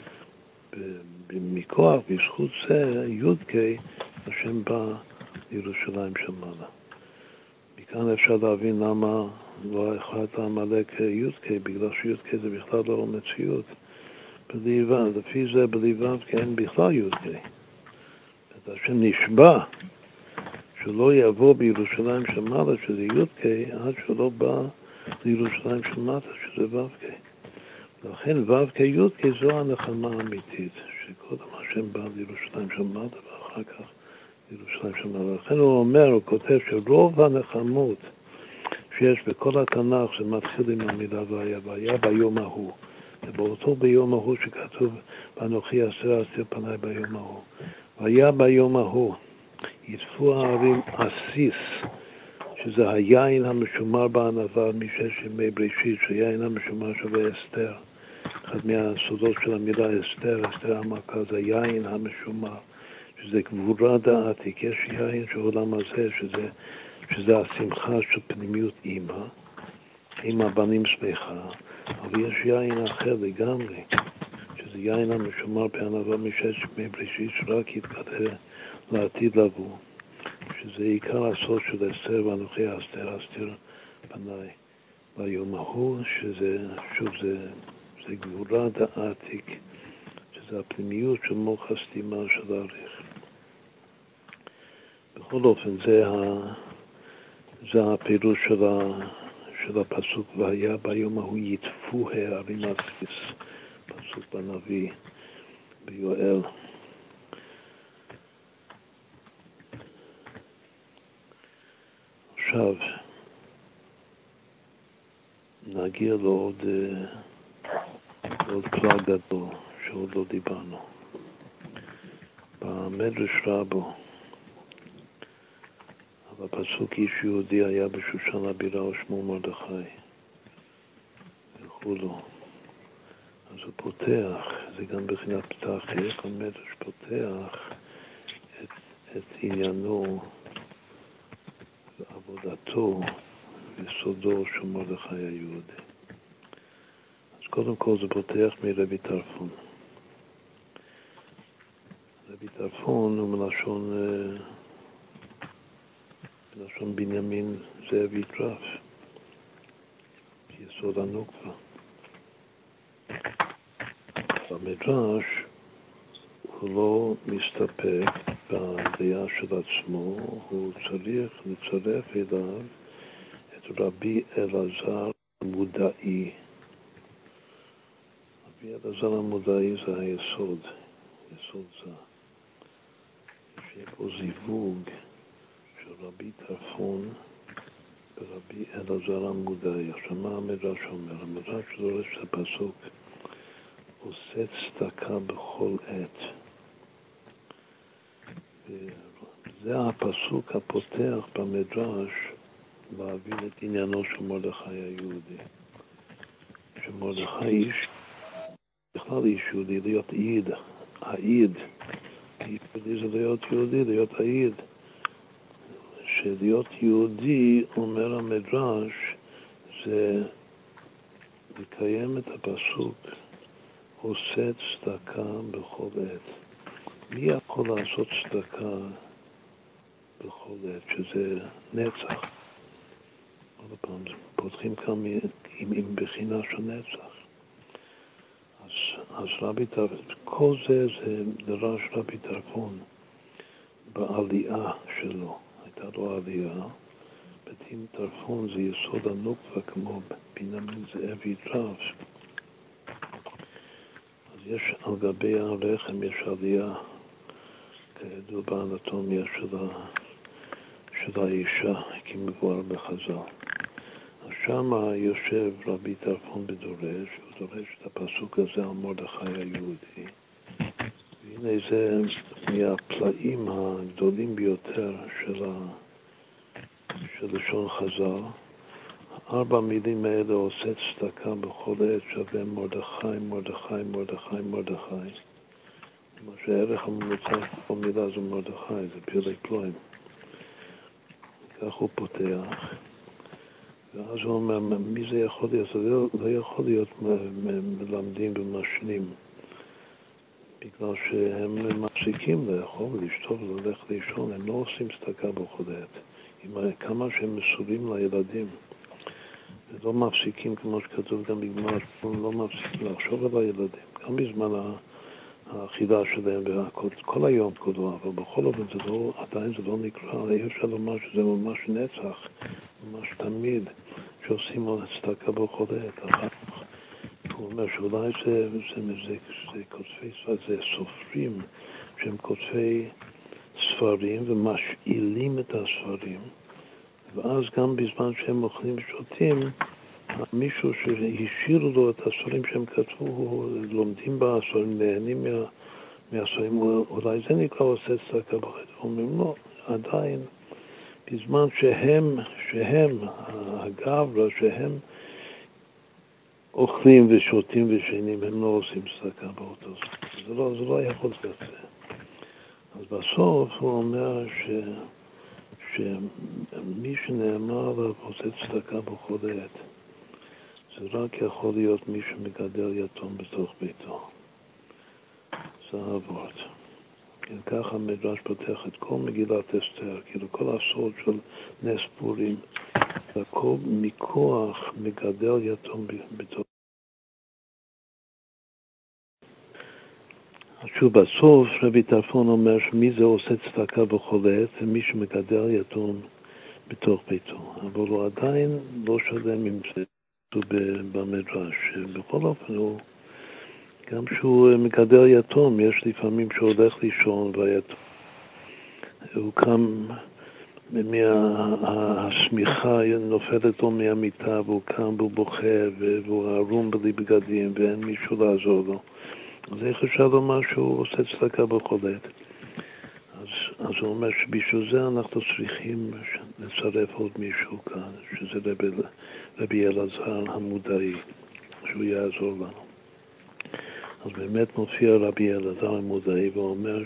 [SPEAKER 1] מכוח, בזכות זה, י"ק, השם בא לירושלים של מטה. מכאן אפשר להבין למה לא החלט עמלק י"ק, בגלל שי"ק זה בכלל לא מציאות. לפי זה בלי ו"ק אין בכלל י"ק. השם נשבע שלא יבוא בירושלים של מטה, שזה י"ק, עד שלא בא לירושלים של מטה, שזה ו"ק. לכן ו"ק י"ק זו הנחמה האמיתית, שקודם השם בא לירושלים של מטה ואחר כך לירושלים של מטה. לכן הוא אומר, הוא כותב שרוב הנחמות שיש בכל התנ"ך זה מתחיל עם המילה והיה ביום ההוא. ובאותו ביום ההוא שכתוב ואנוכי אסתר פניי ביום ההוא. והיה ביום ההוא יטפו הערים עסיס, שזה היין המשומר בענווה משש ימי בראשית, שיין המשומר שווה אסתר. אחד מהסודות של המילה אסתר, אסתר המלכה, זה היין המשומר, שזה גבורה דעתיק. יש יין שעולם הזה, שזה השמחה של פנימיות אימא, עם הבנים שמחה, אבל יש יין אחר לגמרי, שזה יין המשומר בענווה משש ימי בראשית, שרק יתגלה לעתיד לבוא, שזה עיקר הסוד של אסתר ואנוכי אסתר פניי ביום ההוא, שזה שוב זה גבורה דעתיק, שזה הפנימיות של מוח הסתימה של האריך. בכל אופן זה הפירוש של הפסוק והיה ביום ההוא יטפו הערים עסיס, פסוק בנביא ביואל. עכשיו נגיע לעוד כלל גדול שעוד לא דיברנו. במדרש רבו, בפסוק איש יהודי היה בשושן הבירה ושמו מרדכי וכולו. אז הוא פותח, זה גם בחינת פתח, איך המדרש פותח את עניינו ועבודתו וסודו של מרדכי היהודי. אז קודם כל זה פותח מרבי טרפון. רבי טרפון הוא מלשון בנימין זאב יטרף, יסוד הנוקבה. במדרש הוא לא מסתפק בדעה של עצמו, הוא צריך לצרף אליו את רבי אלעזר המודעי. רבי אלעזר המודעי זה היסוד, יסוד זה. יש פה זיווג של רבי טרפון ורבי אלעזר המודעי. עכשיו מה המדרש אומר? המדרש דורש את הפסוק עושה צדקה בכל עת. וזה הפסוק הפותח במדרש להבין את עניינו של מרדכי היהודי. שמרדכי איש, בכלל איש יהודי, להיות עיד, העיד. יהודי זה להיות יהודי, להיות העיד. שלהיות יהודי, אומר המדרש, זה לקיים את הפסוק עושה צדקה בכל עת. מי יכול לעשות צדקה בכל עת, שזה נצח? עוד פעם, פותחים כאן עם בחינה של נצח. אז רבי טרפון, כל זה דרש רבי טרפון בעלייה שלו. הייתה לו עלייה. בתים טרפון זה יסוד הנוקבה כמו בנימין זאב יטרף. אז יש על גבי הרחם יש עלייה, כידוע באנטומיה של האישה, כמבואר בחז"ל. אז שם יושב רבי טרפון בדורש, הוא דורש את הפסוק הזה על מרדכי היהודי. והנה זה מהפלאים הגדולים ביותר של לשון חז"ל. 4 מילים האלה עושה צדקה בכל עת שווה מרדכי, מרדכי, מרדכי, מרדכי. מה שהערך הממוצע של מילה זה מרדכי, זה פרק פלואים. כך הוא פותח. ואז הוא אומר, מי זה יכול להיות? זה לא יכול להיות מלמדים ומשנים. בגלל שהם מפסיקים לאכול ולשתות וללך לישון, הם לא עושים צדקה בכל עת. כמה שהם מסורים לילדים, ולא מפסיקים, כמו שכתוב גם בגמרא, לא מפסיקים לחשוב על הילדים, גם בזמן האכילה שלהם וכל היום כולו, אבל בכל אופן עדיין זה לא נקרא, אי אפשר לומר שזה ממש נצח, ממש תמיד שעושים על צדקה בכל עת. הוא אומר שאולי זה כותבי ספרים, זה סופרים שהם כותבי ספרים ומשאילים את הספרים, ואז גם בזמן שהם אוכלים ושותים, מישהו שהשאירו לו את הספרים שהם כתבו, לומדים בספרים, נהנים מהספרים, אולי זה נקרא עושה צדקה בכל עת. אומרים לא, עדיין בזמן שהם הגברא, שהם אוכלים ושותים ושנים, הם לא עושים צדקה באותו זמן. זה לא יכול להיות. אז בסוף הוא אומר שמי שנאמר עליו עושה צדקה בכל עת, זה רק יכול להיות מי שמגדל יתום בתוך ביתו. זה הוורד. ככה המדרש פותח את כל מגילת אסתר, כאילו כל הסוד של נס פורים, הכל מכוח מגדל יתום בתוך. שוב, בסוף רבי טרפון אומר שמי זה עושה צדקה בכל עת, זה מי שמגדל יתום בתוך ביתו. אבל הוא עדיין לא שלם עם זה במדרש. בכל אופן, גם שהוא מגדל יתום, יש לפעמים שהוא הולך לישון והיתום, הוא קם מהשמיכה נופלת לו מהמיטה, והוא קם והוא בוכה, והוא ערום בלי בגדים, ואין מישהו לעזור לו. אז איך אפשר לומר שהוא עושה צדקה בכל עת? אז הוא אומר שבשביל זה אנחנו צריכים לצרף עוד מישהו כאן, שזה רבי אלעזר המודעי, שהוא יעזור לנו. אז באמת מופיע רבי אלעזר המודעי ואומר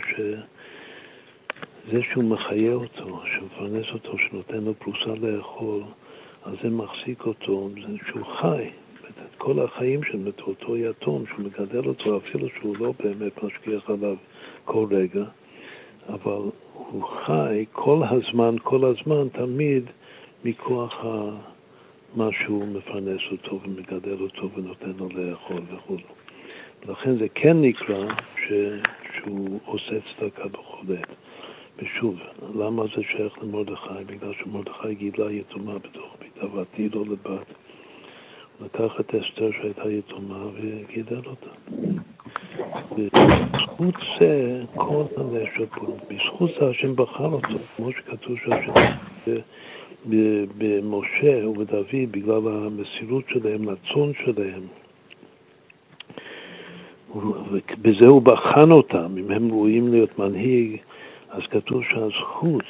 [SPEAKER 1] זה שהוא מחיה אותו, שמפרנס אותו, שנותן לו פרוסה לאכול, אז זה מחזיק אותו, זה שהוא חי. את כל החיים של אותו יתום, שהוא מגדל אותו, אפילו שהוא לא באמת משגיח עליו כל רגע, אבל הוא חי כל הזמן, תמיד מכוח מה שהוא מפרנס אותו ומגדל אותו ונותן לו לאכול וכו'. ולכן זה כן נקרא שהוא עושה צדקה בכל עת. ושוב, למה זה שייך למרדכי? בגלל שמרדכי גידלה יתומה בתוך ביתה ועתיד לו לבת. לקח את אסתר שהייתה יתומה וגידל אותה. בזכות זה, כל הנשק, בזכות זה השם בחר אותו, כמו שכתוב שהשם במשה ובדוד, בגלל המסירות שלהם, לצון שלהם, ובזה הוא בחן אותם, אם הם ראויים להיות מנהיג, אז כתוב שהזכות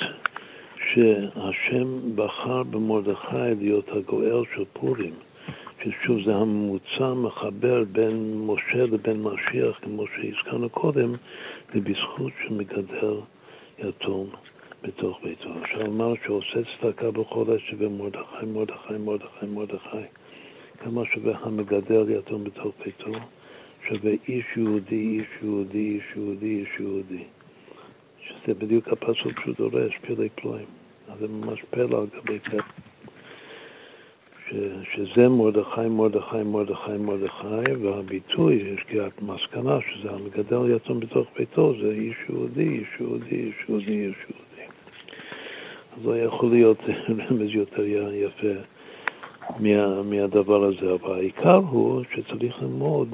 [SPEAKER 1] שהשם בחר במרדכי להיות הגואל של פורים, ששוב זה הממוצע מחבר בין משה לבין משיח, כמו שהזכרנו קודם, ובזכות שמגדל יתום בתוך ביתו. עכשיו אמר שעושה צדקה בכל עת שווה מרדכי, מרדכי, מרדכי, מרדכי. כמה שווה המגדל יתום בתוך ביתו? שווה איש יהודי, איש יהודי, איש יהודי, איש יהודי. שזה בדיוק הפסוק שהוא דורש, פלאי פלואים. אז זה ממש פלא על גבי פלא. שזה מרדכי, מרדכי, מרדכי, מרדכי, והביטוי, יש כאילו מסקנה שזה המגדל יתום בתוך ביתו, זה איש יהודי, איש יהודי, איש יהודי, איש יהודי. אז לא יכול להיות רמז יותר יפה מהדבר הזה, אבל העיקר הוא שצריך ללמוד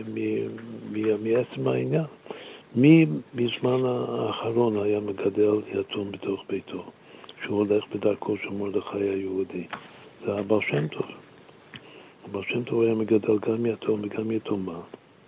[SPEAKER 1] מעצם העניין. מי בזמן האחרון היה מגדל יתום בתוך ביתו, שהוא הולך בדרכו של מרדכי היהודי? זה הבעל שם טוב. הבעל שם טוב היה מגדל גם יתום וגם יתומה,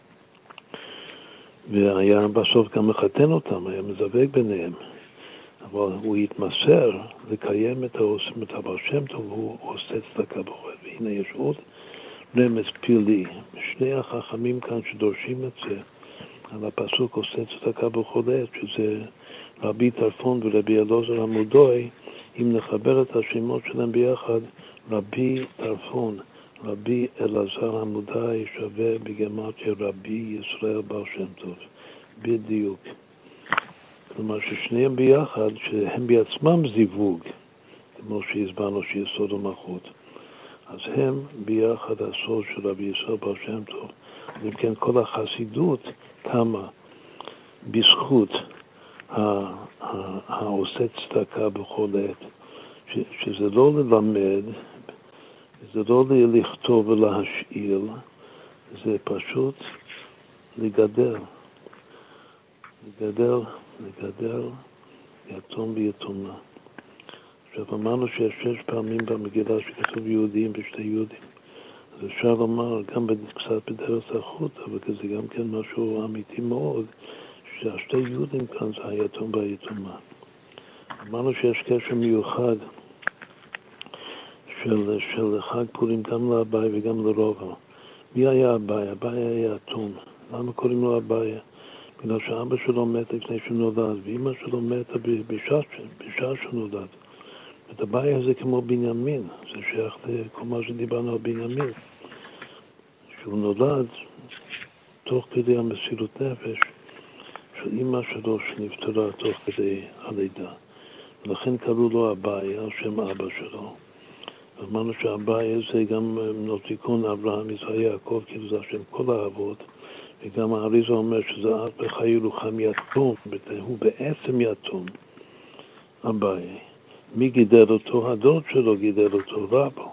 [SPEAKER 1] והיה בסוף גם מחתן אותם, היה מזווג ביניהם, אבל הוא התמסר לקיים את הבעל שם טוב, הוא עושה צדקה בחול. והנה יש עוד רמז פלאי, שני החכמים כאן שדורשים את זה על הפסוק עושה צדקה בכל עת, שזה רבי טרפון ורבי אלעזר עמודוי. אם נחבר את השמות שלהם ביחד, רבי טרפון, רבי אלעזר עמודוי שווה בגימטריה רבי ישראל בעל שם טוב. בדיוק. כלומר ששניהם ביחד, שהם בעצמם זיווג, כמו שהסברנו שיסוד המלכות, אז הם ביחד הסוד של רבי ישראל בעל שם טוב. אם כן, כל החסידות קמה בזכות העושה צדקה בכל עת, שזה לא ללמד, זה לא לכתוב ולהשאיל, זה פשוט לגדל יתום ויתומה. עכשיו אמרנו שיש 6 פעמים במגילה שכתוב יהודים בשתי יהודים, אז אפשר לומר גם קצת בדרך החוט, אבל זה גם כן משהו אמיתי מאוד, שהשתי יהודים כאן זה היתום והיתומה. אמרנו שיש קשר מיוחד של חג פורים גם לאביי וגם לרובע. מי היה אביי? אביי היה יתום. למה קוראים לו אביי? בגלל שאבא שלו מת לפני שהוא נולד, ואמא שלו מתה בשעה שהוא נולד. את אביי הזה כמו בנימין, זה שייך לכל מה שדיברנו על בנימין. שהוא נולד תוך כדי המסירות נפש של אמא שלו שנפטרה תוך כדי הלידה. ולכן קראו לו אביי על שם אבא שלו. אמרנו שאביי זה גם נוטיקון אברהם, יצחק, יעקב, כאילו זה השם כל האבות, וגם האריזה אומר שזה אב בחיי רוחם יתום, הוא בעצם יתום, אביי. מי גידל אותו? הדוד שלו גידל אותו, רבו.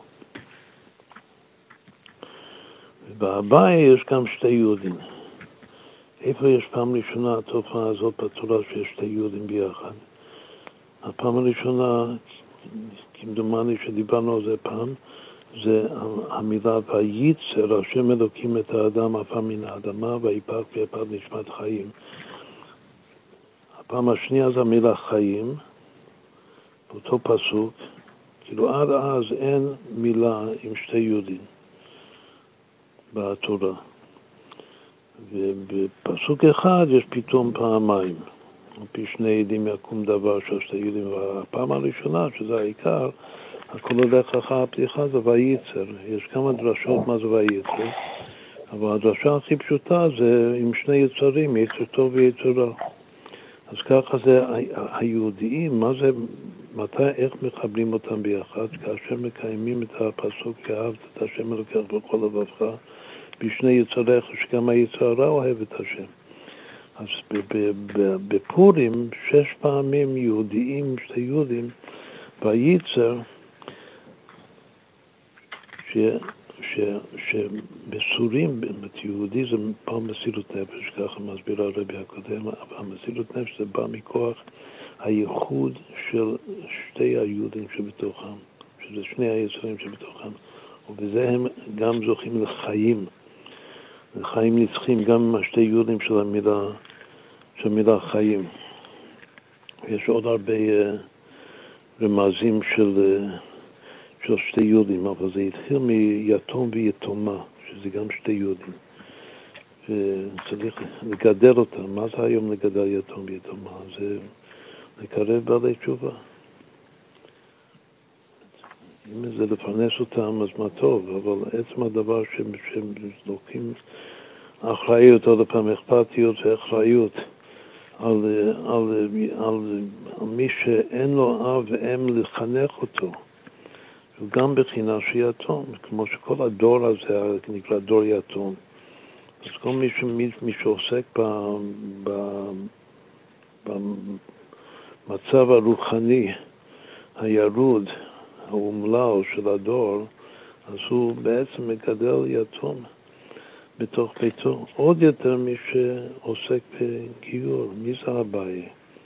[SPEAKER 1] ובאביי יש גם שתי יהודים. איפה יש פעם ראשונה התופעה הזאת בתורה שיש שתי יהודים ביחד? הפעם הראשונה, כמדומני שדיברנו על זה פעם, זה המילה וייצר, השם אלוקים את האדם עפר מן האדמה, ויפק ויפק נשמת חיים. הפעם השנייה זה המילה חיים, באותו פסוק, כאילו עד אז אין מילה עם שתי יהודים בתורה. ובפסוק אחד יש פתאום פעמיים. על פי שני עדים יקום דבר של שתי יהודים. והפעם הראשונה, שזה העיקר, הכל הולך אחר הפתיחה, זה וייצר. יש כמה דרשות מה זה וייצר, אבל הדרשה הכי פשוטה זה עם שני יצרים, יצר טוב ויצר רע. אז ככה זה היהודיים, מה זה, איך מחברים אותם ביחד? כאשר מקיימים את הפסוק ואהבת את השם אלוקיך בכל לבבך, בשני יצריך, שגם היצר הרע אוהב את השם. אז בפורים 6 פעמים יהודיים, שתי יהודים, וייצר שבסורים, יהודי זה פעם מסירות נפש, ככה מסביר הרבי הקודם, אבל המסירות נפש זה בא מכוח הייחוד של שתי היהודים שבתוכם, שזה שני היצרים שבתוכם, ובזה הם גם זוכים לחיים, לחיים נצחים, גם עם השתי יהודים של המילה חיים. יש עוד הרבה רמזים של שתי יהודים, אבל זה התחיל מיתום ויתומה, שזה גם שתי יהודים. וצריך לגדל אותם. מה זה היום לגדל יתום ויתומה? זה לקרב בעלי תשובה. אם זה לפרנס אותם, אז מה טוב, אבל עצם הדבר שהם לוקחים אחריות, עוד פעם, אכפתיות ואחריות על מי שאין לו אב ואם לחנך אותו. וגם בחינה של יתום, כמו שכל הדור הזה נקרא דור יתום. אז כל מי שעוסק במצב הרוחני, הירוד, האומלל של הדור, אז הוא בעצם מגדל יתום בתוך ביתו. עוד יותר מי שעוסק בגיור. מי זה אביי?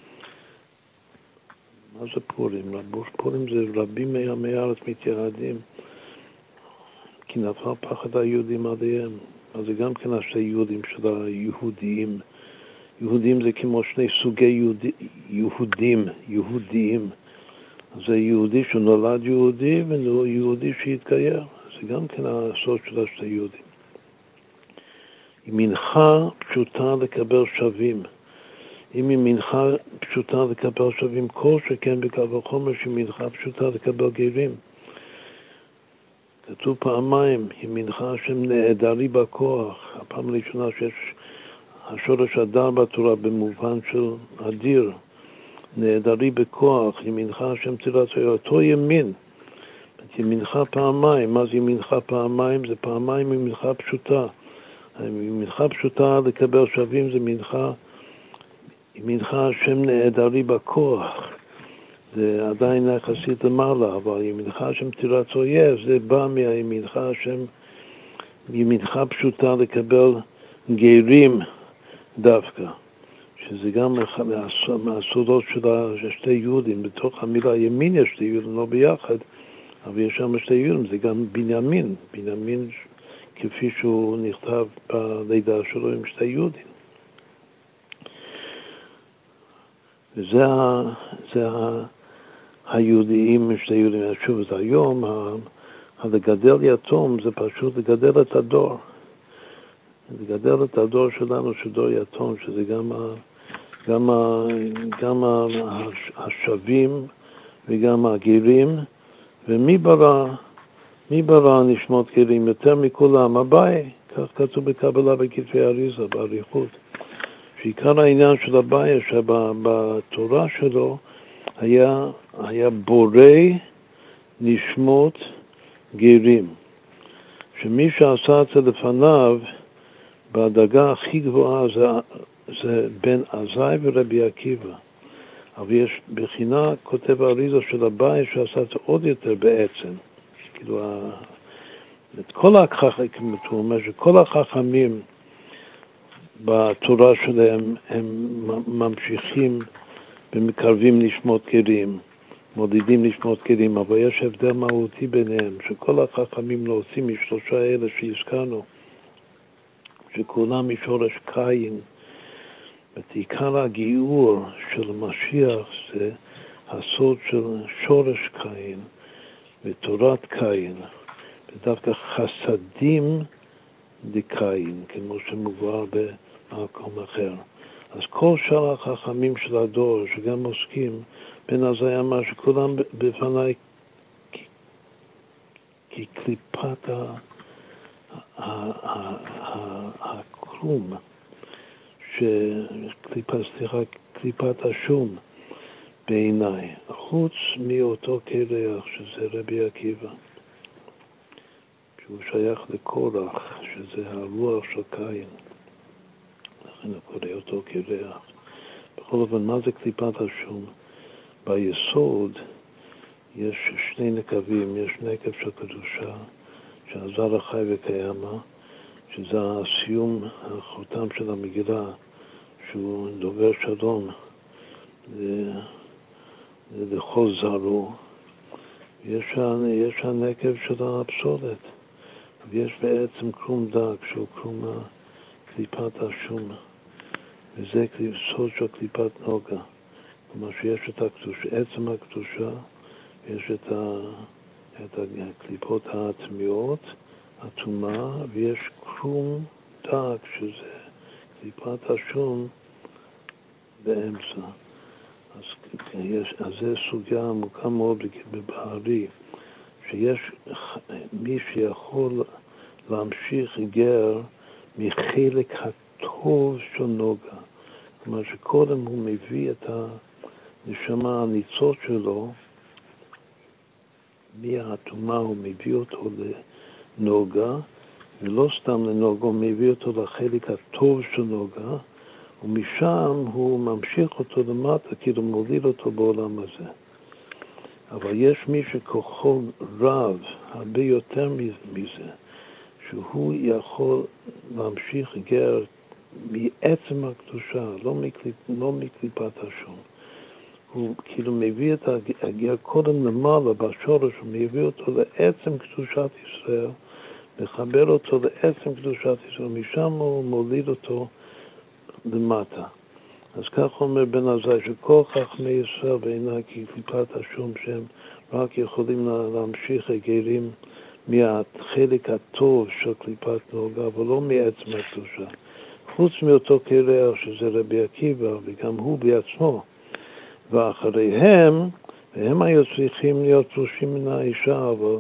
[SPEAKER 1] מה זה פורים? פורים זה רבים מעמי הארץ מתיירדים, כי נפל פחד היהודים עליהם. אז זה גם כן השתי יהודים של היהודיים. יהודים זה כמו שני סוגי יהודיים. זה יהודי שנולד יהודי ויהודי שהתגייר. זה גם כן הסוד של השתי יהודים. היא מנחה פשוטה לקבל שווים. אם היא מנחה פשוטה לקבל שווים, כל שכן בקו החומר שהיא מנחה פשוטה לקבל גרים. כתוב פעמיים, היא מנחה שהם נעדרי בכוח. הפעם הראשונה שיש השורש הדר בתורה במובן של אדיר, נעדרי בכוח, היא מנחה שהם תרצה אותו ימין. היא מנחה פעמיים. מה זה היא מנחה פעמיים? זה פעמיים היא מנחה פשוטה. מנחה פשוטה לקבל שווים זה מנחה השם נעדרי בכוח. זה עדיין יחסית למעלה, אבל היא מנחה השם תירץ אויב, זה בא ממנחה השם, ממנחה פשוטה לקבל גרים דווקא. שזה גם מהסודות של שתי יהודים. בתוך המילה ימין יש שתי יהודים, לא ביחד, אבל יש שם שתי יהודים, זה גם בנימין. בנימין כפי שהוא נכתב בלידה שלו עם שתי יהודים. וזה היהודיים שתי יהודים. שוב, זה היום, לגדל יתום זה פשוט לגדל את הדור. לגדל את הדור שלנו, שדור יתום, שזה גם השווים וגם הגרים. ומי ברא נשמות גרים יותר מכולם? אביי. כך כתוב בקבלה בכתבי אריזה, באריכות. שעיקר העניין של אביי, שבתורה שלו היה בורא נשמות גרים. שמי שעשה את זה לפניו, בדרגה הכי גבוהה זה בן עזאי ורבי עקיבא. אבל יש בחינה, כותב האריזה של אביי, שעשה את זה עוד יותר בעצם. כאילו, את כל החכמים, הוא אומר שכל החכמים בתורה שלהם הם ממשיכים ומקרבים נשמות גרים, מודדים נשמות גרים, אבל יש הבדל מהותי ביניהם, שכל החכמים לא עושים משלושה אלה שהזכרנו, שכולם משורש קין. עיקר הגיור של משיח זה הסוד של שורש קין ותורת קין, ודווקא חסדים דקין, כמו שמובא במקום אחר. אז כל שאר החכמים של הדור שגם עוסקים, בן עזאי אמר שכולם בפני כקליפת הקרום, קליפת השום בעיניי, חוץ מאותו קרח שזה רבי עקיבא, שהוא שייך לקורח, שזה הרוח של קין, לכן הוא קורא אותו קרח. בכל אופן, מה זה קליפת השום? ביסוד יש שני נקבים, יש נקב של קדושה, שהזר החי וקיימה, שזה הסיום, החותם של המגילה, שהוא דובר שלום לכל זרו. יש הנקב של הפסולת, ויש בעצם קרום דק, שהוא קרום קליפת השום, וזה סוד של קליפת נוגה. כלומר שיש את הקדושה, עצם הקדושה, יש את הקליפות העצמיות, הטומאה, ויש קרום דק, שזה קליפת השום באמצע. אז זה סוגיה עמוקה מאוד בבערי, שיש מי שיכול להמשיך גר מחלק הטוב של נוגה. כלומר שקודם הוא מביא את הנשמה הניצות שלו, מהטומאה הוא מביא אותו לנוגה, ולא סתם לנוגה, הוא מביא אותו לחלק הטוב של נוגה, ומשם הוא ממשיך אותו למטה, כאילו מוליד אותו בעולם הזה. אבל יש מי שכוחו רב, הרבה יותר מזה, שהוא יכול להמשיך גר מעצם הקדושה, לא מקליפת השום. הוא כאילו מביא את הגר קודם למעלה בשורש, הוא מביא אותו לעצם קדושת ישראל, מחבר אותו לעצם קדושת ישראל, משם הוא מוליד אותו למטה. אז כך אומר בן עזאי, שכל חכמי ישראל בעיניי כקליפת השום, שהם רק יכולים להמשיך הגרים מהחלק הטוב של קליפת נוגה, אבל לא מעצם הקדושה. חוץ מאותו קרח שזה רבי עקיבא, וגם הוא בעצמו. ואחריהם, והם היו צריכים להיות פרושים מן האישה, אבל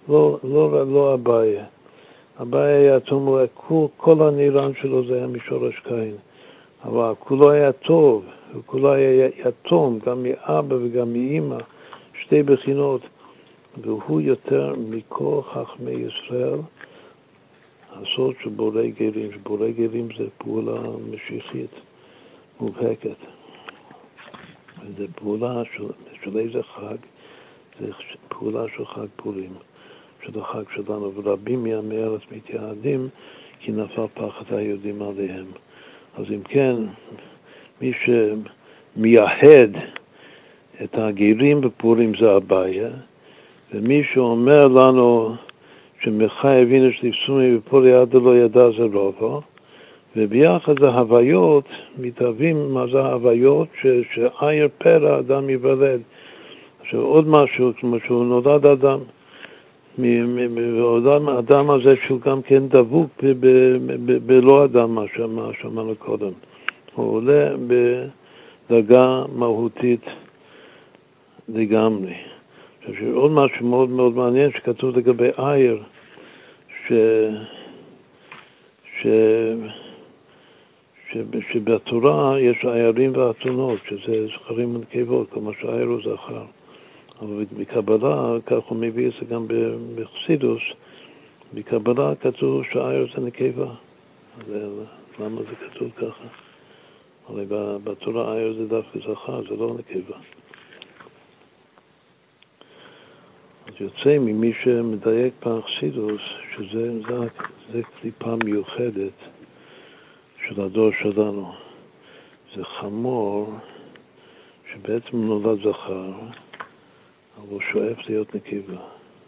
[SPEAKER 1] לא הבעיה. הבעיה היה תום, כל הנירן שלו זה היה משורש קין. אבל כולו היה טוב, וכולו היה יתום, גם מאבא וגם מאמא, שתי בחינות. והוא יותר מכל חכמי ישראל, הסוד של בורא גרים. שבורא גרים זה פעולה משיחית מובהקת. זה פעולה של איזה חג? זה פעולה של חג פורים, של החג שלנו. ורבים מעמי הארץ מתייעדים, כי נפל פחד היהודים עליהם. אז אם כן, מי שמייחד את הגרים בפורים זה הבעיה, ומי שאומר לנו שמחי הבינו שלפסומי בפורי עד לא ידע זה רובו, וביחד ההוויות מתאבים מה זה ההוויות שעיר פרע אדם יוולד. עכשיו עוד משהו, כמו שהוא נולד אדם, האדם הזה שהוא גם כן דבוק בלא אדם, מה שאמרנו קודם. הוא עולה בדרגה מהותית לגמרי. עכשיו עוד משהו מאוד מאוד מעניין שכתוב לגבי עיר, שבתורה יש עיירים ואתונות, שזה זכרים ונקבות, כלומר שהעיר הוא זכר. אבל בקבלה, כך הוא מביא את זה גם בחסידוס, בקבלה כתוב שהעיר זה נקבה. אז למה זה כתוב ככה? הרי בתורה העיר זה דווקא זכר, זה לא נקבה. אז יוצא ממי שמדייק בחסידוס, שזה קליפה מיוחדת של הדור שלנו. זה חמור שבעצם נולד זכר, אבל הוא שואף להיות נקבה.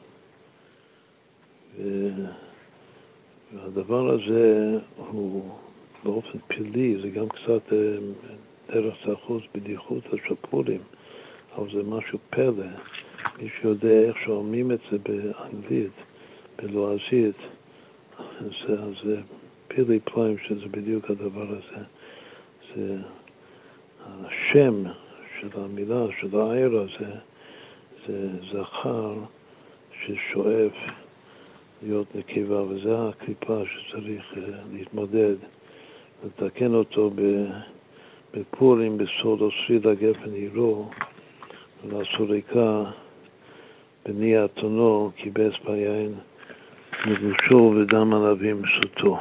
[SPEAKER 1] והדבר הזה הוא באופן פלאי, זה גם קצת דרך צחוץ בדיחות השפורים, אבל זה משהו פלא. מי שיודע איך שאומרים את זה באנגלית, בלועזית, זה פילי פלאים שזה בדיוק הדבר הזה. זה השם של המילה, של העיר הזה, זה זכר ששואף להיות נקבה, וזה הקליפה שצריך להתמודד, לתקן אותו בפורים, בסוד עשרי לגפן עירו, ולסוריקה בני אתונו, כיבס ביין מבושו ודם ענבים סוטו.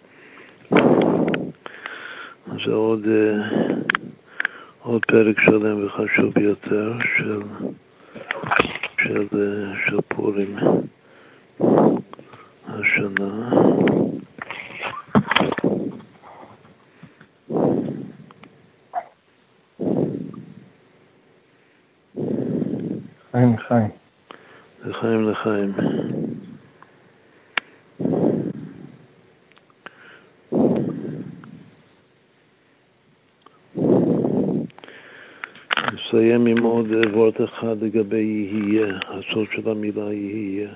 [SPEAKER 1] אז זה עוד פרק שלם וחשוב ביותר של פורים השנה.
[SPEAKER 3] חיים לחיים.
[SPEAKER 1] לחיים לחיים. נסיים עם עוד וורט אחד לגבי יהיה, הסוד של המילה יהיה.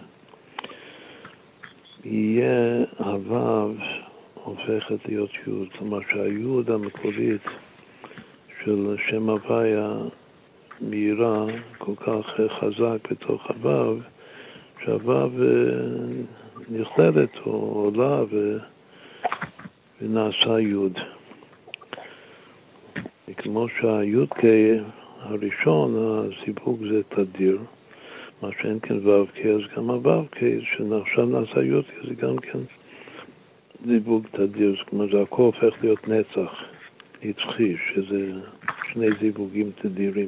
[SPEAKER 1] יהיה, הוו הופכת להיות יוד, כלומר שהיוד המקורית של שם הוויה מהירה כל כך חזק בתוך הוו, שהוו נכללת או עולה ונעשה יוד. וכמו שהיוד הראשון, הזיווג זה תדיר, מה שאין כן וו קי, אז גם הוו קי, שעכשיו נעשה יוד, זה גם כן זיווג תדיר, זאת אומרת, זה הכל הופך להיות נצח, נצחי, שזה שני זיווגים תדירים.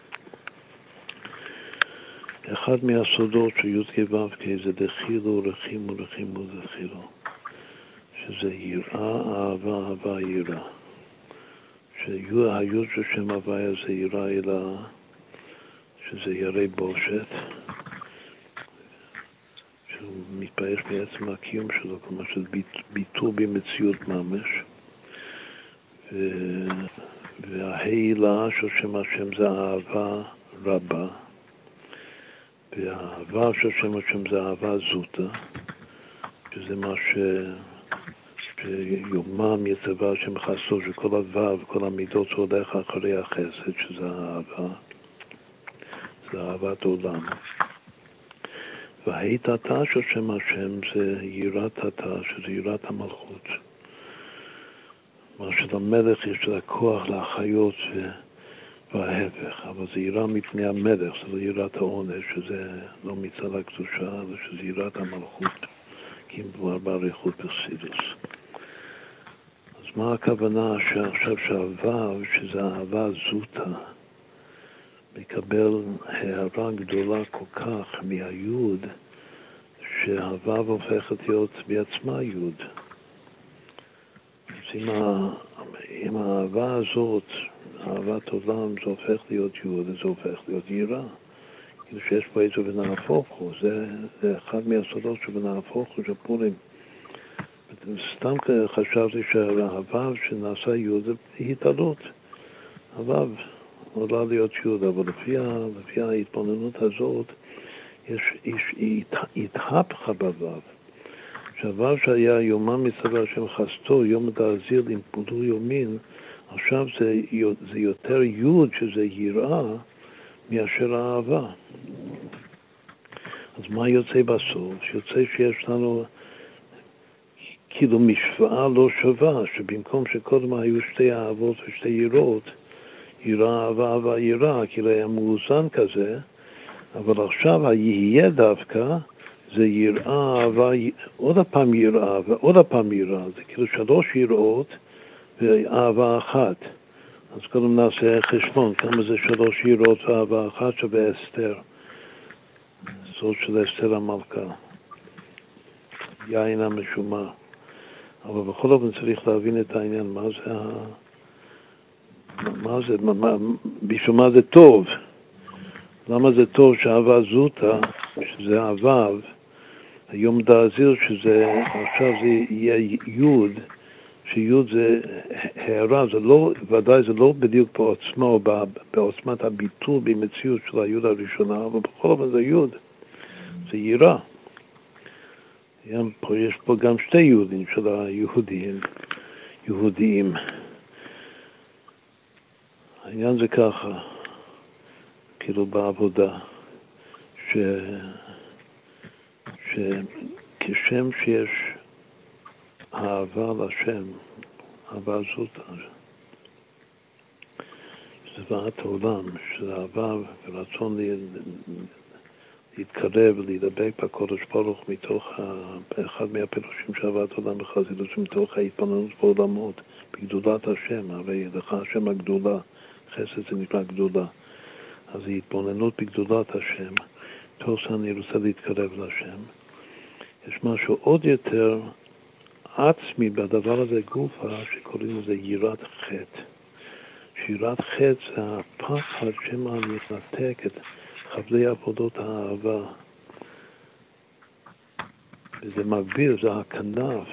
[SPEAKER 1] אחד מהסודות של יוד קי וו קי זה דחילו, רחימו, רחימו, דחילו, שזה יראה, אהבה, אהבה, יראה. שהיוד של שם הוויה זה יראה אלה, שזה ירי בושת, שהוא מתבייש בעצם הקיום שלו, כלומר שזה ביטול במציאות ממש. וההילה של שם השם זה אהבה רבה, והאהבה של שם השם זה אהבה זוטה, שזה מה שיומם יצווה השם חסדו, שכל הוו וכל המידות הולך אחרי החסד, שזה האהבה, זה אהבת עולם. וההיטתה של שם השם זה יראת התא, שזה יראת המלכות. מה שלמלך יש לה כוח להחיות וההפך, אבל זה יראה מפני המלך, זה לא יראת העונש, שזה לא מצד הקדושה, אלא שזה יראת המלכות, כי אם כבר באריכות בחסידות. אז מה הכוונה שעכשיו שהוו, שזה אהבה זוטה, מקבל הערה גדולה כל כך מהיוד, שהוו הופכת להיות בעצמה יוד. אז עם האהבה הזאת, אהבת עולם, זה הופך להיות יוד, זה הופך להיות יראה. כאילו שיש פה איזו ונהפוך הוא, זה אחד מהסודות שבנהפוך הוא של פורים. סתם חשבתי שהוו שנעשה יוד זה התעלות. הוו עולה להיות יוד, אבל לפי ההתבוננות הזאת, היא התהפכה בוו. שהוו שהיה יומם מצווה השם חסדו, יום דאזיל עם פודור יומין, עכשיו זה יותר יוד שזה יראה מאשר האהבה. אז מה יוצא בסוף? יוצא שיש לנו כאילו משוואה לא שווה, שבמקום שקודם היו שתי אהבות ושתי יראות, יראה, אהבה, אהבה, יראה, כאילו היה מאוזן כזה, אבל עכשיו היהיה דווקא, זה יראה, אהבה, עוד הפעם יראה, ועוד הפעם יראה, זה כאילו שלוש יראות ואהבה אחת. אז קודם נעשה חשבון, כמה זה שלוש יראות ואהבה אחת שווה אסתר. זאת של אסתר המלכה. יין המשומר. אבל בכל אופן צריך להבין את העניין, בשביל מה זה טוב? למה זה טוב שאהבה זוטה, שזה אהבה, היום דאזיר שזה, עכשיו זה יהיה יוד, שיוד זה הערה, זה לא, ודאי זה לא בדיוק בעוצמה או בעוצמת הביטול במציאות של היוד הראשונה, אבל בכל אופן זה יוד, זה יראה. יש פה גם שתי יהודים של היהודים. העניין זה ככה, כאילו בעבודה, שכשם שיש אהבה לשם, אהבה זאת, שזה זוועת העולם, שזה אהבה ורצון להתקרב ולהידבק בקודש ברוך מתוך אחד מהפירושים של אהבת העולם בחסידות, מתוך ההתבוננות בעולמות, בגדולת השם, הרי לך השם הגדולה, חסד זה נקרא גדולה. אז ההתבוננות בגדולת השם, תוך שאני רוצה להתקרב לשם, יש משהו עוד יותר עצמי בדבר הזה גופה, שקוראים לזה יראת חטא. שיראת חטא זה הפחד שמה מתנתק את חבלי עבודות האהבה. וזה מגביר, זה הכנף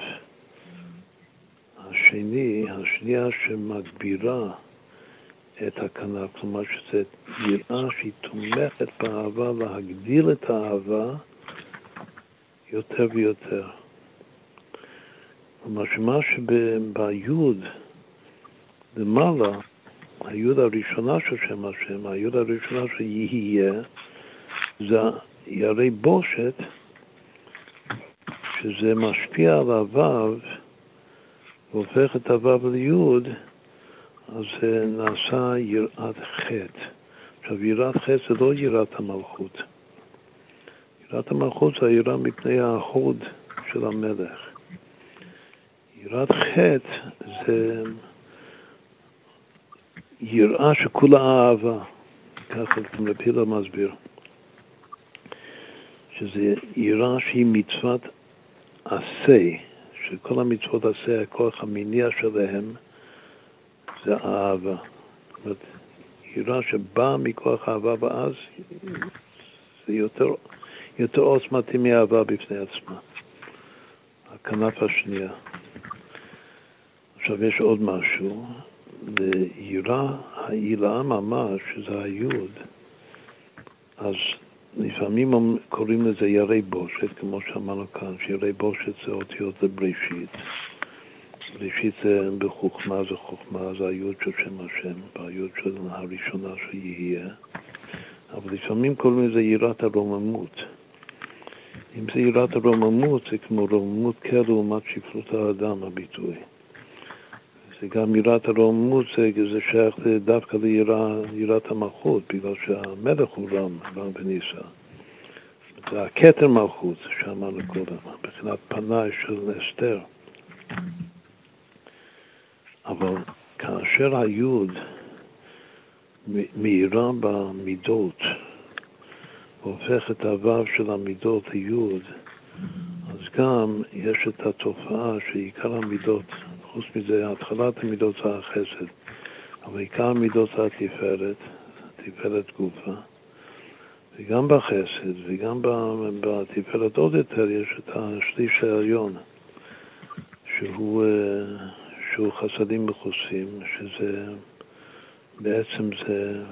[SPEAKER 1] השנייה שמגבירה את הכנף, כלומר שזה יראה שהיא תומכת באהבה להגדיל את האהבה יותר ויותר. כלומר שמה שביוד למעלה, היוד הראשונה של שם השם, היוד הראשונה שיהיה, זה ירי בושת, שזה משפיע על הוו והופך את הוו ליוד, אז זה נעשה יראת חטא. עכשיו, יראת חטא זה לא יראת המלכות. יראת המלכות זה היראה מפני האחוד של המלך. יראת חטא זה יראה שכולה אהבה. ככה רבי הלל מסביר. שזה יראה שהיא מצוות עשה, שכל המצוות עשה, הכוח המניע שלהם, זה אהבה. זאת אומרת, יראה שבאה מכוח אהבה, ואז זה יותר עוצמתי מאהבה בפני עצמה. הכנף השנייה. עכשיו יש עוד משהו. ליראה העילה ממש, שזה היוד, אז לפעמים קוראים לזה ירי בושת, כמו שאמרנו כאן, שירי בושת זה אותיות לבראשית. בראשית זה בחוכמה, זה חוכמה, זה היוד של שם השם, והיוד של הראשונה שיהיה. אבל לפעמים קוראים לזה יראת הרוממות. אם זה יראת הרוממות, זה כמו רוממות קל לעומת שפלות האדם, הביטוי. זה גם יראת הרוממות, זה שייך דווקא ליראת המלכות, בגלל שהמלך הוא רם וניסה. זה הכתר מלכות שאמרנו קודם, מבחינת פניי של אסתר. אבל כאשר היוד מאירה במידות, והופך את הוו של המידות ליוד, אז גם יש את התופעה שעיקר המידות, חוץ מזה, התחלת המידות זה החסד, אבל עיקר המידות זה התפארת, תפארת גופה, וגם בחסד, וגם בתפארת עוד יותר יש את השליש העליון, שהוא חסדים מכוסים, שזה בעצם זה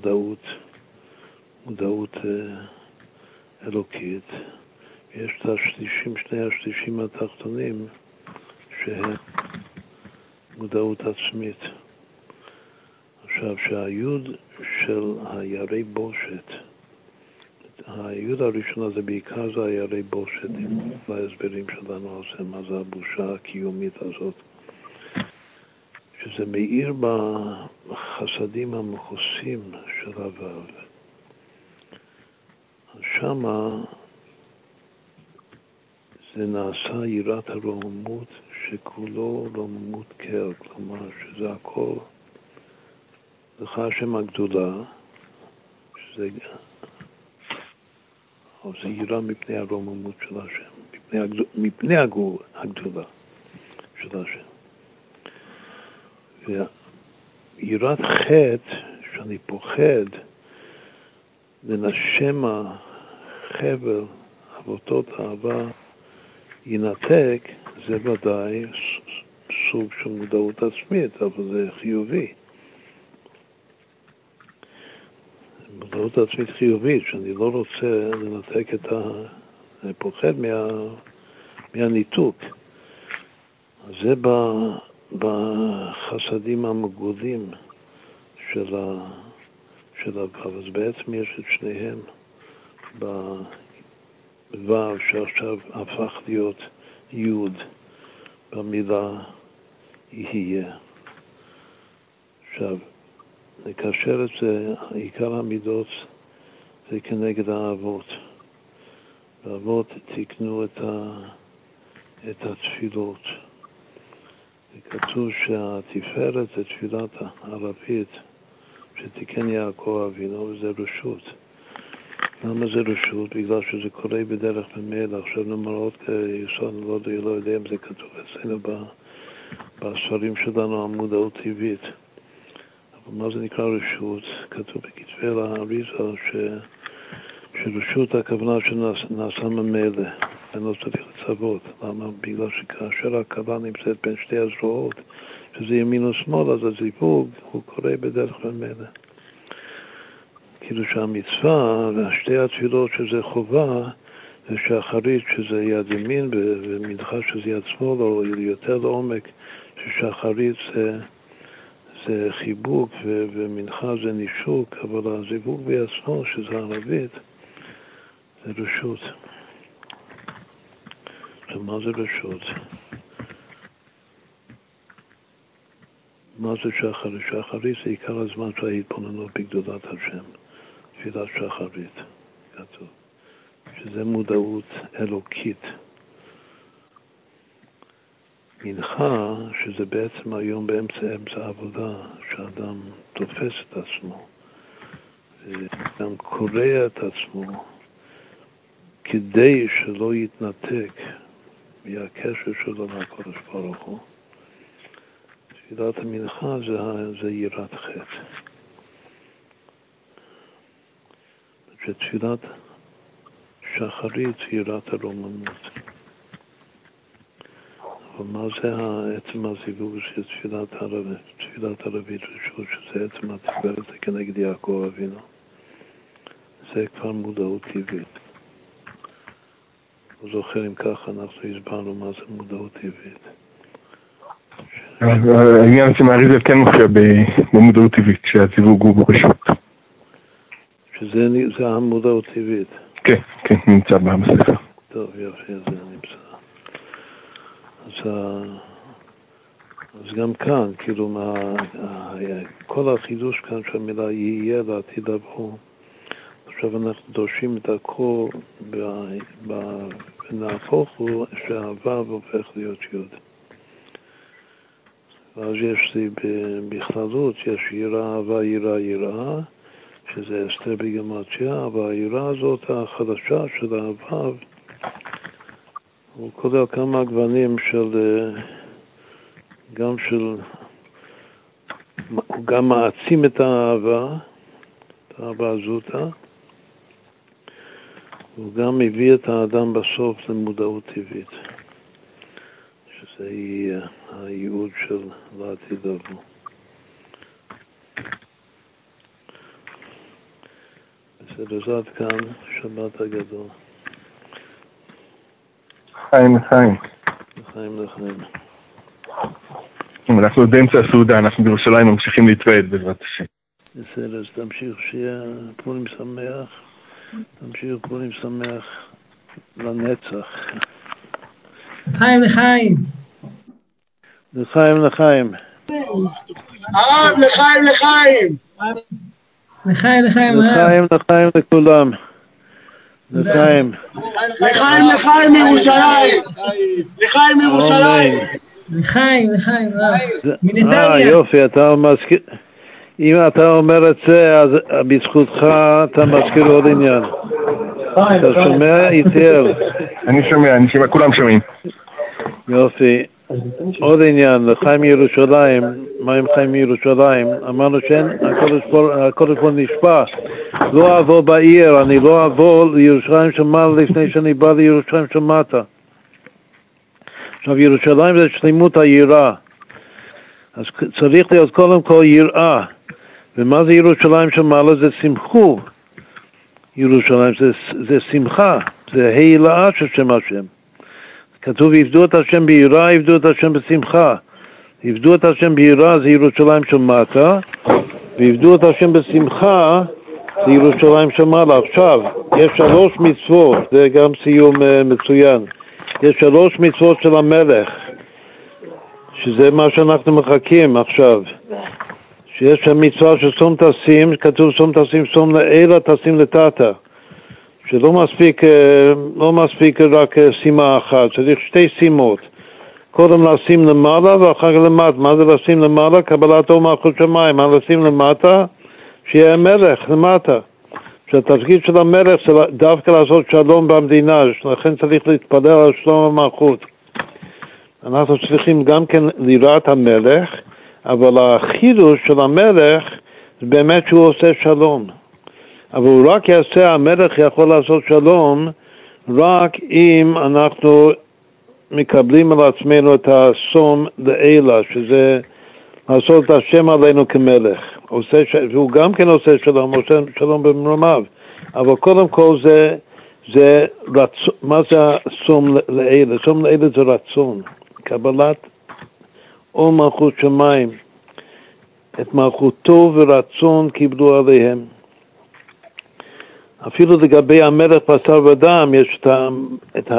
[SPEAKER 1] מודעות אלוקית. יש את השלישים, שני השלישים התחתונים, שהם מודעות עצמית. עכשיו, שהיוד של הירי בושת, היוד הראשונה זה בעיקר זה הירי בושת, להסברים שלנו על זה, מה זה הבושה הקיומית הזאת. שזה מאיר בחסדים המכוסים של הוו. שמה זה נעשה יראת הרוממות שכולו רוממות קר, כלומר שזה הכל לך השם הגדולה, שזה יראה מפני הרוממות של השם, מפני הגדולה של השם. ויראת חטא, שאני פוחד לנשם החבל, אבותות אהבה, ינתק, זה ודאי סוג של מודעות עצמית, אבל זה חיובי. מודעות עצמית חיובית, שאני לא רוצה לנתק אני פוחד מהניתוק. אז זה בחסדים המגולים של הוו. אז בעצם יש את שניהם בוו שעכשיו הפך להיות יוד במילה יהיה. עכשיו, נקשר את זה, עיקר המידות זה כנגד האבות. האבות תקנו את התפילות. וכתוב שהתפארת זה תפילת הערבית, שתיקן יעקב אבינו, וזה רשות. למה זה רשות? בגלל שזה קורה בדרך ממילא. עכשיו נאמרות יסוד, לא יודע אם זה כתוב אצלנו בספרים שלנו, המודעות טבעית. אבל מה זה נקרא רשות? כתוב בכתבי האריזה שרשות הכוונה שנעשה ממילא. אני לא צריך לצוות. למה? בגלל שכאשר הכוונה נמצאת בין שתי הזרועות, שזה ימין ושמאל, אז הזיווג הוא קורה בדרך ממילא. כאילו שהמצווה והשתי התפילות שזה חובה, זה שהחרית שזה יד ימין ומנחה שזה יד שמאל, או יותר לעומק, ששחרית זה חיבוק ומנחה זה נישוק, אבל הזיווג ביד שמאל, שזה ערבית, זה רשות. ומה זה רשות? מה זה שחרית? שחרית זה עיקר הזמן של ההתבוננות בגדולת השם, תפילת שחרית, כתוב, שזה מודעות אלוקית. מנחה, שזה בעצם היום באמצע העבודה, שאדם תופס את עצמו, גם קורא את עצמו, כדי שלא יתנתק מהקשר שלו לקדוש ברוך הוא. תפילת המנחה זה יראת חטא. שתפילת שחרית היא יראת הרוממות. אבל מה זה עצם הזיווג של תפילת ערבית רשות, שזה עצם התפארת כנגד יעקב אבינו? זה כבר מודעות טבעית. לא זוכר אם ככה אנחנו הסברנו מה זה מודעות טבעית.
[SPEAKER 3] העניין שמאריזל כן מופיע במודעות טבעית, שהזיווג הוא ברשות.
[SPEAKER 1] שזה המודעות טבעית.
[SPEAKER 3] כן, כן, נמצא בספר.
[SPEAKER 1] טוב, יופי, זה נמצא. אז גם כאן, כאילו, כל החידוש כאן שהמילה יהיה לעתיד לבוא, עכשיו אנחנו דורשים את הכל ונהפוך הוא שהוו הופך להיות יוד. ואז יש לי בכללות, יש יראה, אהבה, יראה, שזה אסתר בגימטריה, אבל היראה הזאת החדשה של האהבה, הוא כולל כמה גוונים הוא גם מעצים את האהבה הזוטה, הוא גם מביא את האדם בסוף למודעות טבעית, שזה יהיה הייעוד של לעתיד לבוא. בסדר, עד כאן שבת הגדול.
[SPEAKER 3] לחיים.
[SPEAKER 1] לחיים.
[SPEAKER 3] אנחנו עוד באמצע הסעודה, אנחנו בירושלים ממשיכים להתוועד בעזרת השם.
[SPEAKER 1] בסדר, אז תמשיך שיהיה פורים שמח, תמשיך פורים שמח לנצח.
[SPEAKER 4] לחיים.
[SPEAKER 1] הרב, לחיים. לחיים לכולם. לחיים מירושלים.
[SPEAKER 4] לחיים, מנתניה.
[SPEAKER 1] יופי, אתה מזכיר, אם אתה אומר את זה, אז בזכותך אתה מזכיר עוד עניין. אתה שומע, איתיאל?
[SPEAKER 3] אני שומע, כולם שומעים.
[SPEAKER 1] יופי. עוד עניין, לחיים מירושלים, מה עם חיים מירושלים? אמרנו שהקודש פה נשפע. לא אעבור בעיר, אני לא אעבור לירושלים של מעלה לפני שאני בא לירושלים של מטה. עכשיו, ירושלים זה שלמות היראה. אז צריך להיות קודם כל יראה. ומה זה ירושלים של מעלה? זה שמחו. ירושלים זה שמחה, זה העילאה של שם השם. כתוב, יבדו את השם ביראה, יבדו את השם בשמחה. יבדו את השם ביראה זה ירושלים של מטה, ויבדו את השם בשמחה זה ירושלים של מעלה. עכשיו, יש 3 מצוות, זה גם סיום מצוין. יש 3 מצוות של המלך, שזה מה שאנחנו מחכים עכשיו. שיש המצווה של שום תשים, כתוב שום תשים, שום לאלה תשים לטאטה. שלא מספיק רק שימה אחת, צריך 2 שימות. קודם לשים למעלה ואחר כך למטה. מה זה לשים למעלה? קבלת אור מלכות שמיים. מה לשים למטה? שיהיה מלך למטה. שהתפקיד של המלך זה דווקא לעשות שלום במדינה, לכן צריך להתפלל על שלום המלכות. אנחנו צריכים גם כן לראות המלך, אבל החידוש של המלך זה באמת שהוא עושה שלום. אבל הוא רק יעשה, המלך יכול לעשות שלום רק אם אנחנו מקבלים על עצמנו את השום לאלה, שזה לעשות את השם עלינו כמלך. והוא גם כן עושה שלום, עושה שלום במרומיו. אבל קודם כל זה רצון. מה זה השום לאלה? שום לאלה זה רצון. קבלת אור מלכות שמיים. את מלכותו ורצון קיבלו עליהם. אפילו לגבי המלך בשר ודם יש את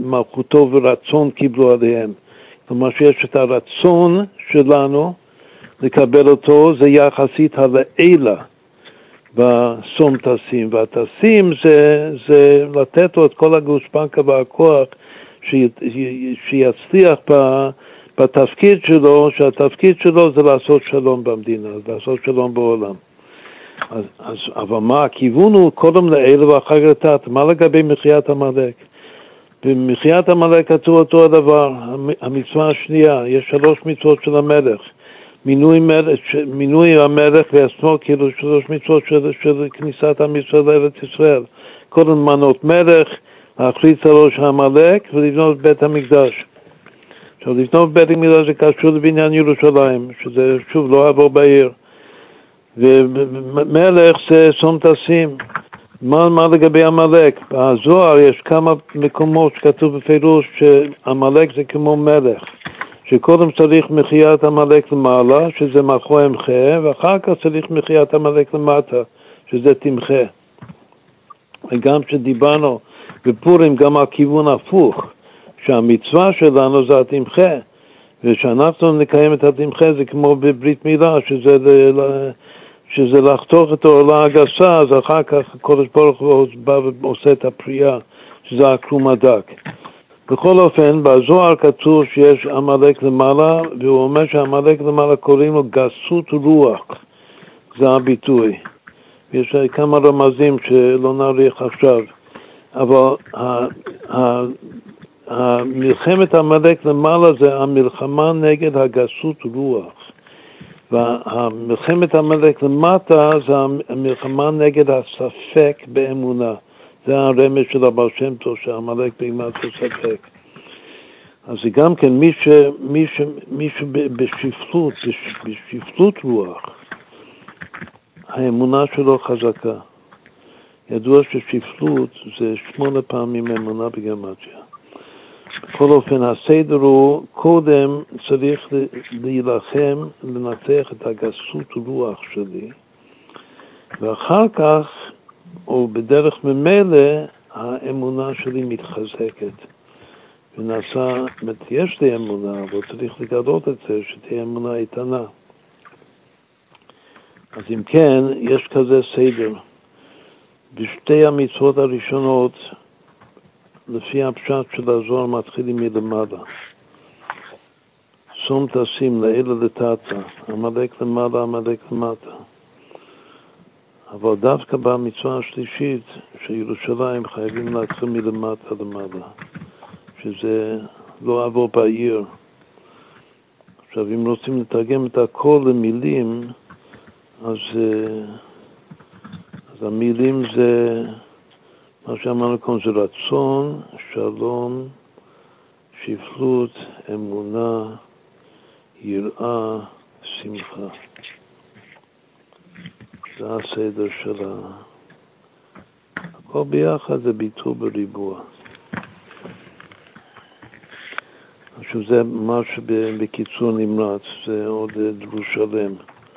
[SPEAKER 1] מלכותו ורצון קיבלו עליהם. כלומר שיש את הרצון שלנו לקבל אותו, זה יחסית הלעילה בסום תשים, והתשים זה לתת לו את כל הגושפנקה והכוח שיצליח בתפקיד שלו, שהתפקיד שלו זה לעשות שלום במדינה, לעשות שלום בעולם. אבל מה, הכיוון הוא קודם לעילה ואחר כך לתת. מה לגבי מחיית המלך? במחיית המלך כתוב אותו הדבר, המצווה השנייה, יש 3 מצוות של המלך. מינוי המלך ועצמו, כאילו 3 מצוות של כניסת עם ישראל לארץ ישראל. קודם למנות מלך, להחליט על ראש המלך ולבנות בית המקדש. עכשיו, לבנות בית המקדש זה קשור לבניין ירושלים, שזה שוב לא עבור בעיר. ומלך זה שום תשים. מה לגבי המלך? בזוהר יש כמה מקומות שכתוב בפירוש שהמלך זה כמו מלך. שקודם צריך מחיית המלך למעלה, שזה מאחורי המחה, ואחר כך צריך מחיית המלך למטה, שזה תמחה. וגם שדיברנו בפורים גם הכיוון הפוך, שהמצווה שלנו זה התמחה, ושאנחנו נקיים את התמחה זה כמו בברית מילה, שזה לחתוך את העולה הגסה, אז אחר כך הקדוש ברוך הוא בא ועושה את הפרייה, שזה הקרום הדק. בכל אופן, בזוהר כתוב שיש עמלק למעלה, והוא אומר שהעמלק למעלה קוראים לו גסות רוח, זה הביטוי. יש כמה רמזים שלא נאריך עכשיו, אבל מלחמת עמלק למעלה זה המלחמה נגד הגסות רוח, והמלחמת עמלק למטה זה המלחמה נגד הספק באמונה. זה הרמז של הבעל שם טוב, שהעמלק באימת ספק. אז זה גם כן מי בשפלות רוח, האמונה שלו חזקה. ידוע ששפלות זה 8 פעמים אמונה בגימטריה. בכל אופן, הסדר הוא קודם צריך להילחם, לנצח את הגסות רוח שלי, ואחר כך, או בדרך ממילא, האמונה שלי מתחזקת. יש לי אמונה, אבל צריך לגלות את זה, שתהיה אמונה איתנה. אז אם כן, יש כזה סדר. בשתי המצוות הראשונות, לפי הפשט של הזוהר, מתחילים מלמעלה. שום תשים לעילה לתתה, עמלק למעלה, עמלק למטה. אבל דווקא במצווה השלישית של ירושלים חייבים להתחיל מלמטה למעלה, שזה לא עבור בעיר. עכשיו, אם רוצים לתרגם את הכל למילים, אז המילים זה, מה שאמרנו כאן, זה רצון, שלום, שפלות, אמונה, יראה, שמחה. זה הסדר של הכל ביחד, זה ביטול בריבוע. עכשיו זה מה שבקיצור נמרץ, זה עוד דרוש שלם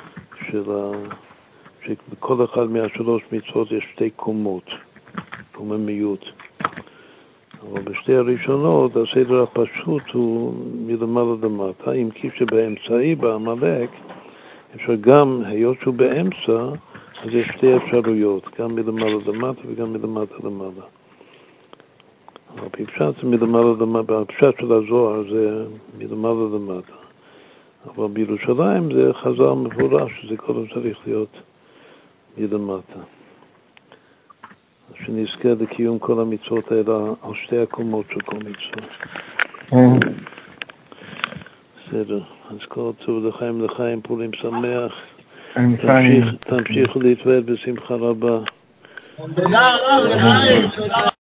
[SPEAKER 1] שבכל אחד מהשלוש מצוות יש 2 קומות, קוממיות. אבל בשתי הראשונות הסדר הפשוט הוא מלמעלה למטה, אם כי שבאמצעי, בעמלק, אפשר גם, היות שהוא באמצע, אז יש 2 אפשרויות, גם מלמעלה למטה וגם מלמטה למעלה. אבל בפשט זה מלמעלה למטה, בפשט של הזוהר זה מלמעלה למטה. אבל בירושלים זה חזר מפורש, שזה קודם צריך להיות מלמטה. אז שנזכה לקיום כל המצוות האלה על 2 הקומות של כל מצוות. בסדר, אז כל טוב לחיים, פורים שמח. תמשיכו להתוועד בשמחה רבה.